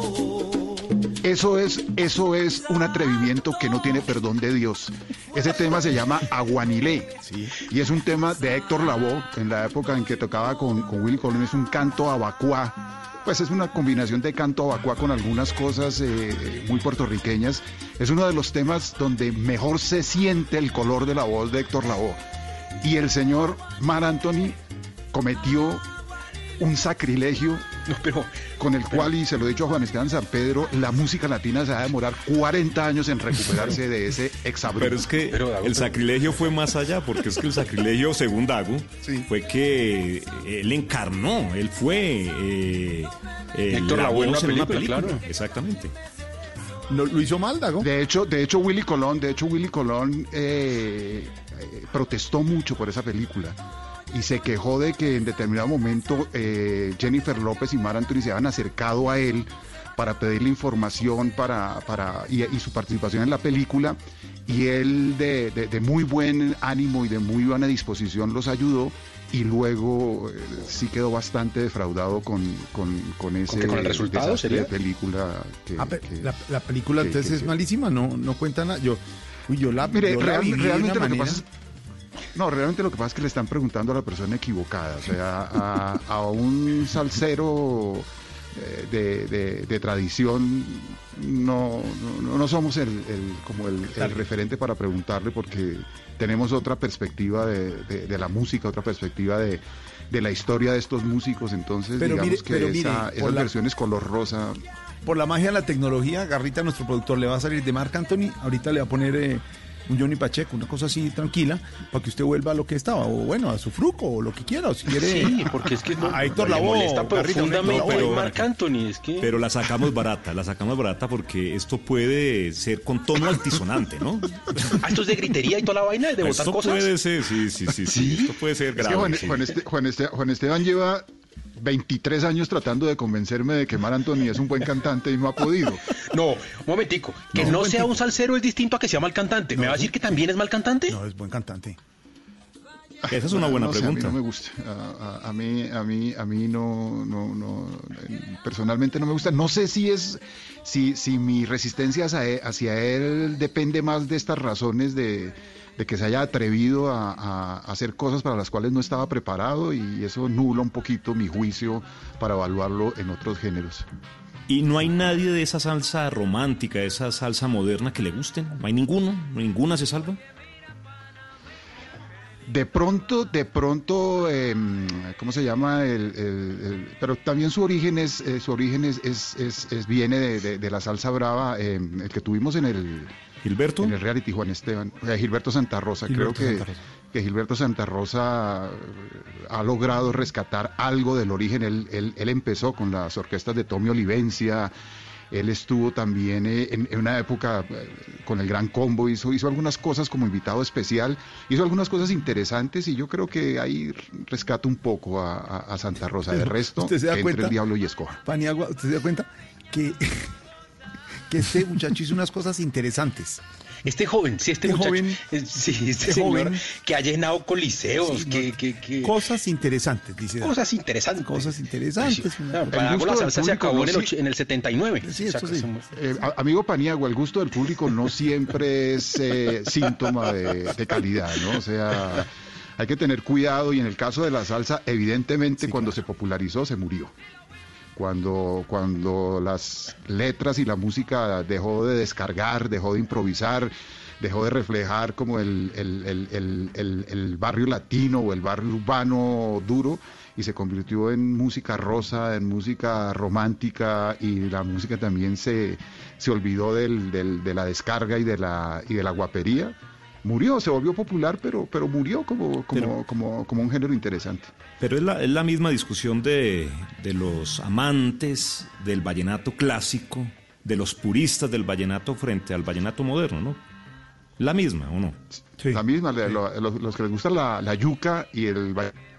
Eso es, eso es un atrevimiento que no tiene perdón de Dios. Ese tema se llama Aguanilé, ¿sí? Y es un tema de Héctor Lavoe, en la época en que tocaba con, con Willy Colón. Es un canto abacuá. Pues es una combinación de canto abacuá con algunas cosas eh, muy puertorriqueñas. Es uno de los temas donde mejor se siente el color de la voz de Héctor Lavoe. Y el señor Marc Anthony cometió un sacrilegio, no, pero, con el pero, cual, y se lo he dicho a Juan Esteban San Pedro, la música latina se va a demorar cuarenta años en recuperarse pero, de ese exabrupto. Pero es que pero, Dago, el sacrilegio fue más allá, porque es que el sacrilegio, según Dago, sí. fue que él encarnó, él fue eh, eh, Héctor Lavoe en una película, película, claro. Exactamente. Lo, lo hizo mal, Dago. De hecho, de hecho Willy Colón, de hecho Willy Colón eh, eh, protestó mucho por esa película y se quejó de que en determinado momento eh, Jennifer López y Marc Anthony se habían acercado a él para pedirle información para, para y, y su participación en la película, y él de, de, de muy buen ánimo y de muy buena disposición los ayudó, y luego eh, sí quedó bastante defraudado con, con, con ese ¿Con el resultado sería? de película que, ah, pero que, la, la película que, entonces que, es que, malísima, no no cuenta nada. Yo, uy, yo la, mire, yo real, la viví realmente de una lo que manera... pasa es, no, realmente lo que pasa es que le están preguntando a la persona equivocada, o sea, a, a un salsero de, de, de tradición no, no, no somos el, el como el, el referente para preguntarle, porque tenemos otra perspectiva de, de, de la música, otra perspectiva de, de la historia de estos músicos, entonces pero digamos mire, que pero esa, mire, esas la, versiones color rosa. Por la magia de la tecnología, Garrita, nuestro productor, le va a salir de Marc Anthony, ahorita le va a poner eh, un Johnny Pacheco, una cosa así tranquila, para que usted vuelva a lo que estaba, o bueno, a su fruco, o lo que quiera, o si quiere. Sí, porque es que no, a Héctor Lavoe molesta profundamente, pero Marc Anthony, es que... Pero la sacamos barata, la sacamos barata porque esto puede ser con tono altisonante, ¿no? Ah, esto es de gritería y toda la vaina, de botar esto cosas. Esto puede ser, sí, sí, sí, sí, esto puede ser grave. Es que Juan, sí. Juan, este, Juan, este, Juan Esteban lleva veintitrés años tratando de convencerme de que Marc Anthony es un buen cantante y no ha podido. No, un momentico, que no, no sea un salsero es distinto a que sea mal cantante. ¿Me no, va a decir que también es mal cantante? No, es buen cantante. Esa es una buena no, no pregunta. Sé, a mí no me gusta. A, a, a mí, a mí, a mí no, no, no, personalmente no me gusta. No sé si es, si, si mi resistencia hacia él, hacia él depende más de estas razones de, de que se haya atrevido a, a hacer cosas para las cuales no estaba preparado, y eso nubla un poquito mi juicio para evaluarlo en otros géneros. ¿Y no hay nadie de esa salsa romántica, de esa salsa moderna que le gusten? ¿No hay ninguno? ¿Ninguna se salva? De pronto, de pronto, eh, ¿cómo se llama? El, el, el, pero también su origen es, eh, su origen es, es, es, es viene de, de, de la salsa brava, eh, el que tuvimos en el Gilberto, en el reality Juan Esteban, eh, Gilberto Santa Rosa. Gilberto Creo que, Santa Rosa. que Gilberto Santa Rosa ha logrado rescatar algo del origen. Él, él, él empezó con las orquestas de Tommy Olivencia. Él estuvo también eh, en, en una época eh, con el Gran Combo, hizo, hizo algunas cosas como invitado especial, hizo algunas cosas interesantes, y yo creo que ahí rescato un poco a, a, a Santa Rosa. De resto, ¿usted se da entre cuenta, el diablo y escoja. Paniagua, ¿usted se da cuenta que, que este muchacho hizo unas cosas interesantes? Este joven, sí, este, este muchacho, joven, eh, sí, este, este señor joven, que ha llenado coliseos, sí, que, que, que... Cosas interesantes, dice. Cosas interesantes. Cosas interesantes. Sí, claro, para la salsa se acabó en el, en el setenta y nueve. Sí, o sea, sí. somos... eh, amigo Paniagua, el gusto del público no siempre es eh, síntoma de, de calidad, ¿no? O sea, hay que tener cuidado, y en el caso de la salsa, evidentemente, sí, cuando claro. se popularizó, se murió. Cuando, cuando las letras y la música dejó de descargar, dejó de improvisar, dejó de reflejar como el, el, el, el, el, el barrio latino o el barrio urbano duro, y se convirtió en música rosa, en música romántica, y la música también se, se olvidó del, del, de la descarga y de la, y de la guapería. Murió, se volvió popular, pero, pero murió como, como, pero, como, como un género interesante. Pero es la, es la misma discusión de, de los amantes del vallenato clásico, de los puristas del vallenato frente al vallenato moderno, ¿no? La misma, ¿o no? Sí. La misma, sí. los, los, los que les gusta la, la yuca y el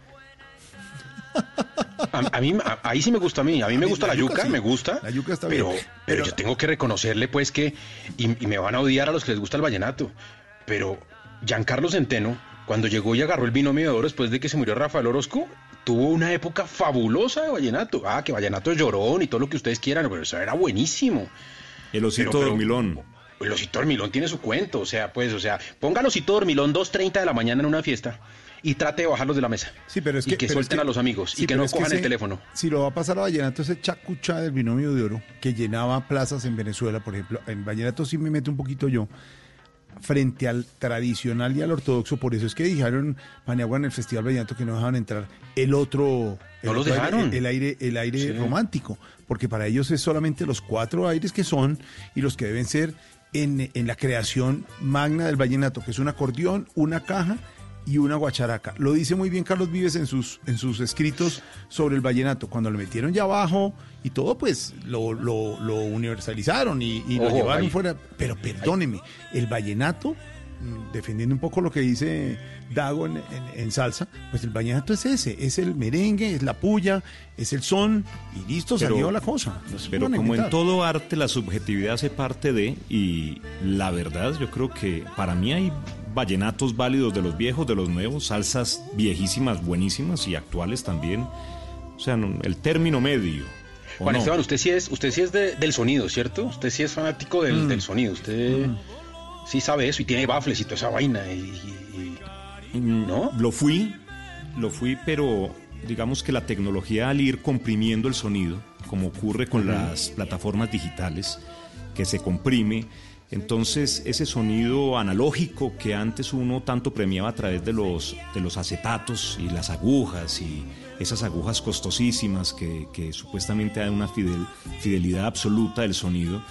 A, a mí, a, ahí sí me gusta a mí, a mí me gusta la, la yuca, yuca sí. me gusta, la yuca está pero, bien. pero, pero yo tengo que reconocerle pues que, y, y me van a odiar a los que les gusta el vallenato, pero Giancarlo Centeno, cuando llegó y agarró el binomio de oro después de que se murió Rafael Orozco, tuvo una época fabulosa de vallenato. Ah, que vallenato es llorón y todo lo que ustedes quieran, pero eso era buenísimo. El Osito pero, Dormilón. El Osito Dormilón tiene su cuento, o sea, pues, o sea, ponga el Osito Dormilón dos treinta de la mañana en una fiesta y trate de bajarlos de la mesa. Sí, pero es que, y que pero suelten es que, a los amigos sí, y que no cojan que ese, el teléfono. Si lo va a pasar a vallenato, ese chacucha del binomio de oro que llenaba plazas en Venezuela, por ejemplo, en vallenato sí me meto un poquito yo, frente al tradicional y al ortodoxo. Por eso es que dijeron Paniagua en el Festival Vallenato que no dejaban entrar el otro, el no otro los dejaron. Aire, el aire, el aire sí. romántico, porque para ellos es solamente los cuatro aires que son y los que deben ser en, en la creación magna del vallenato, que es un acordeón, una caja y una guacharaca. Lo dice muy bien Carlos Vives en sus, en sus escritos sobre el vallenato. Cuando lo metieron ya abajo y todo, pues lo, lo, lo universalizaron y, y lo Ojo, llevaron ahí. fuera. Pero perdóneme, el vallenato, defendiendo un poco lo que dice Dago en, en, en salsa, pues el vallenato es ese, es el merengue, es la puya, es el son, y listo, Pero- salió la cosa. No se Pero pongan a como en inventar. todo arte, la subjetividad hace parte de, y la verdad, yo creo que para mí hay vallenatos válidos de los viejos, de los nuevos, salsas viejísimas, buenísimas y actuales también. O sea, no- el término medio. ¿o Juan no? Esteban, usted sí es, usted sí es de- del sonido, ¿cierto? Usted sí es fanático del, Mm. del sonido. Usted Mm. sí sabe eso y tiene baffles y toda esa vaina. Y, y- y- ¿no? Lo fui, lo fui, pero digamos que la tecnología al ir comprimiendo el sonido, como ocurre con Ujú. las plataformas digitales, que se comprime, entonces ese sonido analógico que antes uno tanto premiaba a través de los, de los acetatos y las agujas y esas agujas costosísimas que, que supuestamente dan una fidel- fidelidad absoluta del sonido,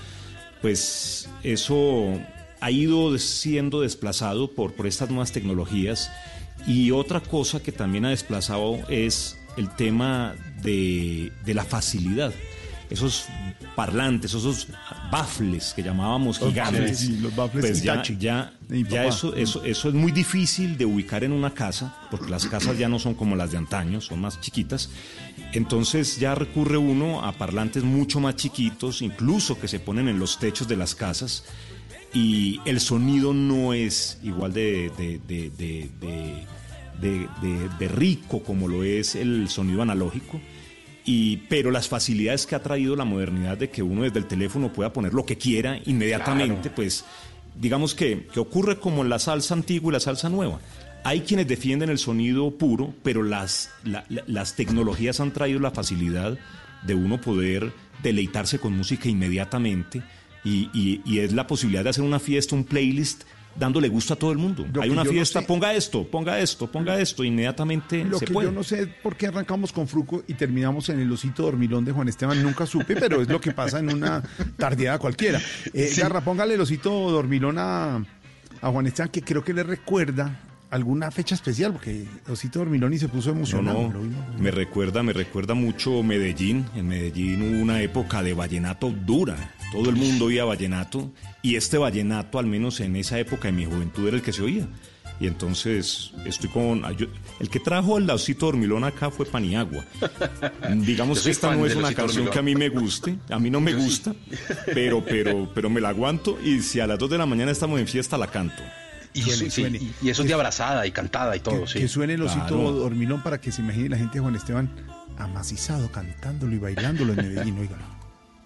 pues eso ha ido siendo desplazado por, por estas nuevas tecnologías. Y otra cosa que también ha desplazado es el tema de, de la facilidad. Esos parlantes, esos baffles que llamábamos Los gigantes, baffles, sí, los baffles pues ya, Hitachi. ya, De mi ya papá. eso, eso, eso es muy difícil de ubicar en una casa, porque las casas ya no son como las de antaño, son más chiquitas. Entonces ya recurre uno a parlantes mucho más chiquitos, incluso que se ponen en los techos de las casas, y el sonido no es igual de, de, de, de, de, de- de- de rico como lo es el sonido analógico. Y, pero las facilidades que ha traído la modernidad de que uno desde el teléfono pueda poner lo que quiera inmediatamente, Claro. pues digamos que, que ocurre como en la salsa antigua y la salsa nueva. Hay quienes defienden el sonido puro, pero las, la- la- las tecnologías han traído la facilidad de uno poder deleitarse con música inmediatamente y, y- y es la posibilidad de hacer una fiesta, un playlist dándole gusto a todo el mundo. Lo Hay que una yo no fiesta, sé- ponga esto, ponga esto, ponga esto, inmediatamente Lo se que puede. yo no sé por qué arrancamos con Fruco y terminamos en el osito dormilón de Juan Esteban, nunca supe, pero es lo que pasa en una tardeada cualquiera. Eh, Sí. Garra, póngale el osito dormilón a, a Juan Esteban, que creo que le recuerda alguna fecha especial, porque osito dormilón y se puso No, emocionado. no, Lo vimos. me recuerda, me recuerda mucho Medellín. En Medellín hubo una época de vallenato dura. Todo el mundo oía vallenato y este vallenato, al menos en esa época de mi juventud, era el que se oía. Y entonces estoy con... yo- el que trajo el osito dormilón acá fue Paniagua. Digamos Yo que soy esta fan no es del una Osito canción Dormilón. que a mí me guste, a mí no me Yo sí. gusta, pero, pero, pero me la aguanto y si a las dos de la mañana estamos en fiesta, la canto. Y, Suene, sí, suene. y- y eso es de abrazada y cantada y todo, que, sí. que suene el osito Claro. dormilón para que se imagine la gente de Juan Esteban amacizado, cantándolo y bailándolo en Medellín, óigalo.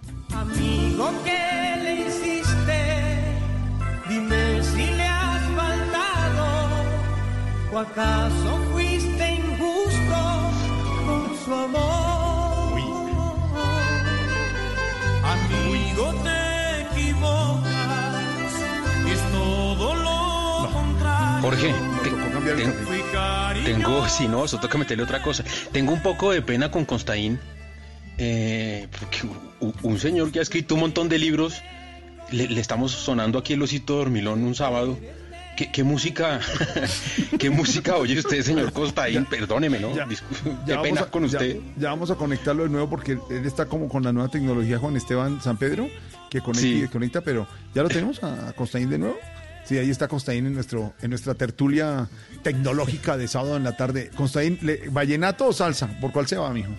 Amigo, ¿qué le hiciste? Dime si le has faltado o acaso fuiste injusto con su amor. Amigo, te equivocas, es todo lo contrario. Jorge, te- cambiar el ten- capítulo. Fui cariñoso. tengo, si no, eso toca meterle otra cosa. Tengo un poco de pena con Constaín, eh, porque u- un señor que ha escrito un montón de libros, le, le estamos sonando aquí el osito dormilón un sábado. ¿Qué, qué música, qué música oye usted, señor Constaín? Perdóneme, ¿no? Ya, Discu- Ya qué vamos pena a- con ya- usted. Ya, vamos a conectarlo de nuevo porque él está como con la nueva tecnología Juan Esteban San Pedro, que conecta Sí. y desconecta, pero ¿ya lo tenemos a, a Constaín de nuevo? Sí, ahí está Constaín en nuestro en nuestra tertulia tecnológica de sábado en la tarde. Constaín, le- ¿vallenato o salsa? ¿Por cuál se va, mijo?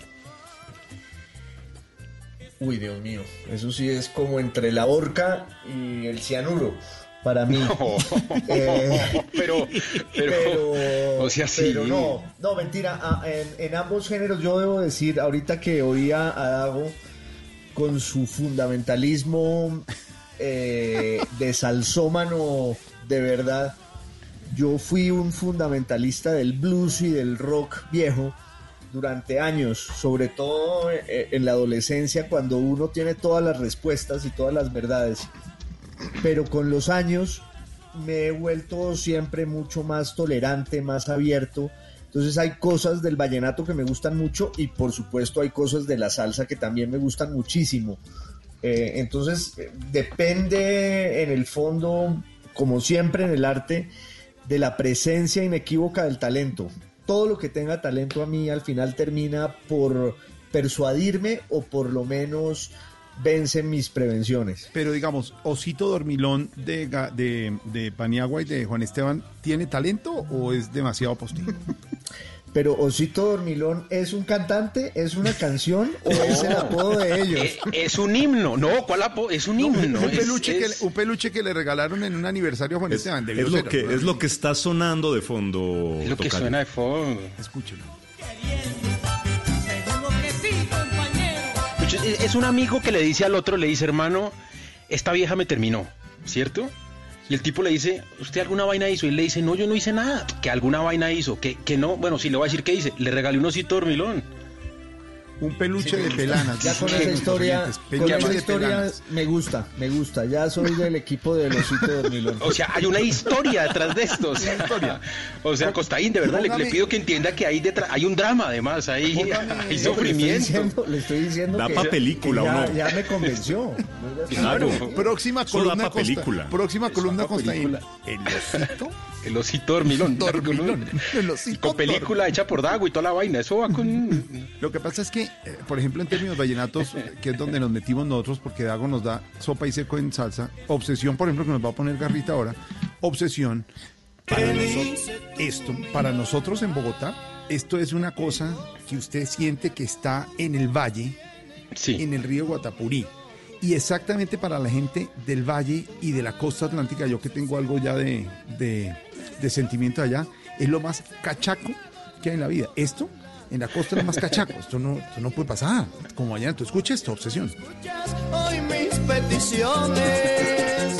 Uy, Dios mío, eso sí es como entre la horca y el cianuro, para mí. Eh, pero, pero, pero, o sea, sí. pero no, no, mentira, ah, en, en ambos géneros yo debo decir, ahorita que oía a Dago con su fundamentalismo eh, de salsómano de verdad, yo fui un fundamentalista del blues y del rock viejo durante años, sobre todo eh, en la adolescencia, cuando uno tiene todas las respuestas y todas las verdades. Pero con los años me he vuelto siempre mucho más tolerante, más abierto. Entonces hay cosas del vallenato que me gustan mucho y por supuesto hay cosas de la salsa que también me gustan muchísimo. Eh, entonces eh, depende en el fondo, como siempre en el arte, de la presencia inequívoca del talento. Todo lo que tenga talento a mí al final termina por persuadirme o por lo menos vence mis prevenciones. Pero digamos, Osito Dormilón de, de, de Paniagua y de Juan Esteban, ¿tiene talento o es demasiado postigo? Pero Osito Dormilón, ¿es un cantante? ¿Es una canción? ¿O es el apodo de ellos? Es, es un himno. No, ¿cuál apodo? Es un himno. No, un, peluche es, es... Que, un peluche que le regalaron en un aniversario a Juan es, Esteban. Es lo, ser, que, ¿no? es lo que está sonando de fondo. Es lo que Tocayo. suena de fondo. Escúchelo. Es un amigo que le dice al otro, le dice, hermano, esta vieja me terminó, ¿cierto? Y el tipo le dice, ¿usted alguna vaina hizo? Y él le dice, no, yo no hice nada. Que alguna vaina hizo, que, que no, bueno, sí le voy a decir qué hice. Le regalé un osito dormilón. Un peluche sí, de pelanas. Ya con esa historia, con esa historia me gusta, me gusta. Ya soy del equipo del osito dormilón. O sea, hay una historia detrás de esto. O sea, historia. O sea, Costaín, de verdad, le, le pido que entienda que hay detrás, hay un drama además, hay, hay sufrimiento. Le estoy diciendo, le estoy diciendo da que, pa' película, que ya, ¿o no? ya me convenció. Claro. Próxima columna, Costa, película. Próxima columna Costaín. El osito. El osito dormilón. dormilón. El osito con película hecha por Dago y toda la vaina. Eso va con... Lo que pasa es que, eh, por ejemplo, en términos vallenatos, que es donde nos metimos nosotros, porque Dago nos da sopa y seco en salsa. Obsesión, por ejemplo, que nos va a poner Garrita ahora. Obsesión. Para nosotros, esto, para nosotros en Bogotá, esto es una cosa que usted siente que está en el valle, sí. en el río Guatapurí. Y exactamente para la gente del valle y de la costa atlántica, yo que tengo algo ya de, de, de sentimiento allá, es lo más cachaco que hay en la vida. Esto, en la costa es lo más cachaco. Esto no, esto no puede pasar. Como allá, tú escucha esto, Obsesión. Escuchas hoy mis peticiones.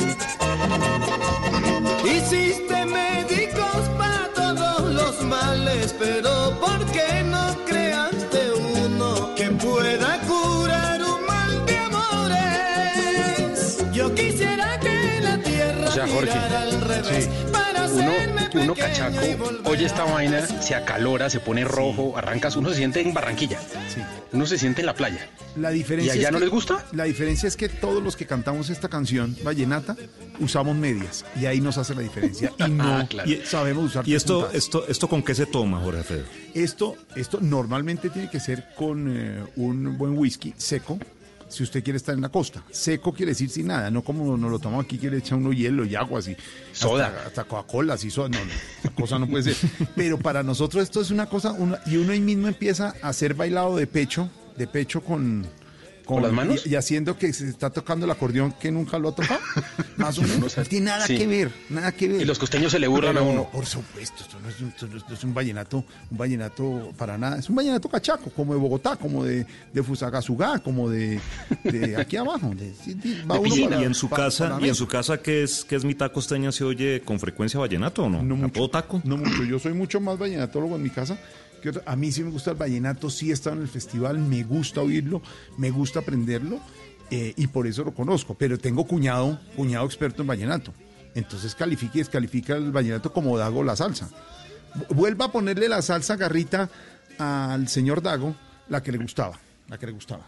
Hiciste médicos para todos los males, pero ¿por qué no creaste uno que pueda curar un mal de amores? Yo quisiera que la tierra o sea, Jorge, girara al revés sí. para uno, hacerme uno cachaco oye esta vaina, se acalora, se pone rojo, sí. arrancas, uno se siente en Barranquilla, sí. uno se siente en la playa. La diferencia ¿Y allá es no que, les gusta? La diferencia es que todos los que cantamos esta canción vallenata usamos medias y ahí nos hace la diferencia y no ah, claro. y sabemos usar. ¿Y esto, esto, esto con qué se toma, Jorge Alfredo? Esto, esto normalmente tiene que ser con eh, un buen whisky seco. Si usted quiere estar en la costa, seco quiere decir sin nada, no como nos lo tomamos aquí que le echa uno hielo y agua así, soda, hasta, hasta Coca-Cola, así soda, no, no, esa cosa no puede ser. Pero para nosotros esto es una cosa, una, y uno ahí mismo empieza a hacer bailado de pecho, de pecho con, con, ¿Con las manos y, y haciendo que se está tocando el acordeón que nunca lo ha tocado, más o menos. No tiene nada sí. que ver, nada que ver. Y los costeños se le burlan Pero, a uno. Por supuesto, esto no, es un, esto no es un vallenato, un vallenato para nada, es un vallenato cachaco, como de Bogotá, como de, de Fusagasugá, como de, de aquí abajo. De, de, de, va uno y, para, y en su para, casa, para y en su casa que es que es mitad costeña, ¿se oye con frecuencia vallenato o no? No mucho, taco? No mucho, yo soy mucho más vallenatólogo en mi casa. Que otra. A mí sí me gusta el vallenato, sí he estado en el festival, me gusta oírlo, me gusta aprenderlo. Eh, y por eso lo conozco, pero tengo cuñado, cuñado experto en vallenato. Entonces califica y descalifica el vallenato como Dago la salsa. Vuelva a ponerle la salsa Garrita al señor Dago, la que le gustaba, la que le gustaba.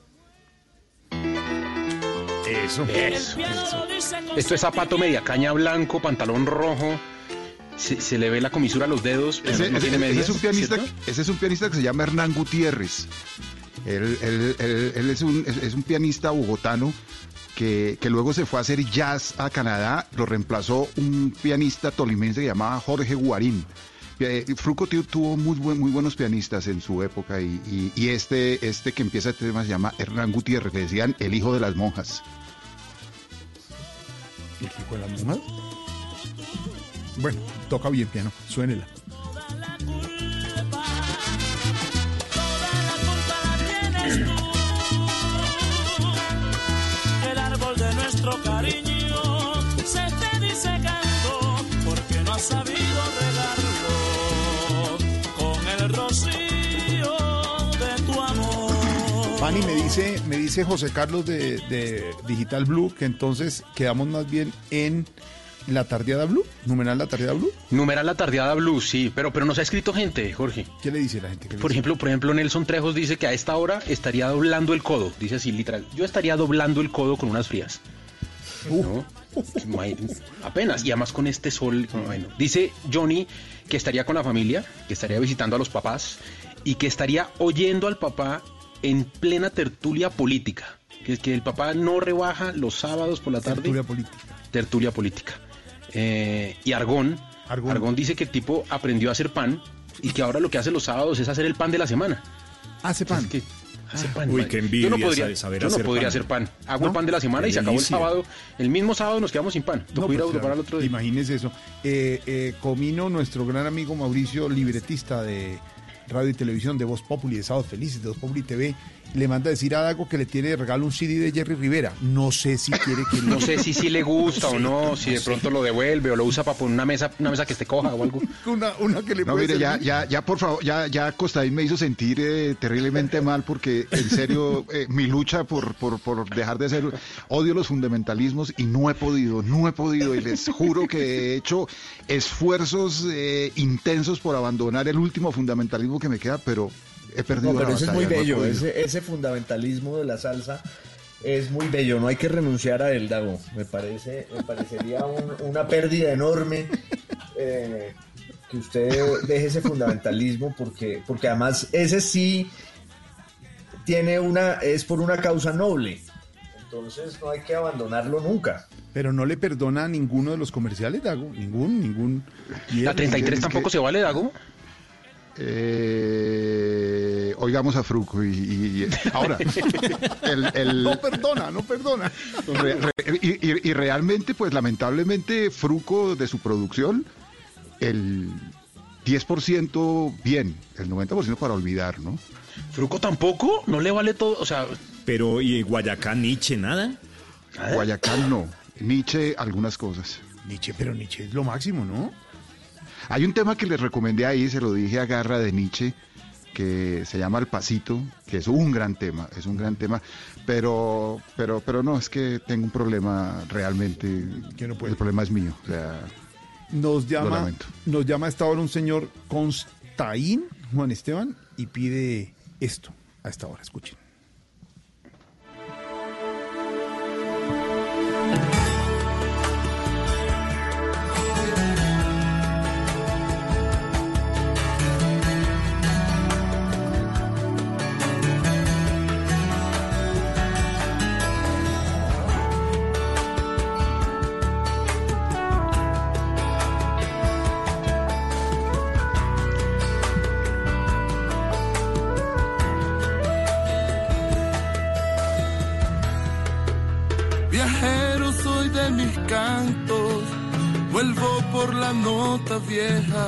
Eso. Eso, eso. Esto es zapato media caña blanco, pantalón rojo. Se, se le ve la comisura a los dedos. Ese, no ese, tiene medias, ese, es un pianista, ¿cierto? ese es un pianista que se llama Hernán Gutiérrez. Él, él, él, él es, un, es, es un pianista bogotano que, que luego se fue a hacer jazz a Canadá. Lo reemplazó un pianista tolimense que se llamaba Jorge Guarín. Eh, Fruco tuvo muy, buen, muy buenos pianistas en su época y, y, y este, este que empieza este tema se llama Hernán Gutiérrez, que decían el hijo de las monjas. ¿El hijo de las monjas? Bueno, toca bien piano, suénela. El árbol de nuestro cariño se te disecando porque no has sabido regarlo con el rocío de tu amor. Pani, me dice, me dice José Carlos de, de Digital Blue que entonces quedamos más bien en la tardeada Blue, numeral la tardeada Blue. Numeral la tardeada Blue, sí, pero, pero nos ha escrito gente, Jorge. ¿Qué le dice la gente? Por ejemplo, por ejemplo, Nelson Trejos dice que a esta hora estaría doblando el codo, dice así literal, yo estaría doblando el codo con unas frías. Uh, ¿no? Apenas, y además con este sol. Bueno, dice Johnny que estaría con la familia, que estaría visitando a los papás y que estaría oyendo al papá en plena tertulia política. Que es que el papá no rebaja los sábados por la tarde. Tertulia política. Tertulia política. Eh, y Argón, Argón, Argón dice que el tipo aprendió a hacer pan y que ahora lo que hace los sábados es hacer el pan de la semana. Hace pan. Es que hace pan. Uy, qué envidia. Yo no podría, saber yo no hacer podría pan. hacer pan. Hago ¿No? el pan de la semana Qué y se acabó el delicia. sábado. El mismo sábado nos quedamos sin pan. Tocó No, ir a pues, Europa el otro día. Imagínese eso. Eh, eh, Comino, nuestro gran amigo Mauricio, libretista de radio y televisión de Voz Populi, de Sábados Felices, de Voz Populi T V, le manda a decir a Dago que le tiene de regalo un C D de Jerry Rivera. No sé si quiere que... No sé si sí le gusta o no, si de pronto lo devuelve o lo usa para poner una mesa, una mesa que esté coja o algo. Una, una que le No, puede mire, ya, servir. ya, ya, por favor, ya, ya Costaín me hizo sentir eh, terriblemente mal porque, en serio, eh, mi lucha por, por, por dejar de ser, odio los fundamentalismos y no he podido, no he podido, y les juro que he hecho esfuerzos eh, intensos por abandonar el último fundamentalismo que me queda, pero he perdido No, pero la eso es batalla, muy no he bello, podido. ese, ese fundamentalismo de la salsa es muy bello, no hay que renunciar a él, Dago. Me parece, me parecería un- una pérdida enorme eh, que usted deje ese fundamentalismo, porque, porque además ese sí tiene una, es por una causa noble. Entonces no hay que abandonarlo nunca. Pero no le perdona a ninguno de los comerciales, Dago. Ningún, ningún. Y ¿La él- treinta y tres es tampoco que- se vale, Dago? Eh, oigamos a Fruco y, y- y- ahora el, el- No perdona, no perdona. re- re- y, y- y realmente pues lamentablemente Fruco de su producción el diez por ciento bien, el noventa por ciento para olvidar, ¿no? ¿Fruco tampoco? ¿No le vale todo? O sea... Pero, ¿y Guayacán, Nietzsche, nada? Guayacán no, Nietzsche algunas cosas. Nietzsche, pero Nietzsche es lo máximo, ¿no? Hay un tema que les recomendé ahí, se lo dije a Garra, de Nietzsche, que se llama El Pasito, que es un gran tema, es un gran tema, pero pero pero no, es que tengo un problema realmente, Que no puede. el problema es mío, o sea, Nos Lo llama, lamento. nos llama a esta hora un señor Constaín, Juan Esteban, y pide esto a esta hora. Escuchen. Viajero soy de mis cantos, vuelvo por la nota vieja,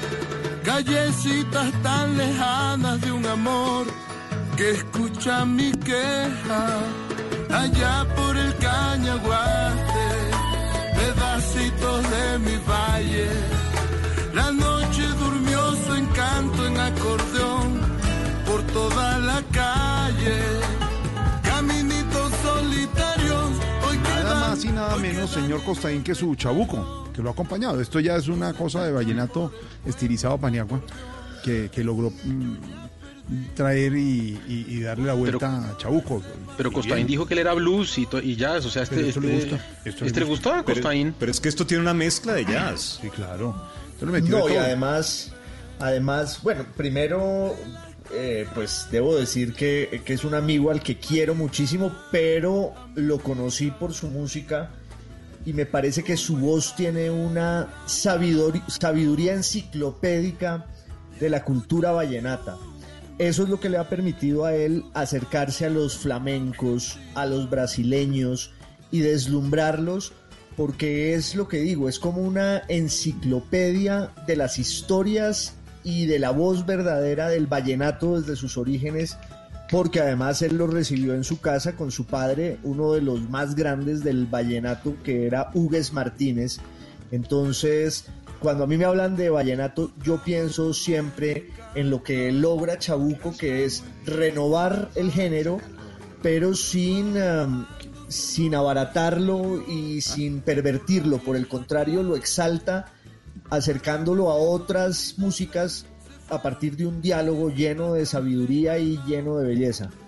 callecitas tan lejanas de un amor que escucha mi queja, allá por el Cañaguate, pedacitos de mi valle, la noche durmió su encanto en acordeón por toda la calle, caminitos solitarios. Nada más y nada menos, señor Costaín, que su chabuco, que lo ha acompañado. Esto ya es una cosa de vallenato estilizado Paniagua, que, que logró mm, traer y, y- y darle la vuelta a Chabuco. Pero Y Costaín bien. dijo que él era blues y, to- y jazz, o sea, este, Pero esto le este, gusta, esto le este le gusta. gustó a Pero, Costaín. pero es que esto tiene una mezcla de jazz. Sí, claro. Esto le metió de No, y todo. además, además, bueno, primero, eh, pues debo decir que, que es un amigo al que quiero muchísimo, pero lo conocí por su música y me parece que su voz tiene una sabidor- sabiduría enciclopédica de la cultura vallenata. Eso es lo que le ha permitido a él acercarse a los flamencos, a los brasileños y deslumbrarlos, porque es lo que digo, es como una enciclopedia de las historias y de la voz verdadera del vallenato desde sus orígenes, porque además él lo recibió en su casa con su padre, uno de los más grandes del vallenato, que era Hugues Martínez. Entonces, cuando a mí me hablan de vallenato, yo pienso siempre en lo que logra Chabuco, que es renovar el género, pero sin, um, sin abaratarlo y sin pervertirlo. Por el contrario, lo exalta, acercándolo a otras músicas a partir de un diálogo lleno de sabiduría y lleno de belleza.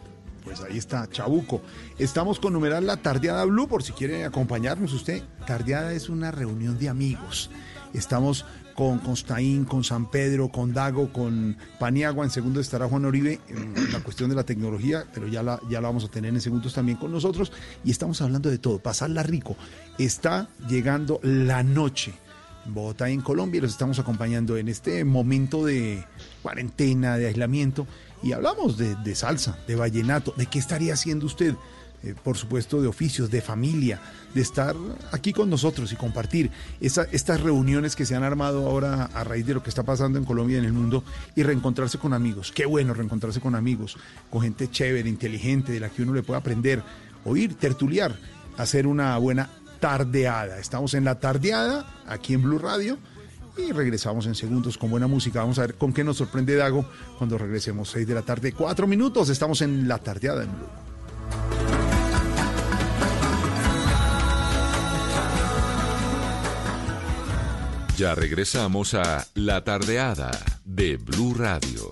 Pues ahí está, Chabuco. Estamos con numeral La Tardeada Blue, por si quiere acompañarnos usted. Tardeada es una reunión de amigos. Estamos con Constaín, con San Pedro, con Dago, con Paniagua. En segundo estará Juan Uribe en la cuestión de la tecnología, pero ya la, ya la vamos a tener en segundos también con nosotros. Y estamos hablando de todo, pasarla rico. Está llegando la noche en Bogotá y en Colombia, y los estamos acompañando en este momento de cuarentena, de aislamiento, y hablamos de, de salsa, de vallenato, de qué estaría haciendo usted, eh, por supuesto de oficios, de familia, de estar aquí con nosotros y compartir esa, estas reuniones que se han armado ahora a raíz de lo que está pasando en Colombia y en el mundo, y reencontrarse con amigos. Qué bueno reencontrarse con amigos, con gente chévere, inteligente, de la que uno le puede aprender, oír, tertuliar, hacer una buena tardeada. Estamos en La Tardeada, aquí en Blue Radio, y regresamos en segundos con buena música. Vamos a ver con qué nos sorprende Dago cuando regresemos. Seis de la tarde, cuatro minutos. Estamos en La Tardeada en Blue. Ya regresamos a La Tardeada de Blue Radio.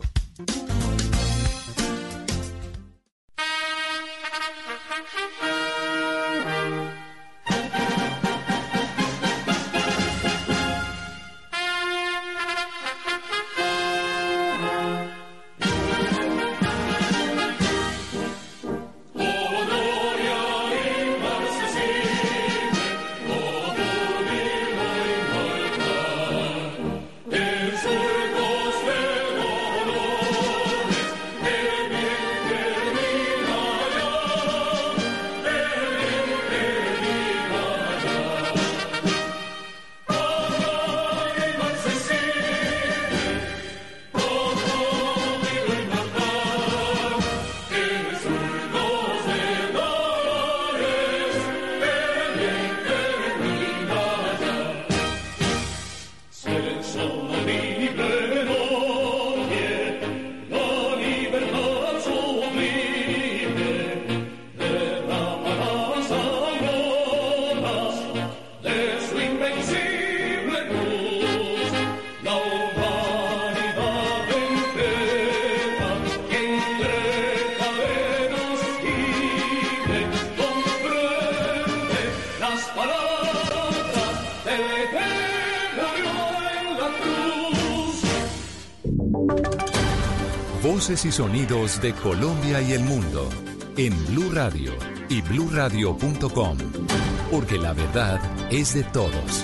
Voces y sonidos de Colombia y el mundo en Blue Radio y blue radio punto com, porque la verdad es de todos.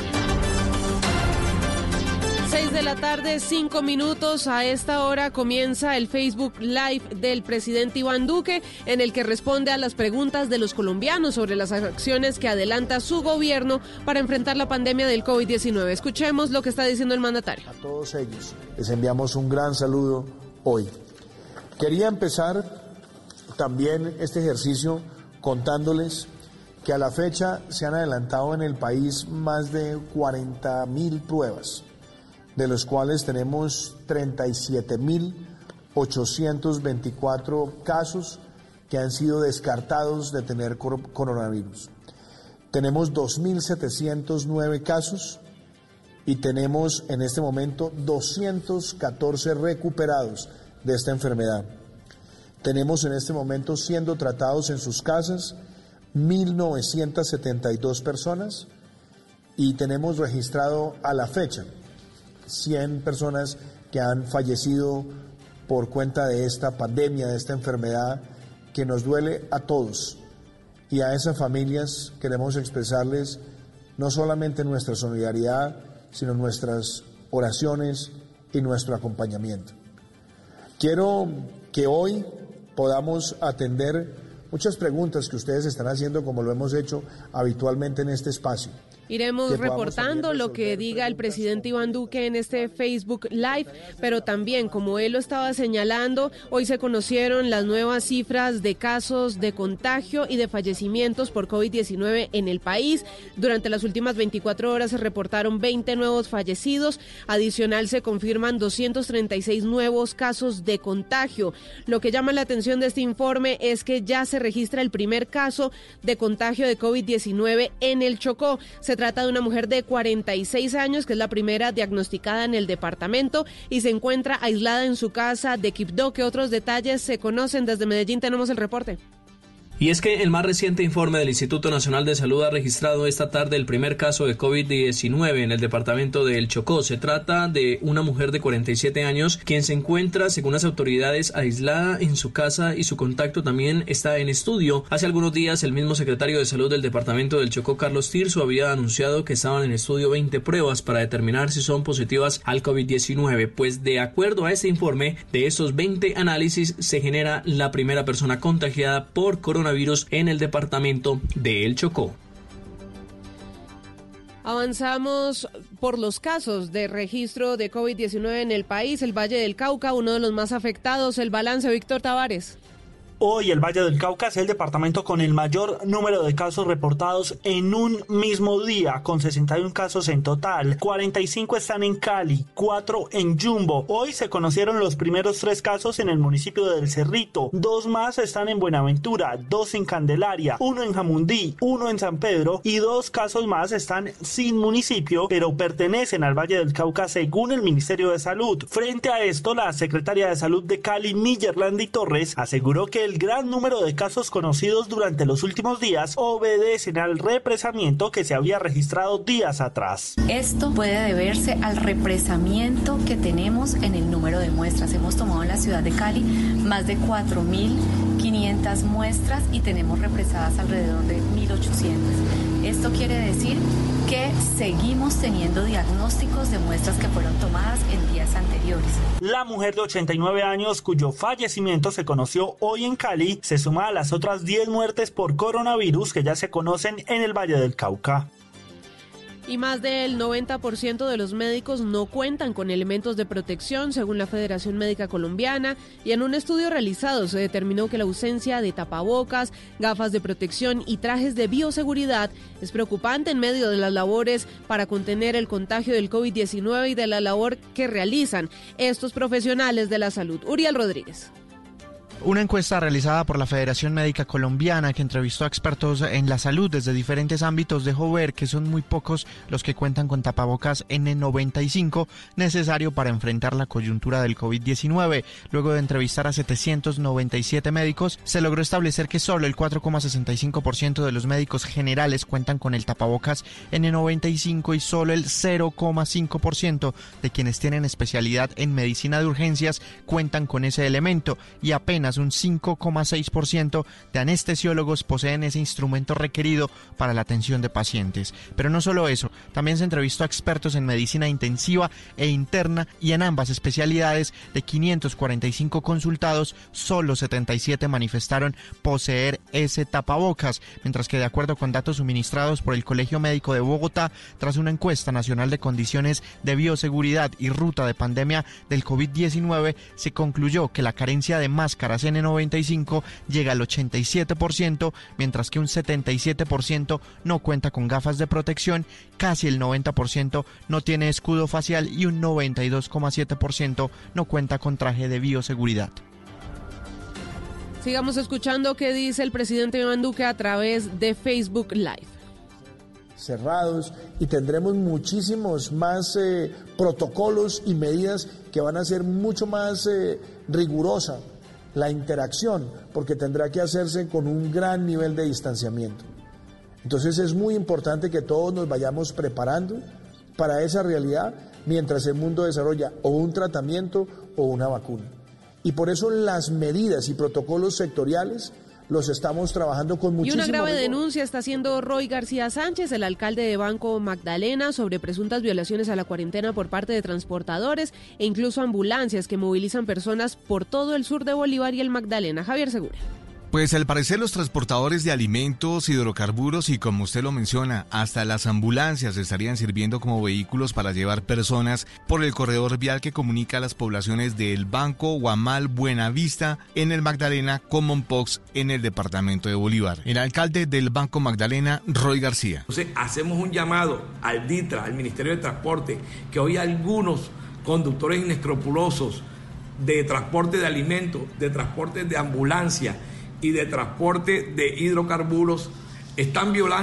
Seis de la tarde, cinco minutos. A esta hora comienza el Facebook Live del presidente Iván Duque, en el que responde a las preguntas de los colombianos sobre las acciones que adelanta su gobierno para enfrentar la pandemia del COVID diecinueve. Escuchemos lo que está diciendo el mandatario. A todos ellos les enviamos un gran saludo hoy. Quería empezar también este ejercicio contándoles que a la fecha se han adelantado en el país más de cuarenta mil pruebas, de los cuales tenemos treinta y siete mil ochocientos veinticuatro casos que han sido descartados de tener coronavirus. Tenemos dos mil setecientos nueve casos y tenemos en este momento doscientos catorce recuperados de esta enfermedad. Tenemos en este momento siendo tratados en sus casas mil novecientas setenta y dos personas y tenemos registrado a la fecha cien personas que han fallecido por cuenta de esta pandemia, de esta enfermedad que nos duele a todos. Y a esas familias queremos expresarles no solamente nuestra solidaridad, sino nuestras oraciones y nuestro acompañamiento. Quiero que hoy podamos atender muchas preguntas que ustedes están haciendo, como lo hemos hecho habitualmente en este espacio. Iremos reportando lo que diga el presidente Iván Duque en este Facebook Live, pero también, como él lo estaba señalando, hoy se conocieron las nuevas cifras de casos de contagio y de fallecimientos por COVID diecinueve en el país. Durante las últimas veinticuatro horas se reportaron veinte nuevos fallecidos. Adicional, se confirman doscientos treinta y seis nuevos casos de contagio. Lo que llama la atención de este informe es que ya se registra el primer caso de contagio de COVID diecinueve en el Chocó. Se Se trata de una mujer de cuarenta y seis años, que es la primera diagnosticada en el departamento y se encuentra aislada en su casa de Quibdó. ¿Qué otros detalles se conocen? Desde Medellín tenemos el reporte. Y es que el más reciente informe del Instituto Nacional de Salud ha registrado esta tarde el primer caso de COVID diecinueve en el departamento del Chocó. Se trata de una mujer de cuarenta y siete años, quien se encuentra, según las autoridades, aislada en su casa y su contacto también está en estudio. Hace algunos días, el mismo secretario de Salud del departamento del Chocó, Carlos Tirso, había anunciado que estaban en estudio veinte pruebas para determinar si son positivas al COVID diecinueve. Pues de acuerdo a este informe, de estos veinte análisis se genera la primera persona contagiada por coronavirus virus en el departamento de El Chocó. Avanzamos por los casos de registro de COVID diecinueve en el país. El Valle del Cauca, uno de los más afectados. El balance, Víctor Tavares. Hoy el Valle del Cauca es el departamento con el mayor número de casos reportados en un mismo día, con sesenta y un casos en total. cuarenta y cinco están en Cali, cuatro en Yumbo. Hoy se conocieron los primeros tres casos en el municipio del Cerrito. Dos más están en Buenaventura, dos en Candelaria, uno en Jamundí, uno en San Pedro y dos casos más están sin municipio, pero pertenecen al Valle del Cauca según el Ministerio de Salud. Frente a esto, la secretaria de Salud de Cali, Millerlandi Torres, aseguró que el gran número de casos conocidos durante los últimos días obedecen al represamiento que se había registrado días atrás. Esto puede deberse al represamiento que tenemos en el número de muestras. Hemos tomado en la ciudad de Cali más de cuatro mil quinientas muestras y tenemos represadas alrededor de mil ochocientas. Esto quiere decir que seguimos teniendo diagnósticos de muestras que fueron tomadas en días anteriores. La mujer de ochenta y nueve años, cuyo fallecimiento se conoció hoy en Cali, se suma a las otras diez muertes por coronavirus que ya se conocen en el Valle del Cauca. Y más del noventa por ciento de los médicos no cuentan con elementos de protección, según la Federación Médica Colombiana, y en un estudio realizado se determinó que la ausencia de tapabocas, gafas de protección y trajes de bioseguridad es preocupante en medio de las labores para contener el contagio del COVID diecinueve y de la labor que realizan estos profesionales de la salud. Uriel Rodríguez. Una encuesta realizada por la Federación Médica Colombiana, que entrevistó a expertos en la salud desde diferentes ámbitos, dejó ver que son muy pocos los que cuentan con tapabocas N noventa y cinco necesario para enfrentar la coyuntura del COVID diecinueve. Luego de entrevistar a setecientos noventa y siete médicos, se logró establecer que solo el cuatro coma sesenta y cinco por ciento de los médicos generales cuentan con el tapabocas N noventa y cinco y solo el cero coma cinco por ciento de quienes tienen especialidad en medicina de urgencias cuentan con ese elemento, y apenas un cinco coma seis por ciento de anestesiólogos poseen ese instrumento requerido para la atención de pacientes. Pero no solo eso, también se entrevistó a expertos en medicina intensiva e interna, y en ambas especialidades, de quinientos cuarenta y cinco consultados, solo setenta y siete manifestaron poseer ese tapabocas, mientras que de acuerdo con datos suministrados por el Colegio Médico de Bogotá, tras una encuesta nacional de condiciones de bioseguridad y ruta de pandemia del COVID diecinueve, se concluyó que la carencia de máscaras N noventa y cinco llega al ochenta y siete por ciento, mientras que un setenta y siete por ciento no cuenta con gafas de protección, casi el noventa por ciento no tiene escudo facial y un noventa y dos coma siete por ciento no cuenta con traje de bioseguridad. Sigamos escuchando qué dice el presidente Iván Duque a través de Facebook Live. Cerrados, y tendremos muchísimos más eh, protocolos y medidas que van a ser mucho más eh, rigurosas. La interacción, porque tendrá que hacerse con un gran nivel de distanciamiento. Entonces es muy importante que todos nos vayamos preparando para esa realidad mientras el mundo desarrolla o un tratamiento o una vacuna. Y por eso las medidas y protocolos sectoriales los estamos trabajando con muchísimo Y una grave rigor. denuncia está haciendo Roy García Sánchez, el alcalde de Banco Magdalena, sobre presuntas violaciones a la cuarentena por parte de transportadores e incluso ambulancias que movilizan personas por todo el sur de Bolívar y el Magdalena. Javier Segura. Pues al parecer los transportadores de alimentos, hidrocarburos y, como usted lo menciona, hasta las ambulancias estarían sirviendo como vehículos para llevar personas por el corredor vial que comunica a las poblaciones del Banco, Guamal, Buenavista en el Magdalena con Mompox en el departamento de Bolívar. El alcalde del Banco Magdalena, Roy García. Entonces hacemos un llamado al DITRA, al Ministerio de Transporte, que hoy algunos conductores inescrupulosos de transporte de alimentos, de transporte de ambulancia y de transporte de hidrocarburos están violando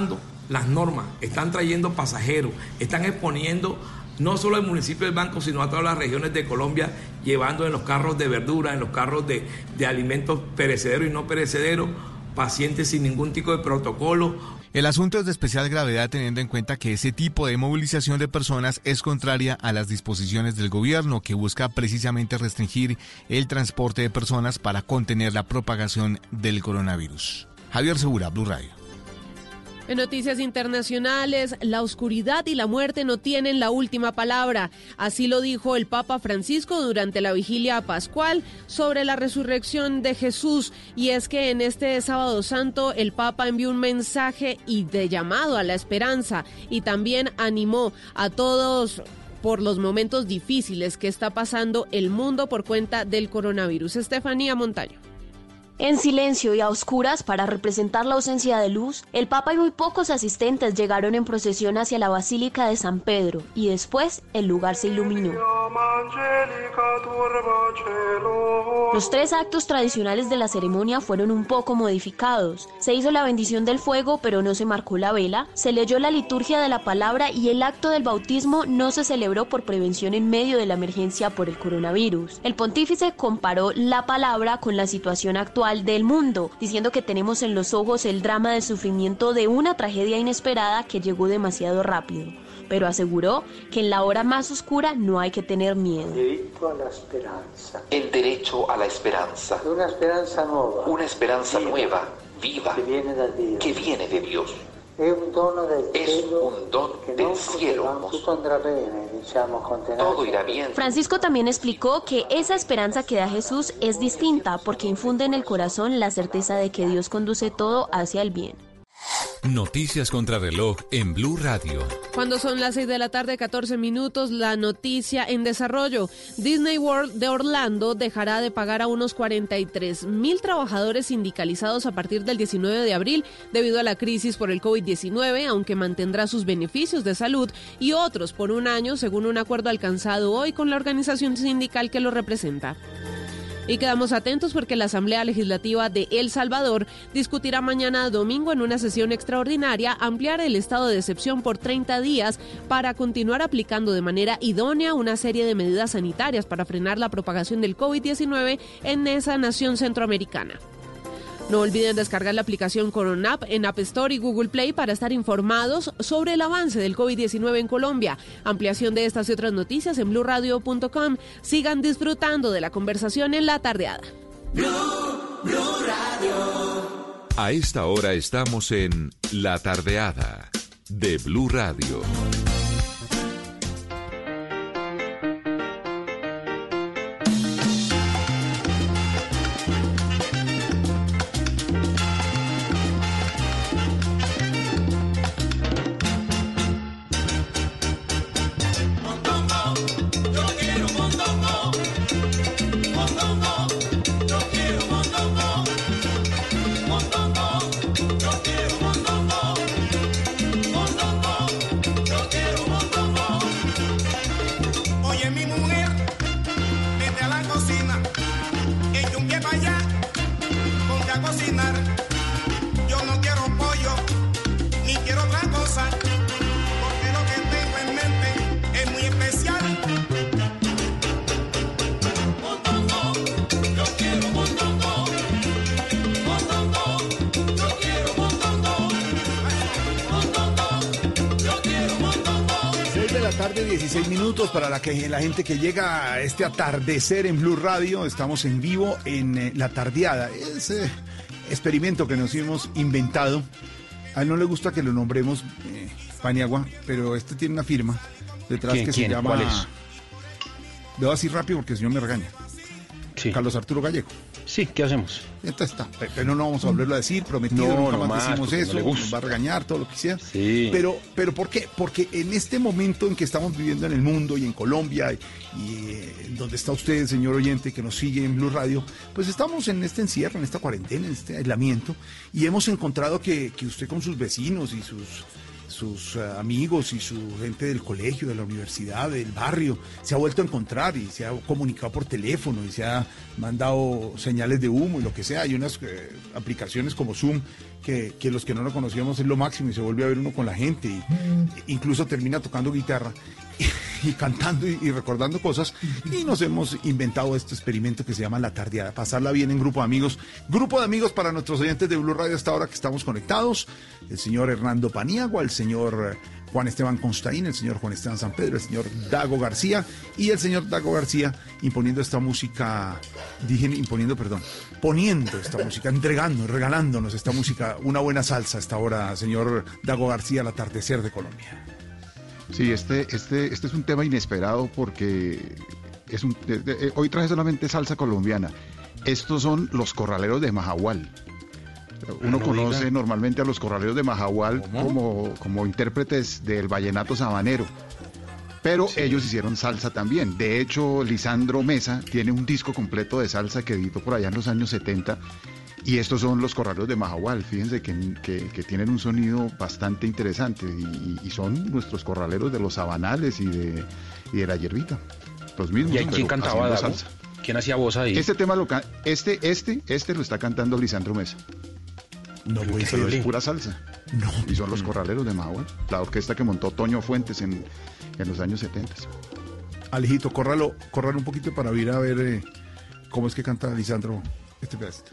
las normas, están trayendo pasajeros, están exponiendo no solo al municipio del Banco, sino a todas las regiones de Colombia, llevando en los carros de verdura, en los carros de, de alimentos perecederos y no perecederos, pacientes sin ningún tipo de protocolo. El asunto es de especial gravedad teniendo en cuenta que ese tipo de movilización de personas es contraria a las disposiciones del gobierno, que busca precisamente restringir el transporte de personas para contener la propagación del coronavirus. Javier Segura, Blue Radio. En noticias internacionales, la oscuridad y la muerte no tienen la última palabra. Así lo dijo el Papa Francisco durante la vigilia pascual sobre la resurrección de Jesús. Y es que en este Sábado Santo el Papa envió un mensaje y de llamado a la esperanza y también animó a todos por los momentos difíciles que está pasando el mundo por cuenta del coronavirus. Estefanía Montaño. En silencio y a oscuras, para representar la ausencia de luz, el Papa y muy pocos asistentes llegaron en procesión hacia la Basílica de San Pedro y después el lugar se iluminó. Los tres actos tradicionales de la ceremonia fueron un poco modificados. Se hizo la bendición del fuego, pero no se marcó la vela, se leyó la liturgia de la palabra y el acto del bautismo no se celebró por prevención en medio de la emergencia por el coronavirus. El pontífice comparó la palabra con la situación actual del mundo, diciendo que tenemos en los ojos el drama del sufrimiento de una tragedia inesperada que llegó demasiado rápido, pero aseguró que en la hora más oscura no hay que tener miedo. El derecho a la esperanza. Una esperanza nueva. Una esperanza viva, nueva, viva, que viene da Dio. que viene de Dios. È un dono del Es cielo, un don che del non cielo. conserva- tutto andrà bene, diciamo, con tenacia. Todo irá bien. Francisco también explicó que esa esperanza que da Jesús es distinta porque infunde en el corazón la certeza de que Dios conduce todo hacia el bien. Noticias contra reloj en Blue Radio. Cuando son las seis de la tarde, catorce minutos, la noticia en desarrollo. Disney World de Orlando dejará de pagar a unos cuarenta y tres mil trabajadores sindicalizados a partir del diecinueve de abril debido a la crisis por el COVID diecinueve, aunque mantendrá sus beneficios de salud y otros por un año, según un acuerdo alcanzado hoy con la organización sindical que lo representa. Y quedamos atentos porque la Asamblea Legislativa de El Salvador discutirá mañana domingo en una sesión extraordinaria ampliar el estado de excepción por treinta días para continuar aplicando de manera idónea una serie de medidas sanitarias para frenar la propagación del COVID diecinueve en esa nación centroamericana. No olviden descargar la aplicación Coronap en App Store y Google Play para estar informados sobre el avance del COVID diecinueve en Colombia. Ampliación de estas y otras noticias en blue radio punto com. Sigan disfrutando de la conversación en la tardeada. Blue, Blue Radio. A esta hora estamos en La Tardeada de Blue Radio. Oye, mi mujer, vete a la cocina, echa un pie para allá, ponte a cocinar. Yo no quiero pollo, ni quiero otra cosa, porque lo que tengo en mente es muy especial. Mondongo, yo quiero mondongo, mondongo, yo quiero mondongo, mondongo, yo quiero mondongo. seis de la tarde, dieciséis minutos para la, que, la gente que llega a este atardecer en Blue Radio. Estamos en vivo en eh, La Tardeada. Ese experimento que nos hemos inventado. A él no le gusta que lo nombremos eh, Paniagua, pero este tiene una firma detrás ¿Quién, que quién? se llama... ¿Cuál es? Debo así rápido porque si no me regaña. Sí. Carlos Arturo Gallego. Sí, ¿qué hacemos? Entonces está, pero no vamos a volverlo a decir, prometido, No, nunca no más más, decimos porque no eso, le gusta. nos va a regañar, todo lo que sea. Sí. Pero, pero ¿por qué? Porque en este momento en que estamos viviendo en el mundo y en Colombia, y, y eh, donde está usted, señor oyente, que nos sigue en Blue Radio, pues estamos en este encierro, en esta cuarentena, en este aislamiento, y hemos encontrado que, que usted con sus vecinos y sus sus uh, amigos y su gente del colegio, de la universidad, del barrio, se ha vuelto a encontrar y se ha comunicado por teléfono y se ha mandado señales de humo y lo que sea. Hay unas eh, aplicaciones como Zoom que, que los que no lo conocíamos es lo máximo y se vuelve a ver uno con la gente y mm. incluso termina tocando guitarra y, y cantando y, y recordando cosas, y nos hemos inventado este experimento que se llama La Tardeada, pasarla bien en grupo de amigos. Grupo de amigos para nuestros oyentes de Blue Radio hasta ahora que estamos conectados: el señor Hernando Paniagua, el señor Juan Esteban Constaín, el señor Juan Esteban San Pedro, el señor Dago García y el señor Dago García imponiendo esta música, dije imponiendo, perdón, poniendo esta música, entregando, regalándonos esta música, una buena salsa hasta ahora, señor Dago García, al atardecer de Colombia. Sí, este, este, este es un tema inesperado porque es un, de, de, hoy traje solamente salsa colombiana. Estos son los corraleros de Majagual. Uno no conoce diga. normalmente a los corraleros de Majagual como, como intérpretes del vallenato sabanero, pero sí. ellos hicieron salsa también. De hecho, Lisandro Mesa tiene un disco completo de salsa que editó por allá en los años setenta, y estos son los corraleros de Majagual. Fíjense que, que, que tienen un sonido bastante interesante y, y son nuestros corraleros de los sabanales y de, y de la hierbita, los mismos. ¿Y quién cantaba Dago? Salsa? ¿Quién hacía voz ahí? Este tema lo este este este lo está cantando Lisandro Mesa. No voy a Pero es pura salsa. No. Y son los corraleros de Majagual, la orquesta que montó Toño Fuentes en, en los años setenta. Alejito, córralo, córralo un poquito para ir a ver eh, cómo es que canta Lisandro este pedacito.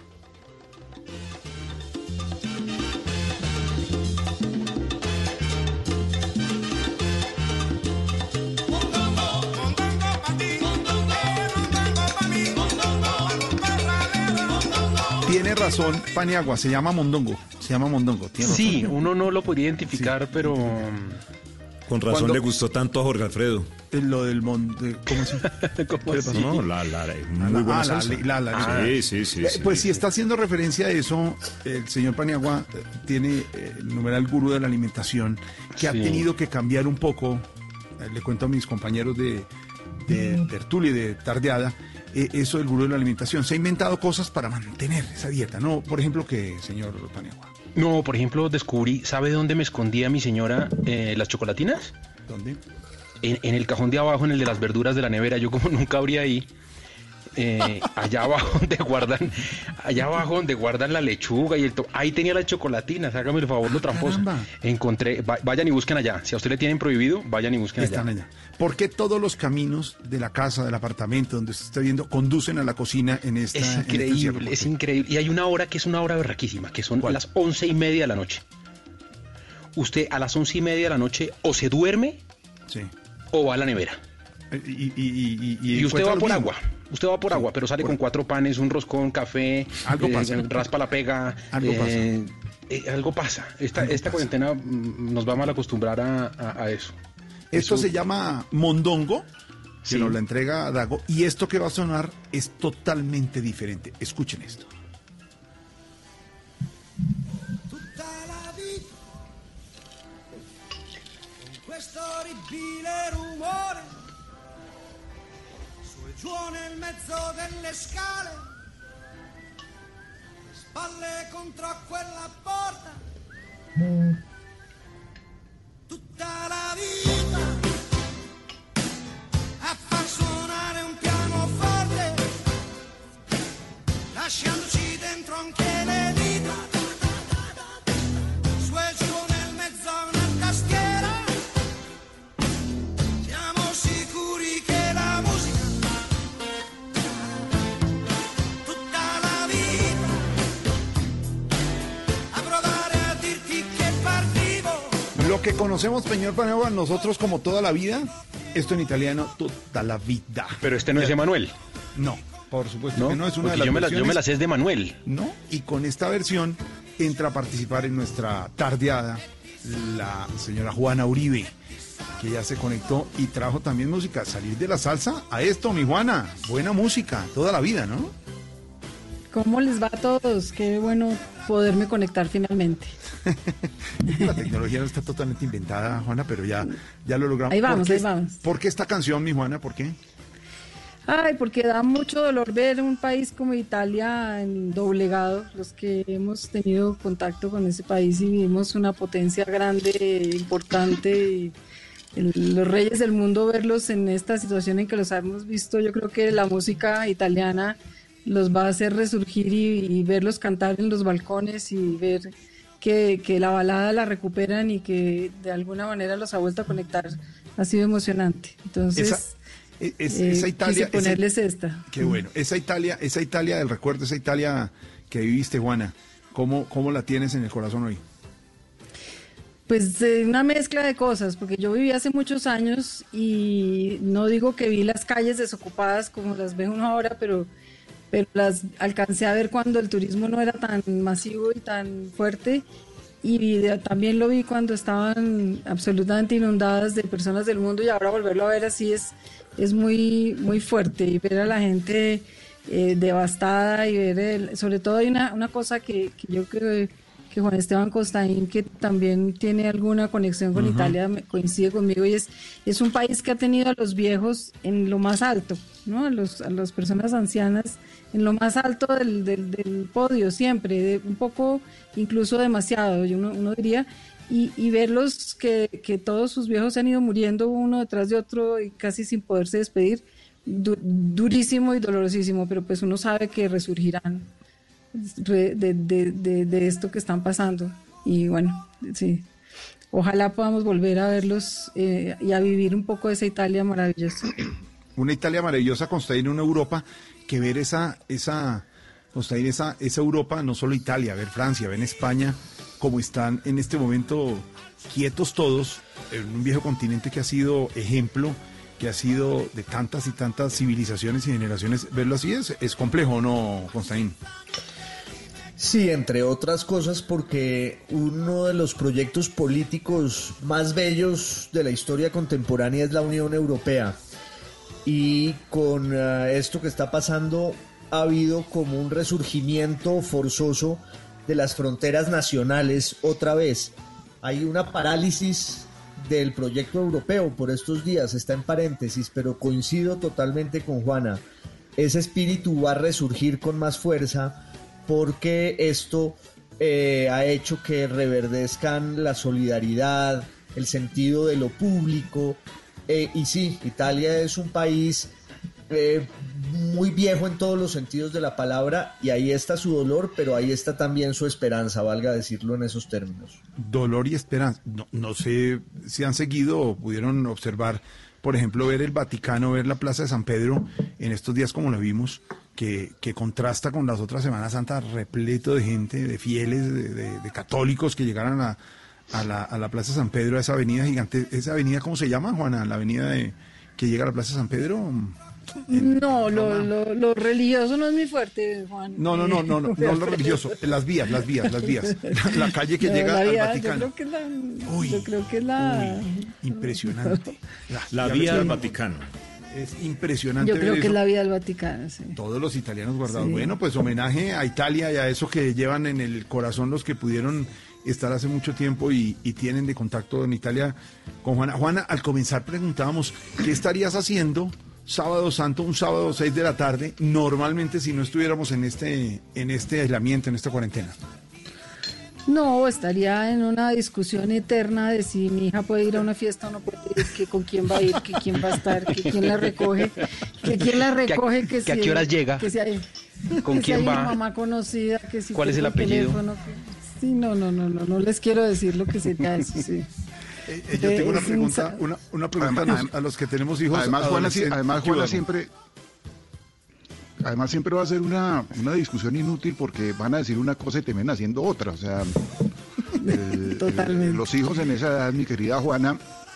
Tiene razón Paniagua, se llama mondongo, se llama mondongo. Tiene sí, razón. uno no lo podría identificar, sí. pero... Con razón Cuando, le gustó tanto a Jorge Alfredo. Lo del mon... ¿Cómo así? ¿Cómo así? No, la, la, la, muy buena ah, salsa. La, la, la, ah, sí, sí, sí, eh, sí. Pues si está haciendo referencia a eso, el señor Paniagua eh, tiene eh, el numeral gurú de la alimentación, que sí. ha tenido que cambiar un poco, eh, le cuento a mis compañeros de, de mm. tertulia y de tardeada, eh, eso del gurú de la alimentación. Se ha inventado cosas para mantener esa dieta, ¿no? Por ejemplo, ¿qué, señor Paniagua? No, por ejemplo, descubrí, ¿sabe dónde me escondía mi señora eh, las chocolatinas? ¿Dónde? En, en el cajón de abajo, en el de las verduras de la nevera. Yo como nunca abría ahí, eh, allá abajo donde guardan, allá abajo donde guardan la lechuga y el to ahí tenía las chocolatinas. Hágame el favor, ah, lo tramposo. Caramba. Encontré, va, vayan y busquen allá. Si a usted le tienen prohibido, vayan y busquen Están allá. allá. ¿Por qué todos los caminos de la casa, del apartamento donde usted está viendo, conducen a la cocina en esta? Es increíble, en este es increíble. Y hay una hora que es una hora berraquísima, que son ¿Cuál? las once y media de la noche. Usted a las once y media de la noche o se duerme, sí. o va a la nevera. Y, y, y, y, y usted va por agua, usted va por sí, agua, pero sale por... con cuatro panes, un roscón, café, algo eh, pasa. raspa la pega, algo eh, pasa. Eh, algo pasa. Esta, algo esta pasa. cuarentena nos va a mal acostumbrar a, a, a eso. Esto eso... se llama mondongo, que sí. nos la entrega Dago, y esto que va a sonar es totalmente diferente. Escuchen esto. Questo orribile rumore su e giù nel mezzo delle scale, spalle contro quella porta, mm. tutta la vita a far suonare un pianoforte, lasciandoci dentro anche le dita, su e giù nel mezzo una tastiera. Lo que conocemos, señor Paniagua, nosotros como toda la vida, esto en italiano, tutta la vida. Pero este no es Emanuel. No, por supuesto ¿No? que no es una Porque de las yo me, la, versiones. yo me la sé de Manuel. No, y con esta versión entra a participar en nuestra tardeada la señora Juana Uribe, que ya se conectó y trajo también música. Salir de la salsa a esto, mi Juana. Buena música, toda la vida, ¿no? ¿Cómo les va a todos? Qué bueno poderme conectar finalmente. La tecnología no está totalmente inventada, Juana, pero ya, ya lo logramos. Ahí vamos, qué, ahí vamos. ¿Por qué esta canción, mi Juana? ¿Por qué? Ay, porque da mucho dolor ver un país como Italia en doblegado, los que hemos tenido contacto con ese país y vivimos una potencia grande, importante, y el, los reyes del mundo, verlos en esta situación en que los hemos visto, yo creo que la música italiana los va a hacer resurgir y, y verlos cantar en los balcones y ver que, que la balada la recuperan y que de alguna manera los ha vuelto a conectar, ha sido emocionante. Entonces... Esa... Es, esa Italia, quise ponerles esa, esta. Qué bueno. Esa Italia, esa Italia del recuerdo, esa Italia que viviste, Juana, ¿cómo, cómo la tienes en el corazón hoy? Pues eh, una mezcla de cosas, porque yo viví hace muchos años y no digo que vi las calles desocupadas como las ve uno ahora, pero, pero las alcancé a ver cuando el turismo no era tan masivo y tan fuerte. Y de, también lo vi cuando estaban absolutamente inundadas de personas del mundo, y ahora volverlo a ver así es, es muy, muy fuerte, y ver a la gente eh, devastada y ver, el, sobre todo hay una, una cosa que, que yo creo que Juan Esteban Costaín, que también tiene alguna conexión con uh-huh. Italia, me, coincide conmigo, y es, es un país que ha tenido a los viejos en lo más alto, ¿no? A, los, a las personas ancianas en lo más alto del, del, del podio siempre, de, un poco, incluso demasiado, yo uno, uno diría, y, y verlos que, que todos sus viejos se han ido muriendo uno detrás de otro y casi sin poderse despedir, du, durísimo y dolorosísimo, pero pues uno sabe que resurgirán de, de, de, de esto que están pasando, y bueno, sí, ojalá podamos volver a verlos eh, y a vivir un poco de esa Italia maravillosa. Una Italia maravillosa, Constaín, una Europa que ver esa, esa, Constaín, esa, esa Europa, no solo Italia, ver Francia, ver España, como están en este momento quietos todos, en un viejo continente que ha sido ejemplo, que ha sido de tantas y tantas civilizaciones y generaciones, verlo así es, es complejo, ¿no, Constaín? Sí, entre otras cosas porque uno de los proyectos políticos más bellos de la historia contemporánea es la Unión Europea. Y con uh, esto que está pasando ha habido como un resurgimiento forzoso de las fronteras nacionales otra vez. Hay una parálisis del proyecto europeo por estos días, está en paréntesis, pero coincido totalmente con Juana. Ese espíritu va a resurgir con más fuerza porque esto eh, ha hecho que reverdezcan la solidaridad, el sentido de lo público. Eh, y sí, Italia es un país eh, muy viejo en todos los sentidos de la palabra, y ahí está su dolor, pero ahí está también su esperanza, valga decirlo en esos términos. Dolor y esperanza. No, no sé si han seguido o pudieron observar, por ejemplo, ver el Vaticano, ver la Plaza de San Pedro en estos días como lo vimos, que, que contrasta con las otras Semanas Santas, repleto de gente, de fieles, de, de, de católicos que llegaran a... A la, a la Plaza San Pedro, a esa avenida gigante. ¿Esa avenida cómo se llama, Juana? La avenida de, que llega a la Plaza San Pedro. En, no, lo, lo, lo religioso no es muy fuerte, Juan. No, no, no, no, no, no lo religioso. Las vías, las vías, las vías. La, la calle que no, llega vía, al Vaticano. Yo creo que es la... Uy, yo creo que es la... Uy, impresionante. La, la vía del Vaticano. Es impresionante. Yo creo que es la vía del Vaticano, sí. Todos los italianos guardados. Sí. Bueno, pues homenaje a Italia y a eso que llevan en el corazón los que pudieron estar hace mucho tiempo y, y tienen de contacto en Italia con Juana. Juana, al comenzar preguntábamos, ¿qué estarías haciendo sábado santo, un sábado seis de la tarde, normalmente si no estuviéramos en este, en este aislamiento, en esta cuarentena? No, estaría en una discusión eterna de si mi hija puede ir a una fiesta o no puede ir, que con quién va a ir, que quién va a estar, que quién la recoge, que quién la recoge, que, que, si, que a qué horas llega, que si hay, con que quién si hay va, una mamá conocida, que si cuál es el apellido. Teléfono, que, sí, no, no, no, no, no les quiero decir lo que sería eso, sí. Eh, eh, yo tengo una pregunta, una, una pregunta además, a, los, a los que tenemos hijos. Además, Juana, además, Juana siempre, además siempre va a ser una, una discusión inútil porque van a decir una cosa y terminan haciendo otra. O sea, el, el, los hijos en esa edad, mi querida Juana,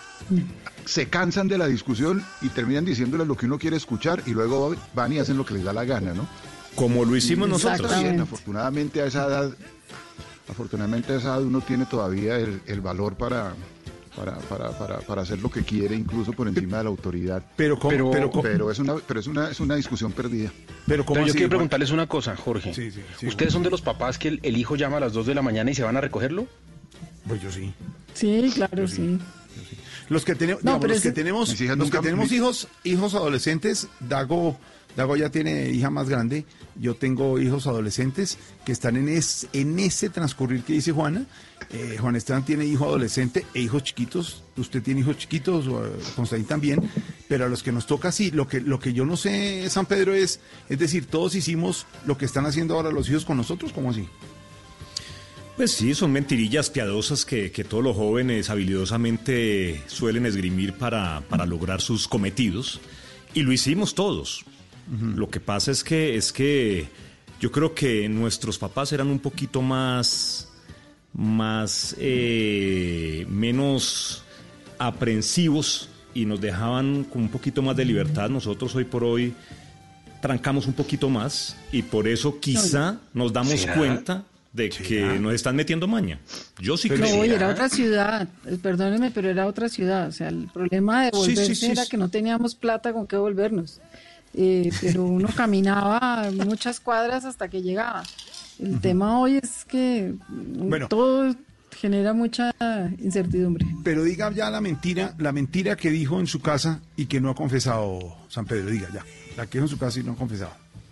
se cansan de la discusión y terminan diciéndole lo que uno quiere escuchar y luego van y hacen lo que les da la gana, ¿no? Como lo hicimos nosotros. Bien, afortunadamente a esa edad, afortunadamente a esa edad uno tiene todavía el, el valor para, para, para, para, para hacer lo que quiere, incluso por encima de la autoridad. Pero ¿cómo? pero, pero, pero es una, pero es una, es una discusión perdida. Pero, ¿cómo pero yo así, quiero Juan? preguntarles una cosa, Jorge. Sí, sí, sí, ¿Ustedes son de los papás que el, el hijo llama a las dos de la mañana y se van a recogerlo? Pues yo sí. Sí, claro, yo sí. sí. Los que, tenemos, No, digamos, pero los que ese- tenemos, Mis hijas los que nunca- tenemos mi- hijos, hijos adolescentes, Dago, Dago ya tiene hija más grande, yo tengo hijos adolescentes que están en, es, en ese transcurrir que dice Juana. Eh, Juan Esteban tiene hijo adolescente e hijos chiquitos, usted tiene hijos chiquitos, o, eh, Constantín también, pero a los que nos toca sí, lo que, lo que yo no sé, San Pedro, es, es decir, todos hicimos lo que están haciendo ahora los hijos con nosotros, ¿cómo así? Pues sí, son mentirillas piadosas que, que todos los jóvenes habilidosamente suelen esgrimir para, para lograr sus cometidos. Y lo hicimos todos. Uh-huh. Lo que pasa es que, es que yo creo que nuestros papás eran un poquito más, más eh, menos aprensivos y nos dejaban con un poquito más de libertad. Nosotros hoy por hoy trancamos un poquito más y por eso quizá nos damos ¿Será? cuenta de ¿Será? que nos están metiendo maña. Yo sí creo. No, oye, era otra ciudad, eh, perdónenme, pero era otra ciudad. O sea, el problema de volverse Sí, sí, sí, era sí. que no teníamos plata con qué volvernos. Eh, pero uno caminaba muchas cuadras hasta que llegaba. El uh-huh. tema hoy es que Bueno. todo genera mucha incertidumbre. Pero diga ya la mentira, la mentira que dijo en su casa y que no ha confesado, San Pedro, diga ya, la que dijo en su casa y no ha confesado.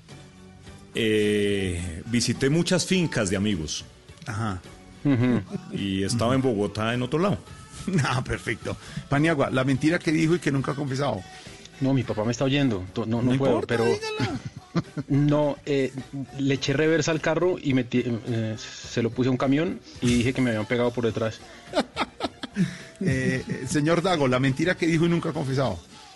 Eh, visité muchas fincas de amigos. Ajá. Y estaba en Bogotá en otro lado. Ah, perfecto. Paniagua, la mentira que dijo y que nunca ha confesado. No, mi papá me está oyendo. No, no, No puedo, importa, pero. dígala. No, eh, le eché reversa al carro y metí, eh, se lo puse a un camión y dije que me habían pegado por detrás. Eh, eh, señor Dago, la mentira que dijo y nunca ha confesado.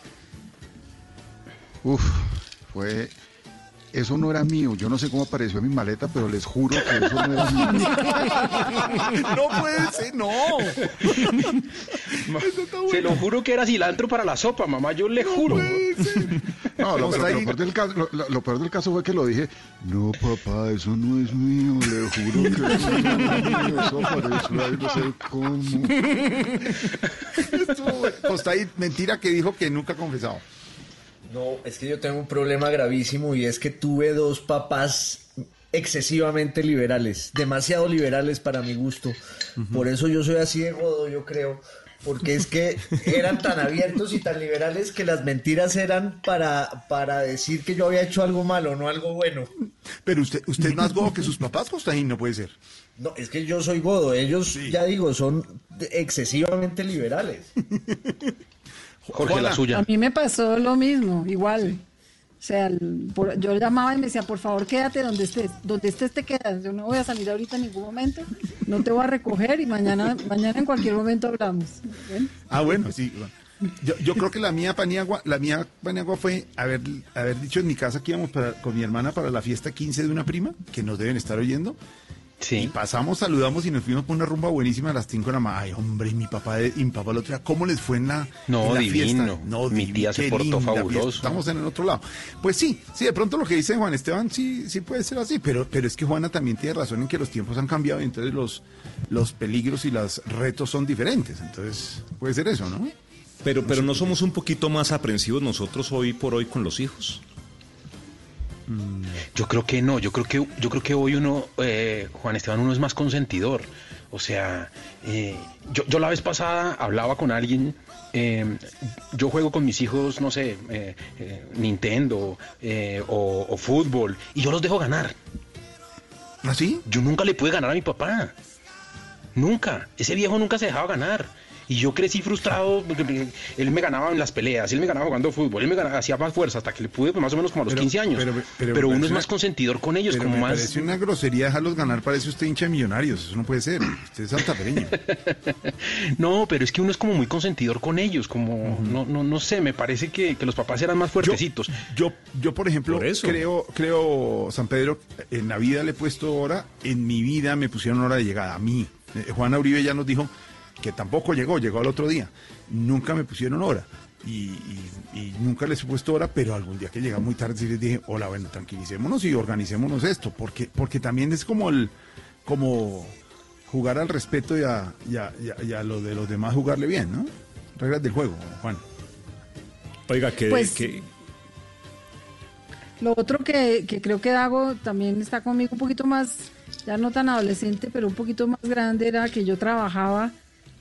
Uf, fue... Eso no era mío, yo no sé cómo apareció en mi maleta, pero les juro que eso no era mío. No puede ser, no. Se lo juro que era cilantro para la sopa, mamá, yo le juro. No, lo, lo, lo, peor del caso, lo, lo peor del caso fue que lo dije, no papá, eso no es mío, le juro que eso no es mío, eso apareció ahí, no sé cómo. Costaí, mentira que dijo que nunca ha confesado. No, es que yo tengo un problema gravísimo y es que tuve dos papás excesivamente liberales, demasiado liberales para mi gusto. Uh-huh. Por eso yo soy así de godo, yo creo, porque es que eran tan abiertos y tan liberales que las mentiras eran para, para decir que yo había hecho algo malo, no algo bueno. Pero usted, usted es más godo que sus papás, Costaín, no puede ser. No, es que yo soy godo, ellos, sí. ya digo, son excesivamente liberales. Jorge, Juana, la suya. A mí me pasó lo mismo, igual. O sea, el, por, yo llamaba y me decía, por favor, quédate donde estés. Donde estés te quedas. Yo no voy a salir ahorita en ningún momento. No te voy a recoger y mañana mañana en cualquier momento hablamos. ¿Ven? Ah, bueno, sí. Yo, yo creo que la mía Paniagua, la mía Paniagua fue haber, haber dicho en mi casa que íbamos para, con mi hermana para la fiesta quince de una prima, que nos deben estar oyendo. Sí. Y pasamos, saludamos y nos fuimos por una rumba buenísima a las cinco de la mañana. Ay, hombre, y mi papá, y mi papá el otro día, ¿cómo les fue en la, no, en la divino. fiesta? No, mi tía se portó fabuloso. Estamos en el otro lado. Pues sí, sí, de pronto lo que dice Juan Esteban, sí, sí puede ser así, pero, pero es que Juana también tiene razón en que los tiempos han cambiado y entonces los, los peligros y los retos son diferentes. Entonces, puede ser eso, ¿no? Pero, no pero sé no somos un poquito más aprensivos nosotros hoy por hoy con los hijos. Yo creo que no, yo creo que yo creo que hoy uno, eh, Juan Esteban, uno es más consentidor. O sea, eh, yo, yo la vez pasada hablaba con alguien, eh, yo juego con mis hijos, no sé, eh, eh, Nintendo eh, o, o fútbol, y yo los dejo ganar. ¿Ah, sí? Yo nunca le pude ganar a mi papá. Nunca. Ese viejo nunca se dejaba ganar. Y yo crecí frustrado porque él me ganaba en las peleas, él me ganaba jugando fútbol, él me ganaba, hacía más fuerza hasta que le pude, pues, más o menos como a los pero, quince años. Pero, pero, pero uno es una, más consentidor con ellos, pero como me más... parece una grosería dejarlos ganar, parece usted hincha de Millonarios, eso no puede ser, usted es altapereño. No, pero es que uno es como muy consentidor con ellos, como, uh-huh. no, no, no sé, me parece que, que los papás eran más fuertecitos. Yo, yo, yo por ejemplo, por creo, creo, San Pedro, en la vida le he puesto hora, en mi vida me pusieron hora de llegada, a mí. Eh, Juana Uribe ya nos dijo que tampoco llegó, llegó al otro día. Nunca me pusieron hora y, y, y nunca les he puesto hora, pero algún día que llega muy tarde sí les dije, hola, bueno, tranquilicémonos y organicémonos esto, porque, porque también es como el, como jugar al respeto y a, y, a, y, a, y a lo de los demás jugarle bien, ¿no? Reglas del juego, Juan. Oiga, que... Pues, que... Lo otro que, que creo que Dago también está conmigo un poquito más, ya no tan adolescente, pero un poquito más grande, era que yo trabajaba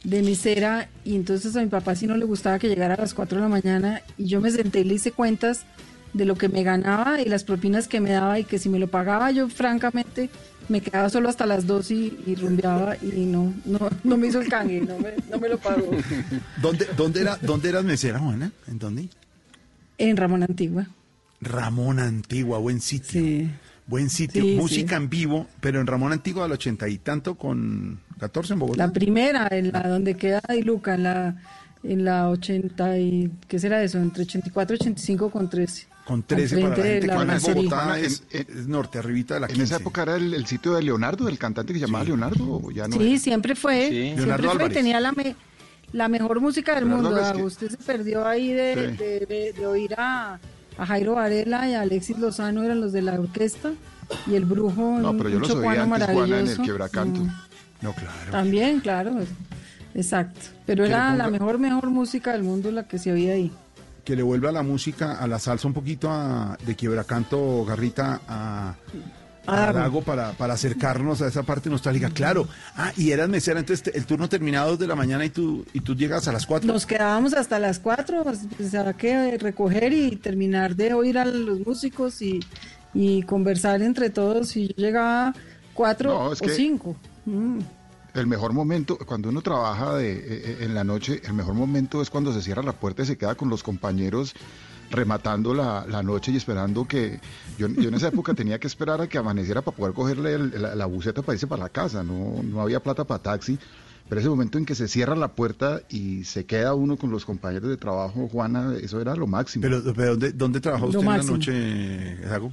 de mesera, y entonces a mi papá sí no le gustaba que llegara a las cuatro de la mañana, y yo me senté y le hice cuentas de lo que me ganaba y las propinas que me daba, y que si me lo pagaba yo francamente me quedaba solo hasta las dos y, y rumbeaba, y no, no, no me hizo el canje, no me, no me lo pagó. ¿Dónde, dónde, era, ¿Dónde eras mesera, Juana? ¿En dónde? En Ramón Antigua. Ramón Antigua, buen sitio. Sí. Buen sitio, Sí, música sí. en vivo, pero en Ramón Antigua al ochenta y tanto con catorce en Bogotá. La primera, en la donde queda Diluca, en la, en la ochenta y, ¿qué será eso? Entre ochenta y cuatro y ochenta y cinco con trece. Con trece Al para la frente de gente la que vive en Macería. Bogotá es, es norte, arribita de la En quince. esa época era el, el sitio de Leonardo, del cantante que se llamaba Leonardo, ¿o ya no Sí, era? siempre fue, Sí. siempre Leonardo fue, y Álvarez. tenía la, me- la mejor música del Leonardo mundo. Álvarez, que- Usted se perdió ahí de, Sí. de, de- de oír a, a Jairo Varela y a Alexis Lozano, eran los de la orquesta, y el brujo, No, un- pero yo un los oía chocuano antes, Juana, en el maravilloso. Quiebracanto. Mm. No, claro. También, claro, exacto. Pero Que le era ponga- la mejor, mejor música del mundo la que se oía ahí. Que le vuelva la música, a la salsa un poquito a- de Quiebracanto, Garrita, a, A a Dago. Dago para, para acercarnos a esa parte nostálgica. Claro. Ah, y eras mesera, entonces te- el turno terminaba a dos de la mañana y tú, y tú llegas a las cuatro. Nos quedábamos hasta las cuatro, pues, pues, había que recoger y terminar de oír a los músicos y, y conversar entre todos, y yo llegaba cuatro No, es o que- cinco. Mm. El mejor momento, cuando uno trabaja de, eh, en la noche, el mejor momento es cuando se cierra la puerta y se queda con los compañeros rematando la, la noche y esperando que... Yo, yo en esa época tenía que esperar a que amaneciera para poder cogerle el- la, la buseta para irse para la casa, no, no había plata para taxi, pero ese momento en que se cierra la puerta y se queda uno con los compañeros de trabajo, Juana, eso era lo máximo. Pero, pero ¿dónde, dónde trabajó Lo usted máximo. en la noche, Dago?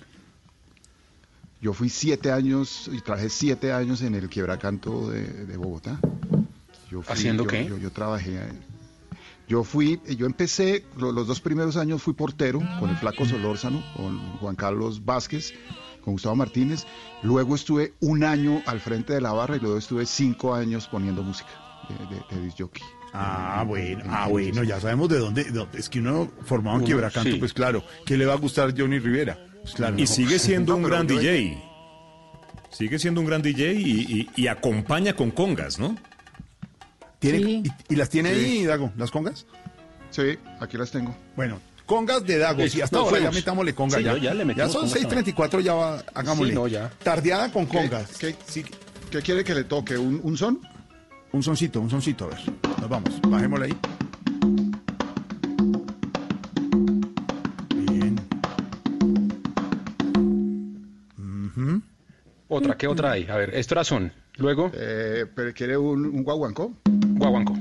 Yo fui siete años y trabajé siete años en el Quiebracanto de, de Bogotá. Yo fui- ¿Haciendo yo- qué? Yo, yo trabajé. ahí. Yo fui, yo empecé, lo- los dos primeros años fui portero con el Flaco Solórzano, con Juan Carlos Vázquez, con Gustavo Martínez. Luego estuve un año al frente de la barra y luego estuve cinco años poniendo música de, de, de disc jockey. Ah, bueno, ah, bueno, ya sabemos de dónde, de dónde- es que uno formaba un Uno, Quiebracanto, sí. pues claro, ¿qué le va a gustar Johnny Rivera? Pues claro, Y no. sigue siendo No, un pero gran yo- D J. Sigue siendo un gran D J y, y- y acompaña con congas, ¿no? ¿Tiene, Sí. y, y las tiene Sí. ahí, Dago, las congas? Sí, aquí las tengo. Bueno, congas de Dago, sí, hasta Nos ahora ya fuimos. metámosle congas. Sí, ya. no, ya le ya metimos son congas seis treinta y cuatro, ya va, hagámosle. Sí, no, ya. Tardeada con ¿Qué- congas. ¿Qué, qué quiere que le toque? ¿Un, un son? Un soncito, un soncito, a ver. Nos vamos, bajémosle ahí. Bien. Ujú. Otra, ¿qué otra hay? A ver, esto era son. Luego. Eh, ¿Pero quiere un, un guaguancó? Guaguancó.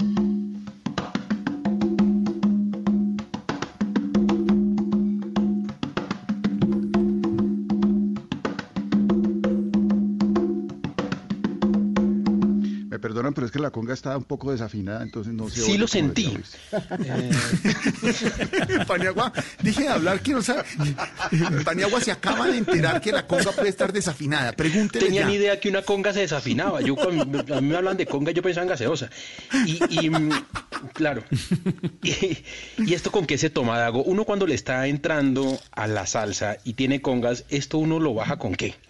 Me perdonan, pero es que la conga está un poco desafinada, entonces no se Sí oye lo como sentí. debería oírse. Paniagua, dije de hablar que no sabe. Paniagua se acaba de enterar que la conga puede estar desafinada. Pregúntele Tenía ya. ni idea que una conga se desafinaba. Yo, con- a mí me hablan de conga y yo pensaba en gaseosa. Y, y, mm, claro. Y, y esto con qué se toma, Dago? Uno cuando le está entrando a la salsa y tiene congas, ¿esto uno lo baja con qué?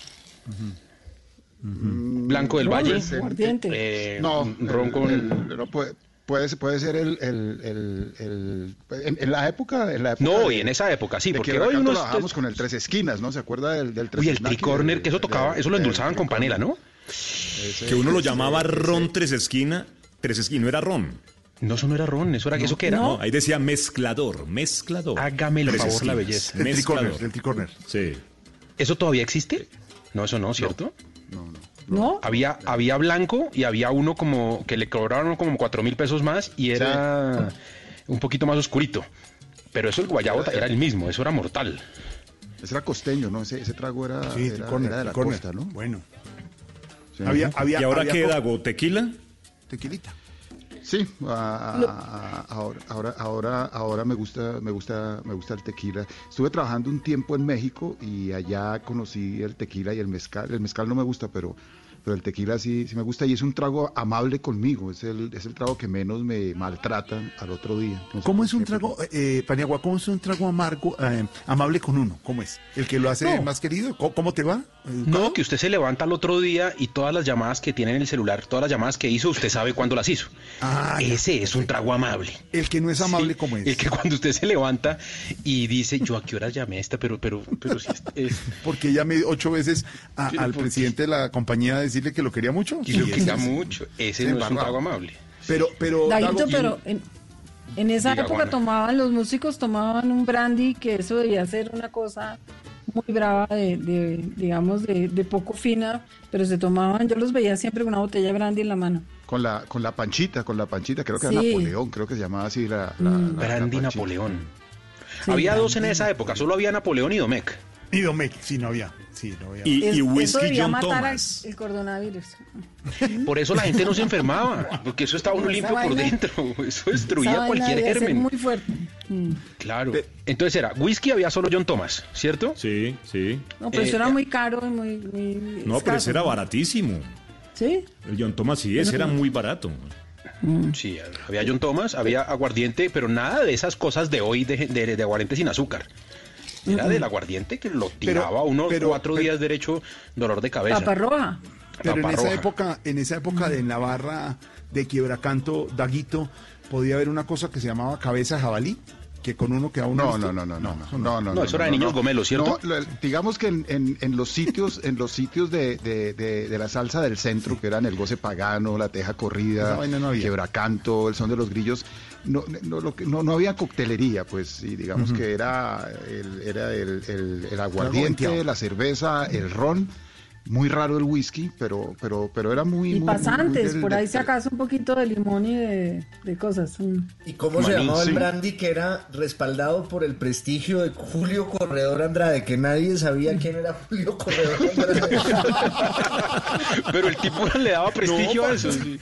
Blanco del Ron, Valle. ese- Aguardiente. Eh, No, ron con... el- no, puede, puede, ser- puede ser el... el, el, el- en, en la época... En la época No, de- y en esa época, sí, de porque Quiebracanto hoy uno... trabajamos con el Tres Esquinas, ¿no? ¿Se acuerda del, del Tres Uy, el Esquinas? tricorner, que eso tocaba, eso lo endulzaban con panela, ¿no? Que uno lo llamaba ron tres esquina, tres esquina, no era ron. No, eso no era ron, eso era, ¿eso qué era? No, ahí decía mezclador, mezclador. Hágame el Tres favor, la esquinas, belleza. El tricorner, mezclador. el tricorner. Sí. ¿Eso todavía existe? No, eso no, ¿cierto? ¿No? Había, había blanco y había uno como que le cobraron como cuatro mil pesos más y era un poquito más oscurito. Pero eso el guayabo Era- era el mismo, eso era mortal. Ese era costeño, ¿no? Ese, ese trago era, Sí, era, tricorner, era de la tricorner. costa, ¿no? Bueno. Sí. Había, había, ¿Y ahora había qué, co- Dago? ¿Tequila? Tequilita. Sí, a- a- ahora, ahora, ahora, ahora me gusta, me gusta, me gusta el tequila. Estuve trabajando un tiempo en México y allá conocí el tequila y el mezcal. El mezcal no me gusta, pero, pero el tequila sí, sí me gusta y es un trago amable conmigo, es el, es el trago que menos me maltrata al otro día. No sé ¿Cómo por es un qué, trago, pero- eh, Paniagua, cómo es un trago amargo, eh, amable con uno? ¿Cómo es? ¿El que lo hace No. más querido? ¿Cómo, cómo te va? No, que usted se levanta al otro día y todas las llamadas que tiene en el celular, todas las llamadas que hizo, usted sabe cuándo las hizo. Ah, ya. Ese es un trago amable. El que no es amable, Sí, ¿cómo es? El que cuando usted se levanta y dice, yo a qué horas llamé a esta, pero, pero, pero si es, es- Porque llamé ocho veces a- Pero al ¿por qué? presidente de la compañía a decirle que lo quería mucho. y lo Sí, que ese da es- mucho, ese se no es un embarraba. trago amable. Pero, pero, Daguito, Dago, pero en, en esa Diga, época Juana. tomaban, los músicos tomaban un brandy, que eso debía ser una cosa muy brava, de, de, digamos, de, de poco fina, pero se tomaban, yo los veía siempre con una botella de brandy en la mano. Con la, con la panchita, con la panchita, creo que Sí. era Napoleón, creo que se llamaba así la... la, Mm. la- la Brandy panchita. Napoleón. Sí, había Brandy. dos en esa época, solo había Napoleón y Domecq. Y Domecq, sí, no había. Sí, no había. Y, Es- y eso whisky debía John matar al- Thomas. el coronavirus. Por eso la gente no se enfermaba, porque eso estaba uno Esa limpio por vaina- dentro, eso Esa destruía vaina cualquier debía ser germen. muy fuerte. Mm. Claro. Entonces era, whisky había solo John Thomas, ¿cierto? Sí, sí. No, pero Eh, eso era eh, muy caro y muy, muy No, pero escaso, ese era ¿no? baratísimo. ¿Sí? El John Thomas sí, ese era muy barato. Sí, había John Thomas, había aguardiente, pero nada de esas cosas de hoy de, de- de aguardiente sin azúcar. Era del aguardiente que lo tiraba uno pero- cuatro pero- días derecho, dolor de cabeza. Papa roja. Pero en Papa esa roja. época, en esa época de la barra de Quiebracanto, Daguito, podía haber una cosa que se llamaba cabeza de jabalí, que con uno quedaba uno. No, listo. no, no, no, no, eso no, no, No, eso era de niños gomelos, ¿cierto? No, lo- digamos que en, en- en los sitios, en los sitios de, de- de- de la salsa del centro, que eran el goce pagano, la teja Esa corrida, vaina no había. quebracanto, el son de los grillos, no, no, lo que- no, no había coctelería, pues, y digamos Ujú. que era el, era el, el- el Algo aguardiente, venteado. la cerveza, el ron. Muy raro el whisky, pero, pero, pero era muy, Y muy, muy- muy pasantes, del- por ahí del- si acaso un poquito de limón y de, de cosas. Mm. ¿Y cómo se Maní, llamaba el sí. brandy que era respaldado por el prestigio de Julio Corredor Andrade? Que nadie sabía quién era Julio Corredor Andrade. Pero el tipo le daba prestigio a eso. sí.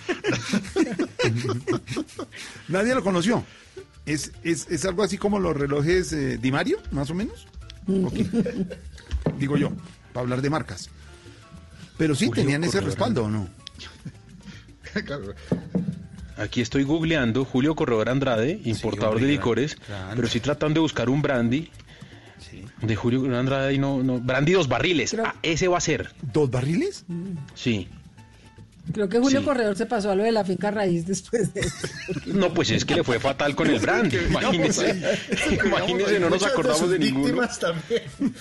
Nadie lo conoció. ¿Es, es, es algo así como los relojes eh, Di Mario, más o menos? Ok. Digo yo, para hablar de marcas. Pero sí, Julio tenían ese Corredor respaldo, ¿o no? Claro. Aquí estoy googleando Julio Corredor Andrade, importador hombre, de claro, licores, claro. pero estoy tratando de buscar un brandy de Julio Corredor Andrade y no, no, brandy dos barriles. Creo- Ah, ese va a ser. ¿Dos barriles? Sí. Creo que Julio Sí. Corredor se pasó a lo de la finca raíz después de eso. No, pues es que le fue fatal con el brandy. Imagínese. Imagínese, no nos Muchas acordamos sus de ninguno. víctimas también.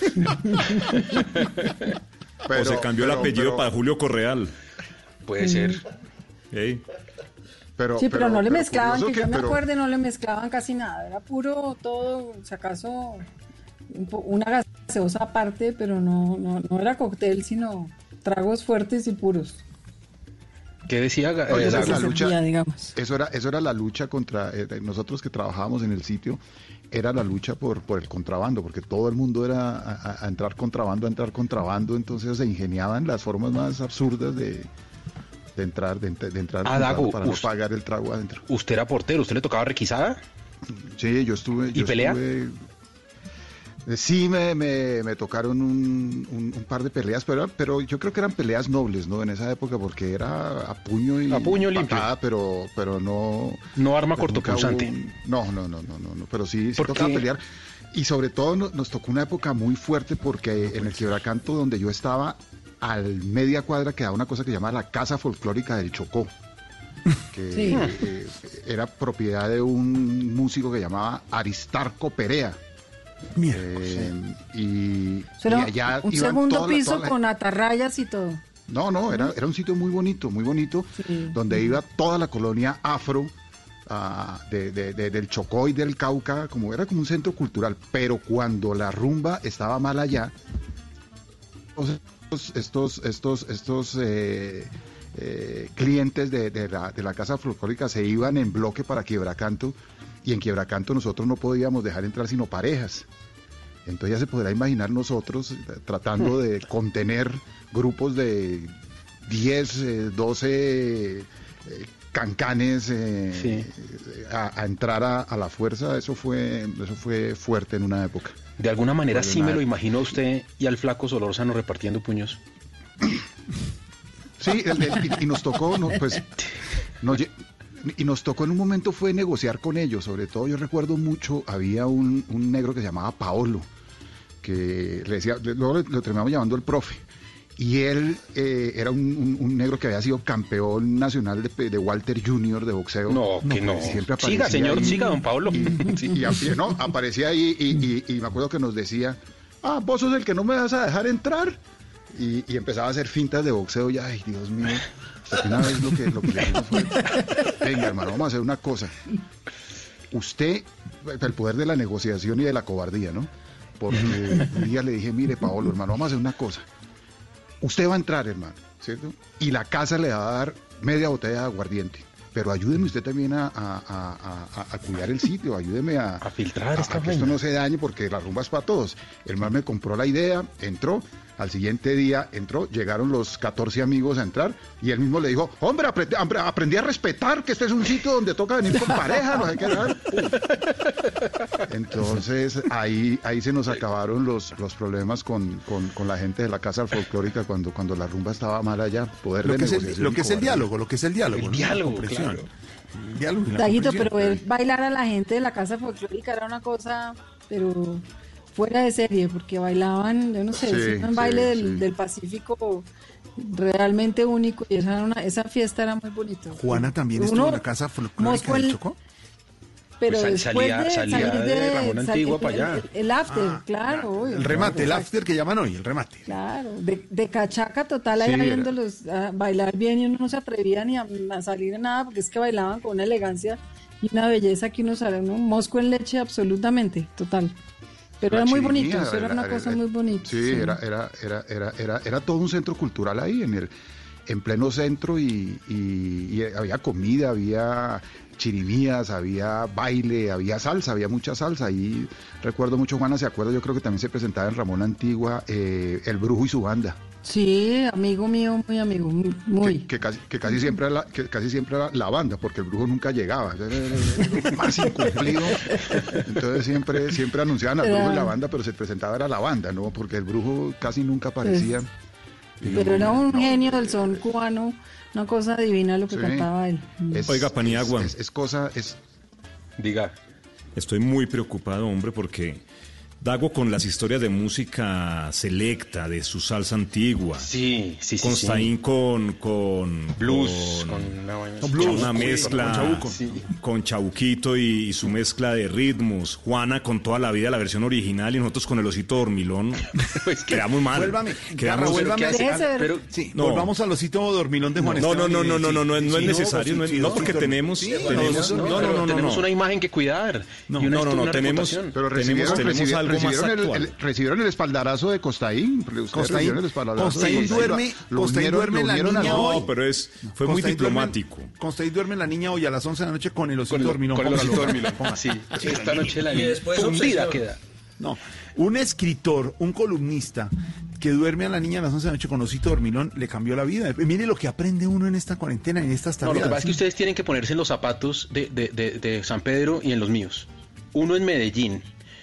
Pero- o se cambió el pero- apellido pero- para Julio Correal. Puede ser. Ey. pero- Sí, pero, no le pero mezclaban, curioso que yo me pero- acuerde, no le mezclaban casi nada. Era puro todo, si acaso un po- una gaseosa aparte, pero no, no, no era cóctel, sino tragos fuertes y puros. ¿Qué decía? No, eh, y esa la- es la se lucha, servía, digamos. eso era, eso era la lucha contra eh, nosotros que trabajábamos en el sitio, era la lucha por, por el contrabando, porque todo el mundo era a, a- a entrar contrabando, a entrar contrabando, entonces se ingeniaban las formas más absurdas de, de entrar, de, ent- de entrar Ah, contrabando Dago, para no us- pagar el trago adentro. Usted era portero, ¿usted le tocaba requisada? Sí, yo estuve. ¿Y yo pelea? estuve- eh, sí, me, me, me tocaron un, un- un par de peleas, pero, pero yo creo que eran peleas nobles, ¿no? En esa época, porque era a puño y A puño limpio. patada, pero, pero no. No arma pues, nunca cortopunzante. hubo un- No, no, no, no, no, no, pero sí, sí ¿Por tocaba qué? pelear. Y sobre todo no- nos tocó una época muy fuerte porque en el Quiebracanto donde yo estaba, al media cuadra quedaba una cosa que se llama la Casa Folclórica del Chocó, que Sí. eh, era propiedad de un músico que llamaba Aristarco Perea. Mira, Eh, y, Eso era y allá un iban segundo toda la- piso toda la- con atarrayas y todo. No, no, era, era un sitio muy bonito, muy bonito, Sí. donde iba toda la colonia afro ah, de, de- de- del Chocó y del Cauca, como era como un centro cultural, pero cuando la rumba estaba mal allá, estos, estos, estos, estos eh, eh, clientes de, de la, de la Casa Folclórica se iban en bloque para Quiebracanto, y en Quiebracanto nosotros no podíamos dejar entrar sino parejas. Entonces ya se podrá imaginar nosotros eh, tratando de contener grupos de diez, eh, doce eh, cancanes eh, Sí. a, a entrar a, a la fuerza. Eso fue, eso fue fuerte en una época. De alguna manera Fue sí una me lo época. imaginó usted y al flaco Solórzano repartiendo puños. Sí, el, el, y, y nos tocó, no, pues, nos, y nos tocó en un momento fue negociar con ellos, sobre todo yo recuerdo mucho, había un, un negro que se llamaba Paolo, que le decía, luego lo terminamos llamando el profe, y él eh, era un, un, un negro que había sido campeón nacional de, de Walter junior de boxeo. No, que no. Pues, siempre siga, señor, ahí, siga, don Pablo. Y, sí, y, no, aparecía ahí y, y, y me acuerdo que nos decía, ah, vos sos el que no me vas a dejar entrar. Y, y empezaba a hacer fintas de boxeo y, ay, Dios mío, hasta que una vez lo que, lo que le dijimos fue, venga, hermano, vamos a hacer una cosa. Usted, el poder de la negociación y de la cobardía, ¿no? Porque un día le dije, mire, Paolo, hermano, vamos a hacer una cosa. Usted va a entrar, hermano, ¿cierto? Y la casa le va a dar media botella de aguardiente. Pero ayúdeme usted también a, a, a, a, a cuidar el sitio, ayúdeme a, a filtrar esta a, a que esto no se dañe porque la rumba es para todos. El man me compró la idea, entró, al siguiente día entró, llegaron los catorce amigos a entrar y él mismo le dijo, hombre, aprendí, aprendí a respetar que este es un sitio donde toca venir con pareja, no sé qué. Entonces ahí, ahí se nos acabaron los, los problemas con, con, con la gente de la casa folclórica cuando, cuando la rumba estaba mal allá. Poder lo de que, es negociación el, lo que es el diálogo, lo que es el diálogo. El ¿no? diálogo, claro. El diálogo y la Daguito, pero comprensión. ver bailar a la gente de la casa folclórica era una cosa, pero fuera de serie, porque bailaban, yo no sé, Sí, es un sí, baile del, sí. del Pacífico realmente único y esa, era una, esa fiesta era muy bonita. Juana también Uno- estuvo en la casa folclórica Moscú del el- Chocó. Pero Pues después salía- de salía salir de de, Ramón sal- Antigua el, para allá. el- el after, Ah, claro, obvio, El remate, el claro. after que llaman hoy, el remate. Claro, de, de cachaca total ahí Sí, viéndolos a bailar bien y uno no se atrevía ni a, a salir en nada porque es que bailaban con una elegancia y una belleza que uno sale, un mosco en leche absolutamente, total. Pero La era muy chirimía, bonito, eso era una era- cosa era- muy bonita. Sí, Era, era, era, era, era, era todo un centro cultural ahí, en el, en pleno centro, y, y, y había comida, había chirimías, había baile, había salsa, había mucha salsa. Y recuerdo mucho, Juana, se acuerda, yo creo que también se presentaba en Ramón Antigua, eh, El Brujo y su banda. Sí, amigo mío, muy amigo, muy. muy. Que, que casi, que casi siempre era la, que casi siempre era la banda, porque el brujo nunca llegaba, era el más incumplido. Entonces siempre, siempre anunciaban al Era- brujo y la banda, pero se presentaba era la banda, ¿no? Porque el brujo casi nunca aparecía. Y Pero no- era un no, genio del son cubano, una cosa divina lo que Sí. cantaba él. es- Oiga, Paniagua. Es, es cosa, es... Diga. Estoy muy preocupado, hombre, porque Dago con las historias de música selecta, de su salsa antigua. Sí, sí, sí. Constaín sí. con, con Blues, con, con una vaina con así. una Sí, mezcla con chabuco. con Chabuquito y, y su mezcla de ritmos. Juana con toda la vida la versión original y nosotros con el osito dormilón. Pues que- Quedamos mal. Vuélvame, Quedamos- Garra, vuélvame. Déjese a- ver. Pero, sí, No. volvamos al osito dormilón de Juan No, no, Esteban no, y- no, no, no, no, sí, no es sí, necesario, no, es- sí, no sí, porque sí, tenemos, sí, tenemos, No, no, pero no, no, no, tenemos no. una imagen que cuidar. No, y una, no, no, no, una tenemos- reputación. Pero Tenemos- recibieron, tenemos recibieron, algo más recibieron el, actual. el- recibieron el espaldarazo de Costaín. Ustedes Costaín, recibieron el espaldarazo de Costaín Costaín. duerme, Lo Costaín unieron- duerme lo la unieron niña al- hoy. No, pero es, fue muy Constaín diplomático. Duerme, Constaín duerme la niña hoy a las once de la noche con el osito Con el, dormilón. con el Póngalo, osito póngalo, dormilón. póngalo. Sí, sí, esta noche la Y después fundida obsesión. queda. No, un escritor, un columnista que duerme a la niña a las once de la noche con osito dormilón le cambió la vida. Mire lo que aprende uno en esta cuarentena, en estas No, lo tardes. que pasa es que ustedes tienen que ponerse en los zapatos de, de, de, de San Pedro y en los míos. Uno en Medellín,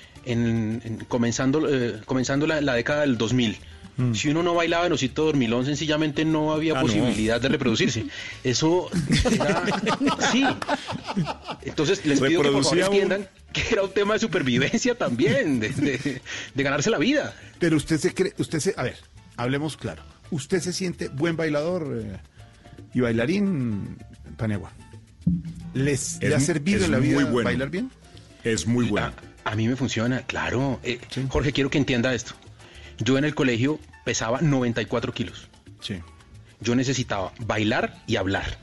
en, en- comenzando, eh, comenzando la, la década del dos mil. Si uno no bailaba en osito dormilón, sencillamente no había Ah, no. posibilidad de reproducirse. Eso era... Sí. Entonces les pido que por favor Reproducía un- entiendan que era un tema de supervivencia también, de, de- de ganarse la vida. Pero usted se cree, usted se, a ver, hablemos claro. ¿Usted se siente buen bailador eh, y bailarín, Paniagua? ¿Les le Es ha mu- servido es en la vida muy bueno. bailar bien? Es muy bueno. A, a mí me funciona, claro. Eh, Sí. Jorge, quiero que entienda esto. Yo en el colegio pesaba noventa y cuatro kilos. Sí. Yo necesitaba bailar y hablar.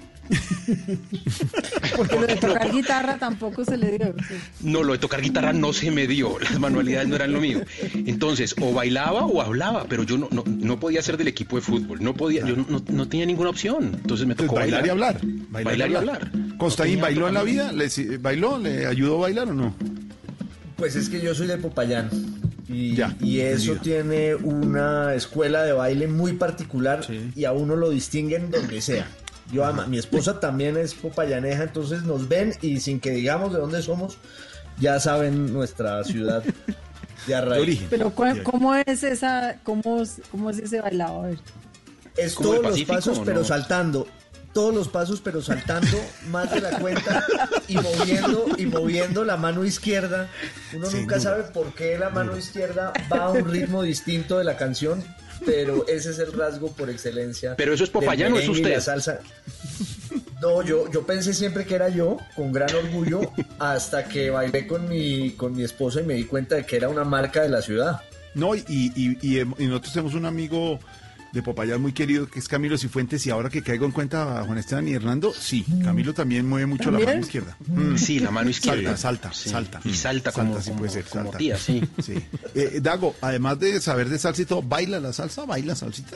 Porque lo de tocar guitarra tampoco se le dio. sí. No, lo de tocar guitarra no se me dio, las manualidades no eran lo mío. Entonces, o bailaba o hablaba, pero yo no, no, no podía ser del equipo de fútbol, no podía, yo no, no tenía ninguna opción. Entonces me Entonces, tocó bailar, y hablar. Bailar, y hablar. ¿Constaín No tenía bailó en la otra vida? ¿Le, si- ¿Bailó? ¿Le ayudó a bailar o no? Pues es que yo soy de Popayán y, Ya, y eso entendido. tiene una escuela de baile muy particular Sí. y a uno lo distinguen donde sea. Yo ama, mi esposa también es popayaneja, entonces nos ven y sin que digamos de dónde somos, ya saben nuestra ciudad de De arraigo. origen. Pero ¿cuál- ¿cómo es esa, cómo, es- cómo es ese bailado? A ver. Es como todos el los Pacífico, pasos, ¿o pero no? saltando. Todos los pasos, pero saltando más de la cuenta y moviendo y moviendo la mano izquierda. Uno Sin nunca duda. sabe por qué la mano izquierda va a un ritmo distinto de la canción, pero ese es el rasgo por excelencia. Pero eso es del Popayán, ¿o es merengue y usted? la salsa. No, yo, yo pensé siempre que era yo, con gran orgullo, hasta que bailé con mi, con mi esposa y me di cuenta de que era una marca de la ciudad. No, y, y, y, y nosotros tenemos un amigo de Popayán muy querido que es Camilo Cifuentes, y ahora que caigo en cuenta a Juan Esteban y Hernando, sí, Camilo también mueve mucho ¿También? la mano izquierda. Mm. Sí, la mano izquierda. Salta, salta, Sí. salta. Y salta como- Salta, sí puede ser, como salta. tía, sí. Sí. Eh, Dago, además de saber de salsa y todo, ¿baila la salsa? ¿Baila salsita?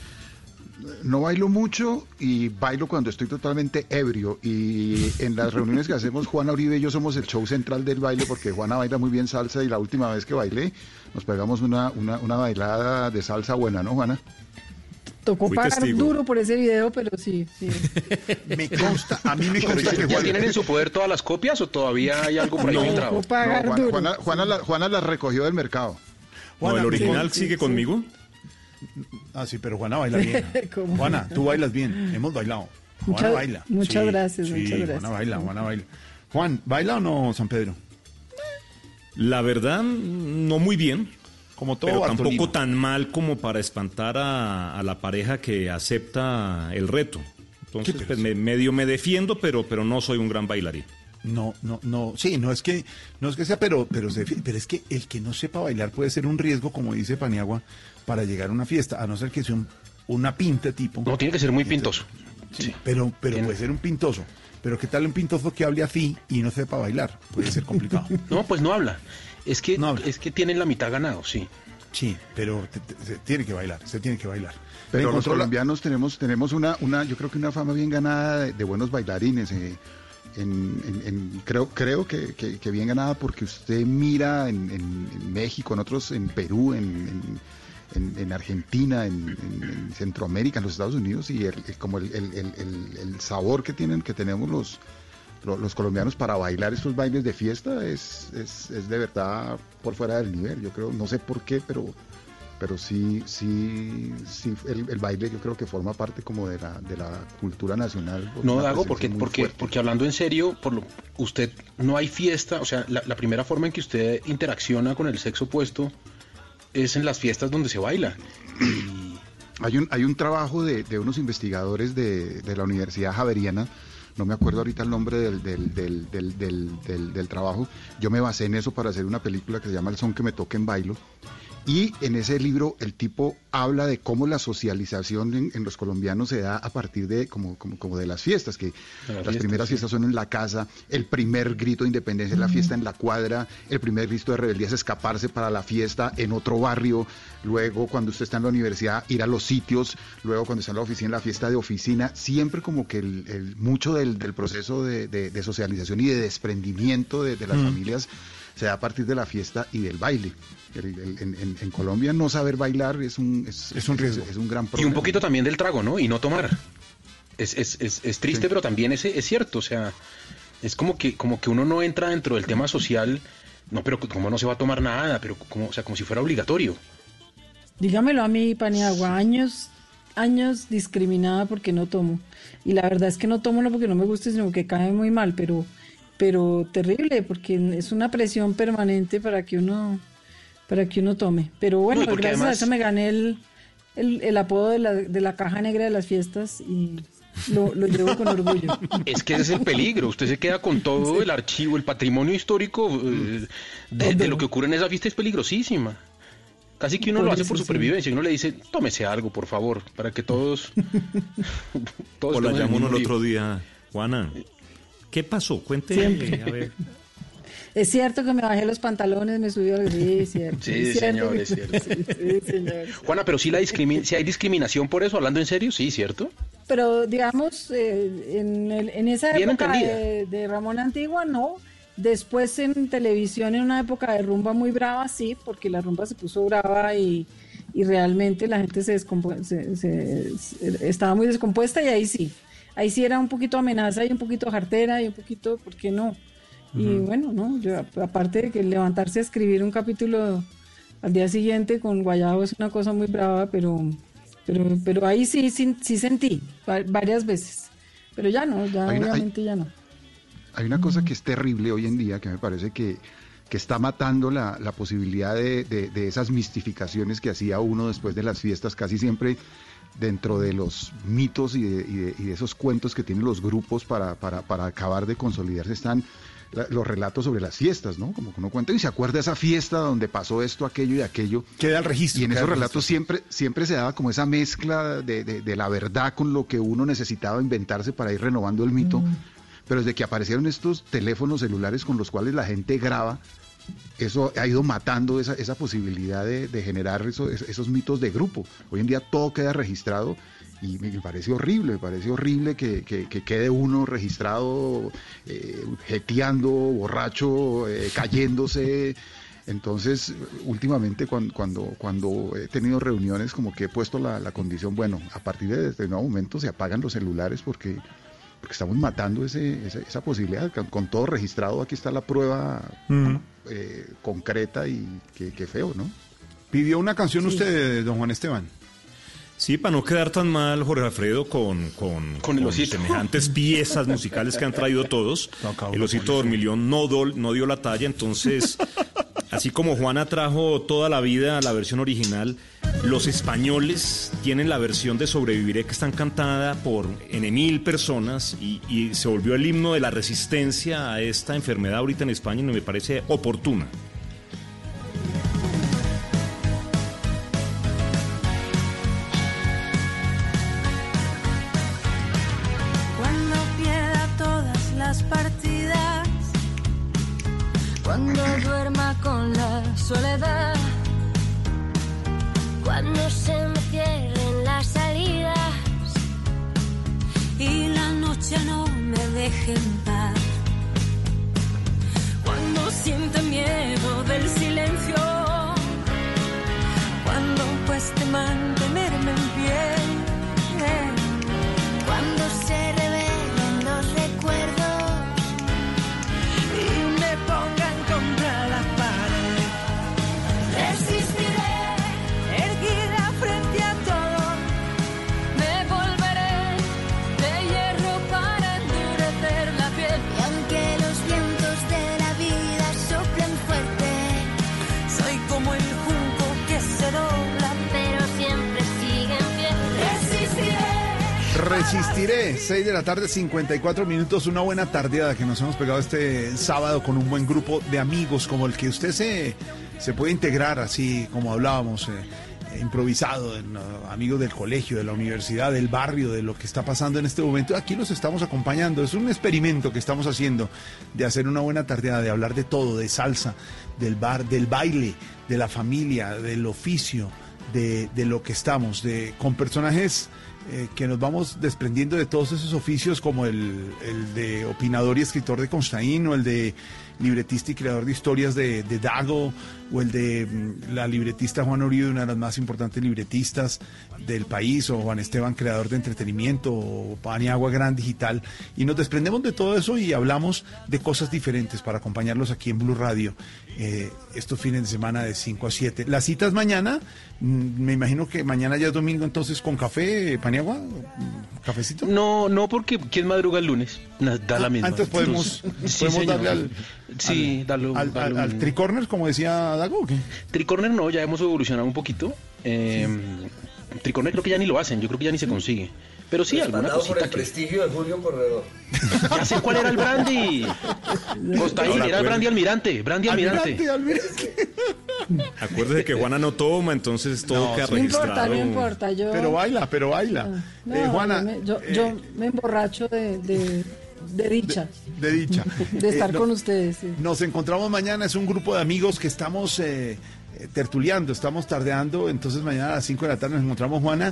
No bailo mucho y bailo cuando estoy totalmente ebrio, y en las reuniones que hacemos Juana Uribe y yo somos el show central del baile, porque Juana baila muy bien salsa, y la última vez que bailé nos pegamos una, una, una bailada de salsa buena, ¿no, Juana? Tocó Fui pagar testigo. duro por ese video, pero sí, sí. Me consta, a mí me Pero consta ¿ya, que ya Juana... tienen en su poder todas las copias o todavía hay algo por ahí No, filtrado? no, Juana, Juana, Juana la- Juana las recogió del mercado. No, el original sigue conmigo. Ah, sí, pero Juana baila bien. ¿Cómo? Juana, tú bailas bien, hemos bailado. Juana Muchas- baila. muchas Sí, gracias, sí, muchas gracias. Juana baila, Juana baila. Juan, ¿baila o no, San Pedro? La verdad, no muy bien. Como todo pero Bartolino. tampoco tan mal como para espantar a, a la pareja que acepta el reto. Entonces, Sí, pero pues, me- medio me defiendo, pero, pero no soy un gran bailarín. No, no, no, sí, no es que, no es que sea, pero, pero, se, pero es que el que no sepa bailar puede ser un riesgo, como dice Paniagua, para llegar a una fiesta, a no ser que sea un- una pinta tipo. No, tiene que ser muy pintoso. Sí, pero, pero puede ser un pintoso. Pero ¿qué tal un pintoso que hable así y no sepa bailar? Puede ser complicado. No, pues no habla. Es que, es que tienen la mitad ganado, sí. Sí, pero te- te- se tiene que bailar, se tiene que bailar. Pero Me los encontró la- colombianos tenemos, tenemos una, una, yo creo que una fama bien ganada de, de buenos bailarines. eh, en- en- en- creo creo que, que- que bien ganada, porque usted mira en, en- en México, en otros, en Perú, en, en- en- en Argentina, en, en- en Centroamérica, en los Estados Unidos, y el, el- como el, el- el- el- el sabor que tienen, que tenemos los, lo- los colombianos para bailar estos bailes de fiesta es, es, es de verdad por fuera del nivel. Yo creo, no sé por qué, pero pero sí, sí, sí, el, el baile yo creo que forma parte como de la, de la cultura nacional. No, Una Dago, presencia porque, muy porque, fuerte. porque hablando en serio, por lo, usted no hay fiesta, o sea, la, la primera forma en que usted interacciona con el sexo opuesto es en las fiestas donde se baila. Hay un, hay un trabajo de, de unos investigadores de, de la Universidad Javeriana, no me acuerdo ahorita el nombre del, del, del, del, del, del- del trabajo. Yo me basé en eso para hacer una película que se llama El son que me toque en bailo. Y en ese libro el tipo habla de cómo la socialización en, en los colombianos se da a partir de como, como, como de las fiestas, que De las las fiestas, primeras sí. fiestas son en la casa, el primer grito de independencia es la fiesta en la cuadra, el primer grito de rebeldía es escaparse para la fiesta en otro barrio, luego cuando usted está en la universidad ir a los sitios, luego cuando está en la oficina la fiesta de oficina, siempre como que el, el- mucho del, del proceso de, de- de socialización y de desprendimiento de, de las Mm. familias se da a partir de la fiesta y del baile. El- el- en, en- en Colombia no saber bailar es un, es, Es un riesgo. Es, un gran Y problema. un poquito también del trago, ¿no? Y no tomar. Es, es, es, es triste, Sí. pero también es, es cierto. O sea, es como que, como que uno no entra dentro del tema social. No, pero como no se va a tomar nada, pero como, o sea, como si fuera obligatorio. Dígamelo a mí, Paniagua, años, años discriminada porque no tomo. Y la verdad es que no tomo no porque no me guste, sino porque cae muy mal, pero, pero terrible, porque es una presión permanente para que uno, para que uno tome. Pero bueno, No, y porque gracias a además- eso me gané el, el, el apodo de la, de la caja negra de las fiestas y lo, lo llevo con orgullo. Es que ese es el peligro. Usted se queda con todo el archivo, el patrimonio histórico eh, de, de lo que ocurre en esa fiesta. Es peligrosísima. Casi que uno Por lo hace eso por sí. supervivencia. Y uno le dice, tómese algo, por favor, para que todos. todos O la estemos en llamó el el mismo otro lío. día, Juana. ¿Qué pasó? Cuente. Siempre. A ver. Es cierto que me bajé los pantalones, me subió al... Sí, es cierto. Sí, es cierto señor, que- es cierto. Sí, sí, señor. Juana, pero sí la discrimi- si hay discriminación por eso, hablando en serio, sí, ¿cierto? Pero digamos, eh, en, el- en esa Bien época entendida. de, de Ramón Antigua, no. Después en televisión, en una época de rumba muy brava, sí, porque la rumba se puso brava y, y realmente la gente se, descompu- se, se- se- estaba muy descompuesta y ahí sí. Ahí sí era un poquito amenaza y un poquito jartera y un poquito, ¿por qué no? Y Ujú. bueno, no, yo, aparte de que levantarse a escribir un capítulo al día siguiente con Guayabo es una cosa muy brava, pero, Pero, pero ahí sí, sí, sí sentí varias veces. Pero ya no, ya hay una, obviamente hay, ya no. Hay una cosa que es terrible hoy en día, que me parece que, que está matando la, la posibilidad de, de, de esas mistificaciones que hacía uno después de las fiestas, casi siempre dentro de los mitos y de, y de, y de esos cuentos que tienen los grupos para, para, para acabar de consolidarse, están la, los relatos sobre las fiestas, ¿no? Como que uno cuenta y se acuerda de esa fiesta donde pasó esto, aquello y aquello. Queda el registro. Y en esos relatos siempre, siempre se daba como esa mezcla de, de, de la verdad con lo que uno necesitaba inventarse para ir renovando el mito. Mm. Pero desde que aparecieron estos teléfonos celulares con los cuales la gente graba, eso ha ido matando esa, esa posibilidad de, de generar eso, esos mitos de grupo. Hoy en día todo queda registrado y me parece horrible, me parece horrible que, que, que quede uno registrado eh, jeteando, borracho, eh, cayéndose. Entonces, últimamente cuando, cuando, cuando he tenido reuniones, como que he puesto la, la condición, bueno, a partir de determinado momento se apagan los celulares porque... porque estamos matando ese, esa, esa posibilidad, con, con todo registrado, aquí está la prueba mm. eh, concreta y qué, qué feo, ¿no? Pidió una canción sí. usted, don Juan Esteban. Sí, para no quedar tan mal, Jorge Alfredo, con, con, con, con semejantes piezas musicales que han traído todos. No, el Osito Dormilón no, do, no dio la talla, entonces, así como Juana trajo toda la vida la versión original, los españoles tienen la versión de Sobreviviré que están cantada por N mil personas y, y se volvió el himno de la resistencia a esta enfermedad ahorita en España y me parece oportuna. Cuando pierda todas las partidas, cuando duerma con la soledad, cuando se me cierren las salidas y la noche no me deje en paz, cuando sienta miedo del silencio, cuando cueste mantenerme en pie, cuando se revelen los recuerdos y me pongan contra la pared, resistiré. Resistiré, seis de la tarde, cincuenta y cuatro minutos, una buena tardeada que nos hemos pegado este sábado con un buen grupo de amigos como el que usted se, se puede integrar, así como hablábamos, eh, improvisado, en, uh, amigos del colegio, de la universidad, del barrio, de lo que está pasando en este momento. Aquí los estamos acompañando, es un experimento que estamos haciendo de hacer una buena tardeada, de hablar de todo, de salsa, del bar, del baile, de la familia, del oficio, de, de lo que estamos, de con personajes... Eh, que nos vamos desprendiendo de todos esos oficios como el, el de opinador y escritor de Constaín, o el de libretista y creador de historias de, de Dago, o el de mm, la libretista Juana Uribe, una de las más importantes libretistas del país, o Juan Esteban, creador de entretenimiento, o Paniagua, gran digital, y nos desprendemos de todo eso y hablamos de cosas diferentes para acompañarlos aquí en Blue Radio eh, estos fines de semana de cinco a siete. Las citas mañana, mm, me imagino que mañana ya es domingo, entonces con café, Paniagua, ¿cafecito? No, no, porque ¿quién madruga el lunes? Da la misma. Antes podemos, entonces, podemos sí, darle al... Sí, al, dale, al, dale al, al tricorner, como decía Dago, ¿o qué? Tricorner no, ya hemos evolucionado un poquito. Eh, sí. Tricorner creo que ya ni lo hacen, yo creo que ya ni se consigue. Pero sí, Respaldado alguna cosita por el que... prestigio de Julio Corredor. Ya sé cuál era el brandy. Costaín, era el brandy almirante. Brandy almirante. almirante. Acuérdese que Juana no toma, entonces todo no, queda no registrado. Importa, no importa, yo... Pero baila, pero baila. No, eh, Juana... Yo me, yo, eh, yo me emborracho de... de... De dicha. De, de dicha. De estar eh, no, con ustedes. Sí. Nos encontramos mañana, es un grupo de amigos que estamos eh, tertuleando, estamos tardeando, entonces mañana a las cinco de la tarde nos encontramos, Juana.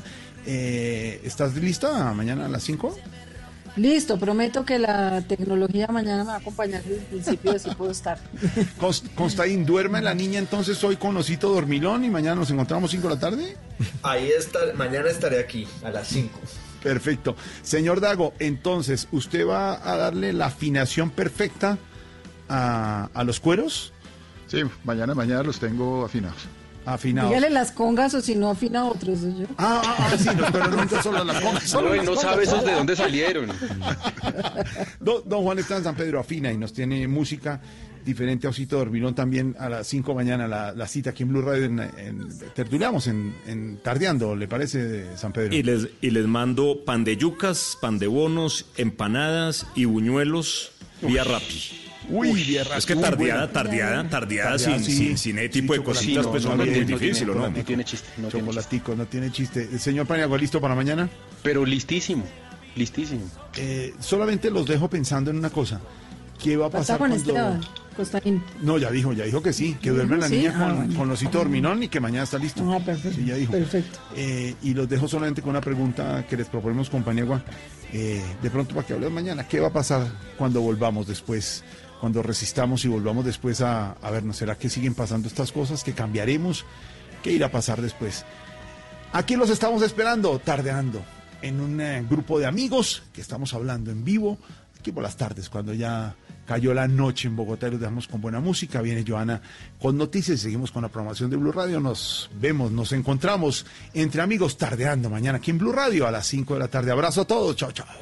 Eh, ¿Estás lista mañana a las cinco? Listo, prometo que la tecnología mañana me va a acompañar desde el principio, así puedo estar. Constaín, duerme la niña entonces hoy con Osito Dormilón y mañana nos encontramos cinco de la tarde. Ahí está, mañana estaré aquí a las cinco. Perfecto. Señor Dago, entonces, ¿usted va a darle la afinación perfecta a, a los cueros? Sí, mañana, mañana los tengo afinados. Afinados. Dígale las congas o si no afina otros. ¿yo? Ah, ah, ah, sí, no, pero nunca solo las congas. Solo No, las no congas, sabe esos solo. de dónde salieron. Don, don Juan está en San Pedro, afina y nos tiene música diferente a Osito Dormilón también a las cinco de la mañana, la, la cita aquí en Blue Radio, en, en, tertuliamos en, en Tardeando, ¿le parece, de San Pedro? Y les, y les mando pan de yucas, pan de bonos, empanadas y buñuelos vía Rappi. Uy, vía Rappi. Es que tardeada, tardeada, tardeada, sin, sí, sin, sin ese tipo sí, de cositas, chocolatino, pues no, hombre, no muy tiene- difícil, ¿o no? No tiene chiste. No tiene chiste. Chocolatico, no tiene chiste. El señor Paniagua, ¿listo para mañana? Pero listísimo, listísimo. Eh, solamente los dejo pensando en una cosa. ¿Qué va a Falta pasar Juan cuando... Esteban, Costaín. No, ya dijo, ya dijo que sí, que duerme la ¿Sí? niña Ah, con, bueno. con Osito Dorminón y que mañana está listo. Ah, perfecto. Sí, ya dijo. Perfecto. Eh, y los dejo solamente con una pregunta que les proponemos con Paniagua. Eh, de pronto para que hablemos mañana, ¿qué va a pasar cuando volvamos después? Cuando resistamos y volvamos después a, a vernos. ¿Será que siguen pasando estas cosas? ¿Que cambiaremos? ¿Qué irá a pasar después? Aquí los estamos esperando, tardeando, en un eh, grupo de amigos que estamos hablando en vivo, aquí por las tardes, cuando ya cayó la noche en Bogotá y los dejamos con buena música. Viene Joana con noticias y seguimos con la programación de Blue Radio. Nos vemos, nos encontramos entre amigos tardeando mañana aquí en Blue Radio a las cinco de la tarde. Abrazo a todos, chao, chao.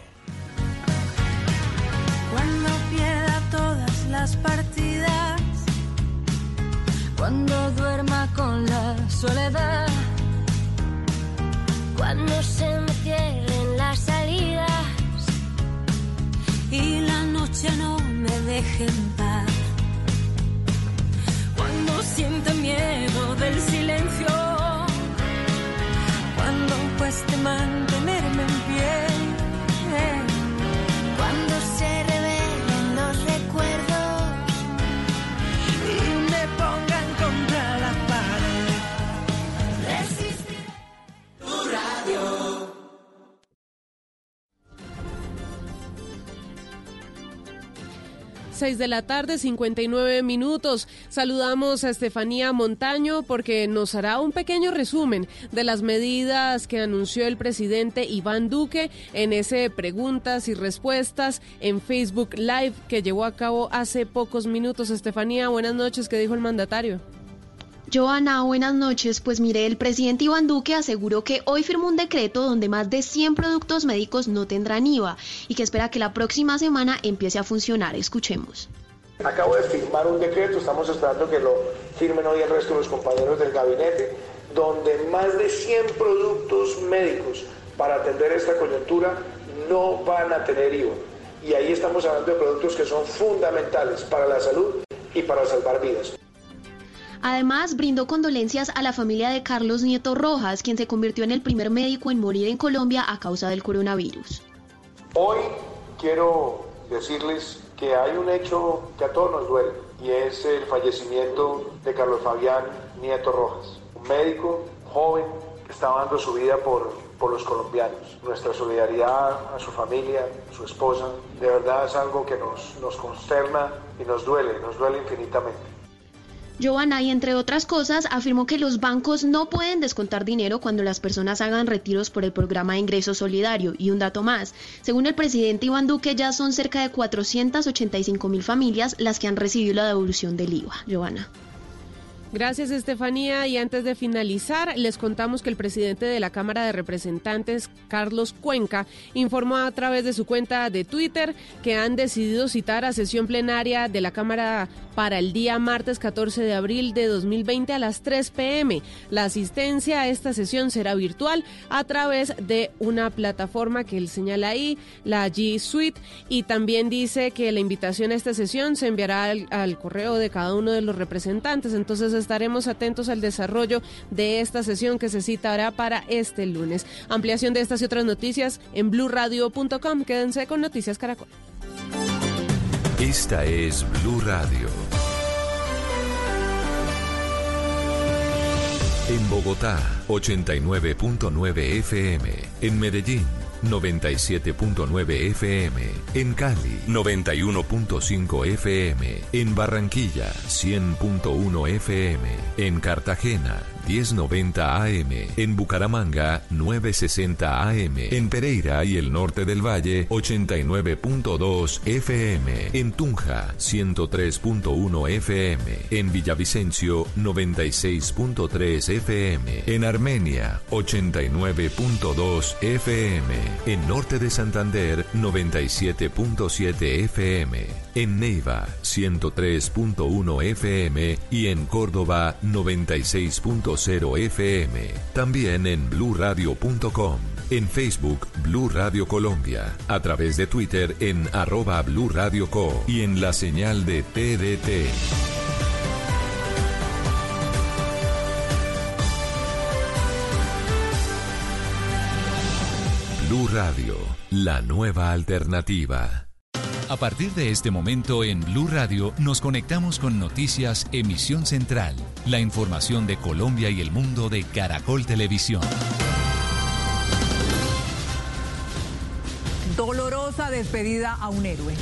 Cuando pierda todas las partidas, cuando duerma con la soledad, cuando se me cierren las salidas y la noche no me deje en paz, cuando sienta miedo del silencio, cuando cueste mantenerme en pie, cuando se revelen los recuerdos y me pongan contra la pared, resistiré. Tu radio. seis de la tarde, cincuenta y nueve minutos. Saludamos a Estefanía Montaño porque nos hará un pequeño resumen de las medidas que anunció el presidente Iván Duque en ese preguntas y respuestas en Facebook Live que llevó a cabo hace pocos minutos. Estefanía, buenas noches. ¿Qué dijo el mandatario? Joana, buenas noches. Pues mire, el presidente Iván Duque aseguró que hoy firmó un decreto donde más de cien productos médicos no tendrán I V A y que espera que la próxima semana empiece a funcionar. Escuchemos. Acabo de firmar un decreto, estamos esperando que lo firmen hoy el resto de los compañeros del gabinete, donde más de cien productos médicos para atender esta coyuntura no van a tener I V A. Y ahí estamos hablando de productos que son fundamentales para la salud y para salvar vidas. Además, brindó condolencias a la familia de Carlos Nieto Rojas, quien se convirtió en el primer médico en morir en Colombia a causa del coronavirus. Hoy quiero decirles que hay un hecho que a todos nos duele y es el fallecimiento de Carlos Fabián Nieto Rojas, un médico joven que estaba dando su vida por, por los colombianos. Nuestra solidaridad a su familia, a su esposa, de verdad es algo que nos, nos consterna y nos duele, nos duele infinitamente. Joana, y entre otras cosas, afirmó que los bancos no pueden descontar dinero cuando las personas hagan retiros por el programa de ingreso solidario. Y un dato más, según el presidente Iván Duque, ya son cerca de cuatrocientas ochenta y cinco mil familias las que han recibido la devolución del I V A. Joana. Gracias, Estefanía. Y antes de finalizar, les contamos que el presidente de la Cámara de Representantes, Carlos Cuenca, informó a través de su cuenta de Twitter que han decidido citar a sesión plenaria de la Cámara para el día martes catorce de abril de dos mil veinte a las tres pe eme. La asistencia a esta sesión será virtual a través de una plataforma que él señala ahí, la G Suite, y también dice que la invitación a esta sesión se enviará al, al correo de cada uno de los representantes. Entonces estaremos atentos al desarrollo de esta sesión que se citará para este lunes. Ampliación de estas y otras noticias en blue radio punto com. Quédense con Noticias Caracol. Esta es Blue Radio. En Bogotá, ochenta y nueve punto nueve efe eme. En Medellín, noventa y siete punto nueve F M. En Cali, noventa y uno punto cinco F M. En Barranquilla, cien punto uno F M. En Cartagena, diez noventa A M. En Bucaramanga, novecientos sesenta A M. En Pereira y el norte del Valle, ochenta y nueve punto dos F M. En Tunja, ciento tres punto uno F M. En Villavicencio, noventa y seis punto tres F M. En Armenia, ochenta y nueve punto dos F M. En norte de Santander, noventa y siete punto siete F M. En Neiva, ciento tres punto uno F M. Y en Córdoba, noventa y seis punto cero F M. También en blue radio punto com. En Facebook, Blue Radio Colombia. A través de Twitter en arroba Blue Radio Co. Y en la señal de T D T. Blue Radio, la nueva alternativa. A partir de este momento en Blue Radio nos conectamos con Noticias Emisión Central, la información de Colombia y el mundo de Caracol Televisión. Dolorosa despedida a un héroe.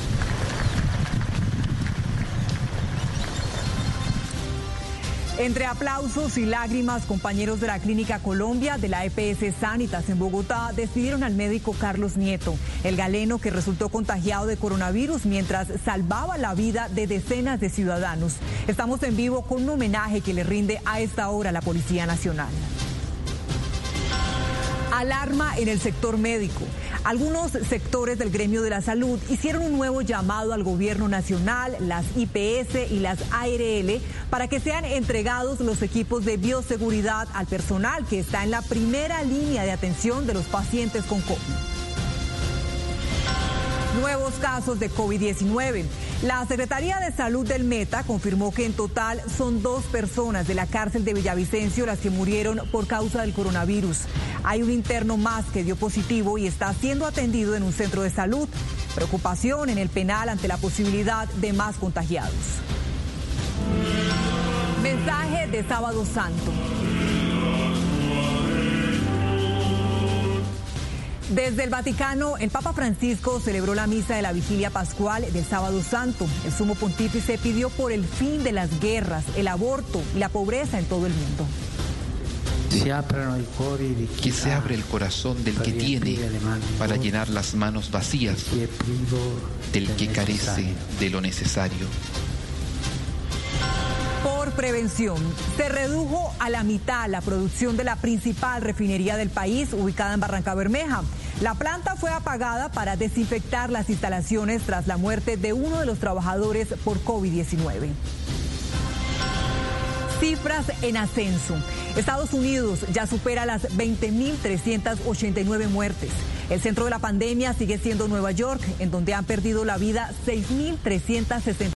Entre aplausos y lágrimas, compañeros de la Clínica Colombia de la E P S Sanitas en Bogotá despidieron al médico Carlos Nieto, el galeno que resultó contagiado de coronavirus mientras salvaba la vida de decenas de ciudadanos. Estamos en vivo con un homenaje que le rinde a esta hora la Policía Nacional. Alarma en el sector médico. Algunos sectores del gremio de la salud hicieron un nuevo llamado al gobierno nacional, las I P S y las A R L para que sean entregados los equipos de bioseguridad al personal que está en la primera línea de atención de los pacientes con COVID. Nuevos casos de COVID diecinueve. La Secretaría de Salud del Meta confirmó que en total son dos personas de la cárcel de Villavicencio las que murieron por causa del coronavirus. Hay un interno más que dio positivo y está siendo atendido en un centro de salud. Preocupación en el penal ante la posibilidad de más contagiados. Mensaje de Sábado Santo. Desde el Vaticano, el Papa Francisco celebró la misa de la vigilia pascual del Sábado Santo. El sumo pontífice pidió por el fin de las guerras, el aborto y la pobreza en todo el mundo. Que se abra el corazón del que tiene para llenar las manos vacías del que carece de lo necesario. Por prevención, se redujo a la mitad la producción de la principal refinería del país, ubicada en Barrancabermeja. La planta fue apagada para desinfectar las instalaciones tras la muerte de uno de los trabajadores por COVID diecinueve. Cifras en ascenso. Estados Unidos ya supera las veinte mil trescientas ochenta y nueve muertes. El centro de la pandemia sigue siendo Nueva York, en donde han perdido la vida seis mil trescientas sesenta.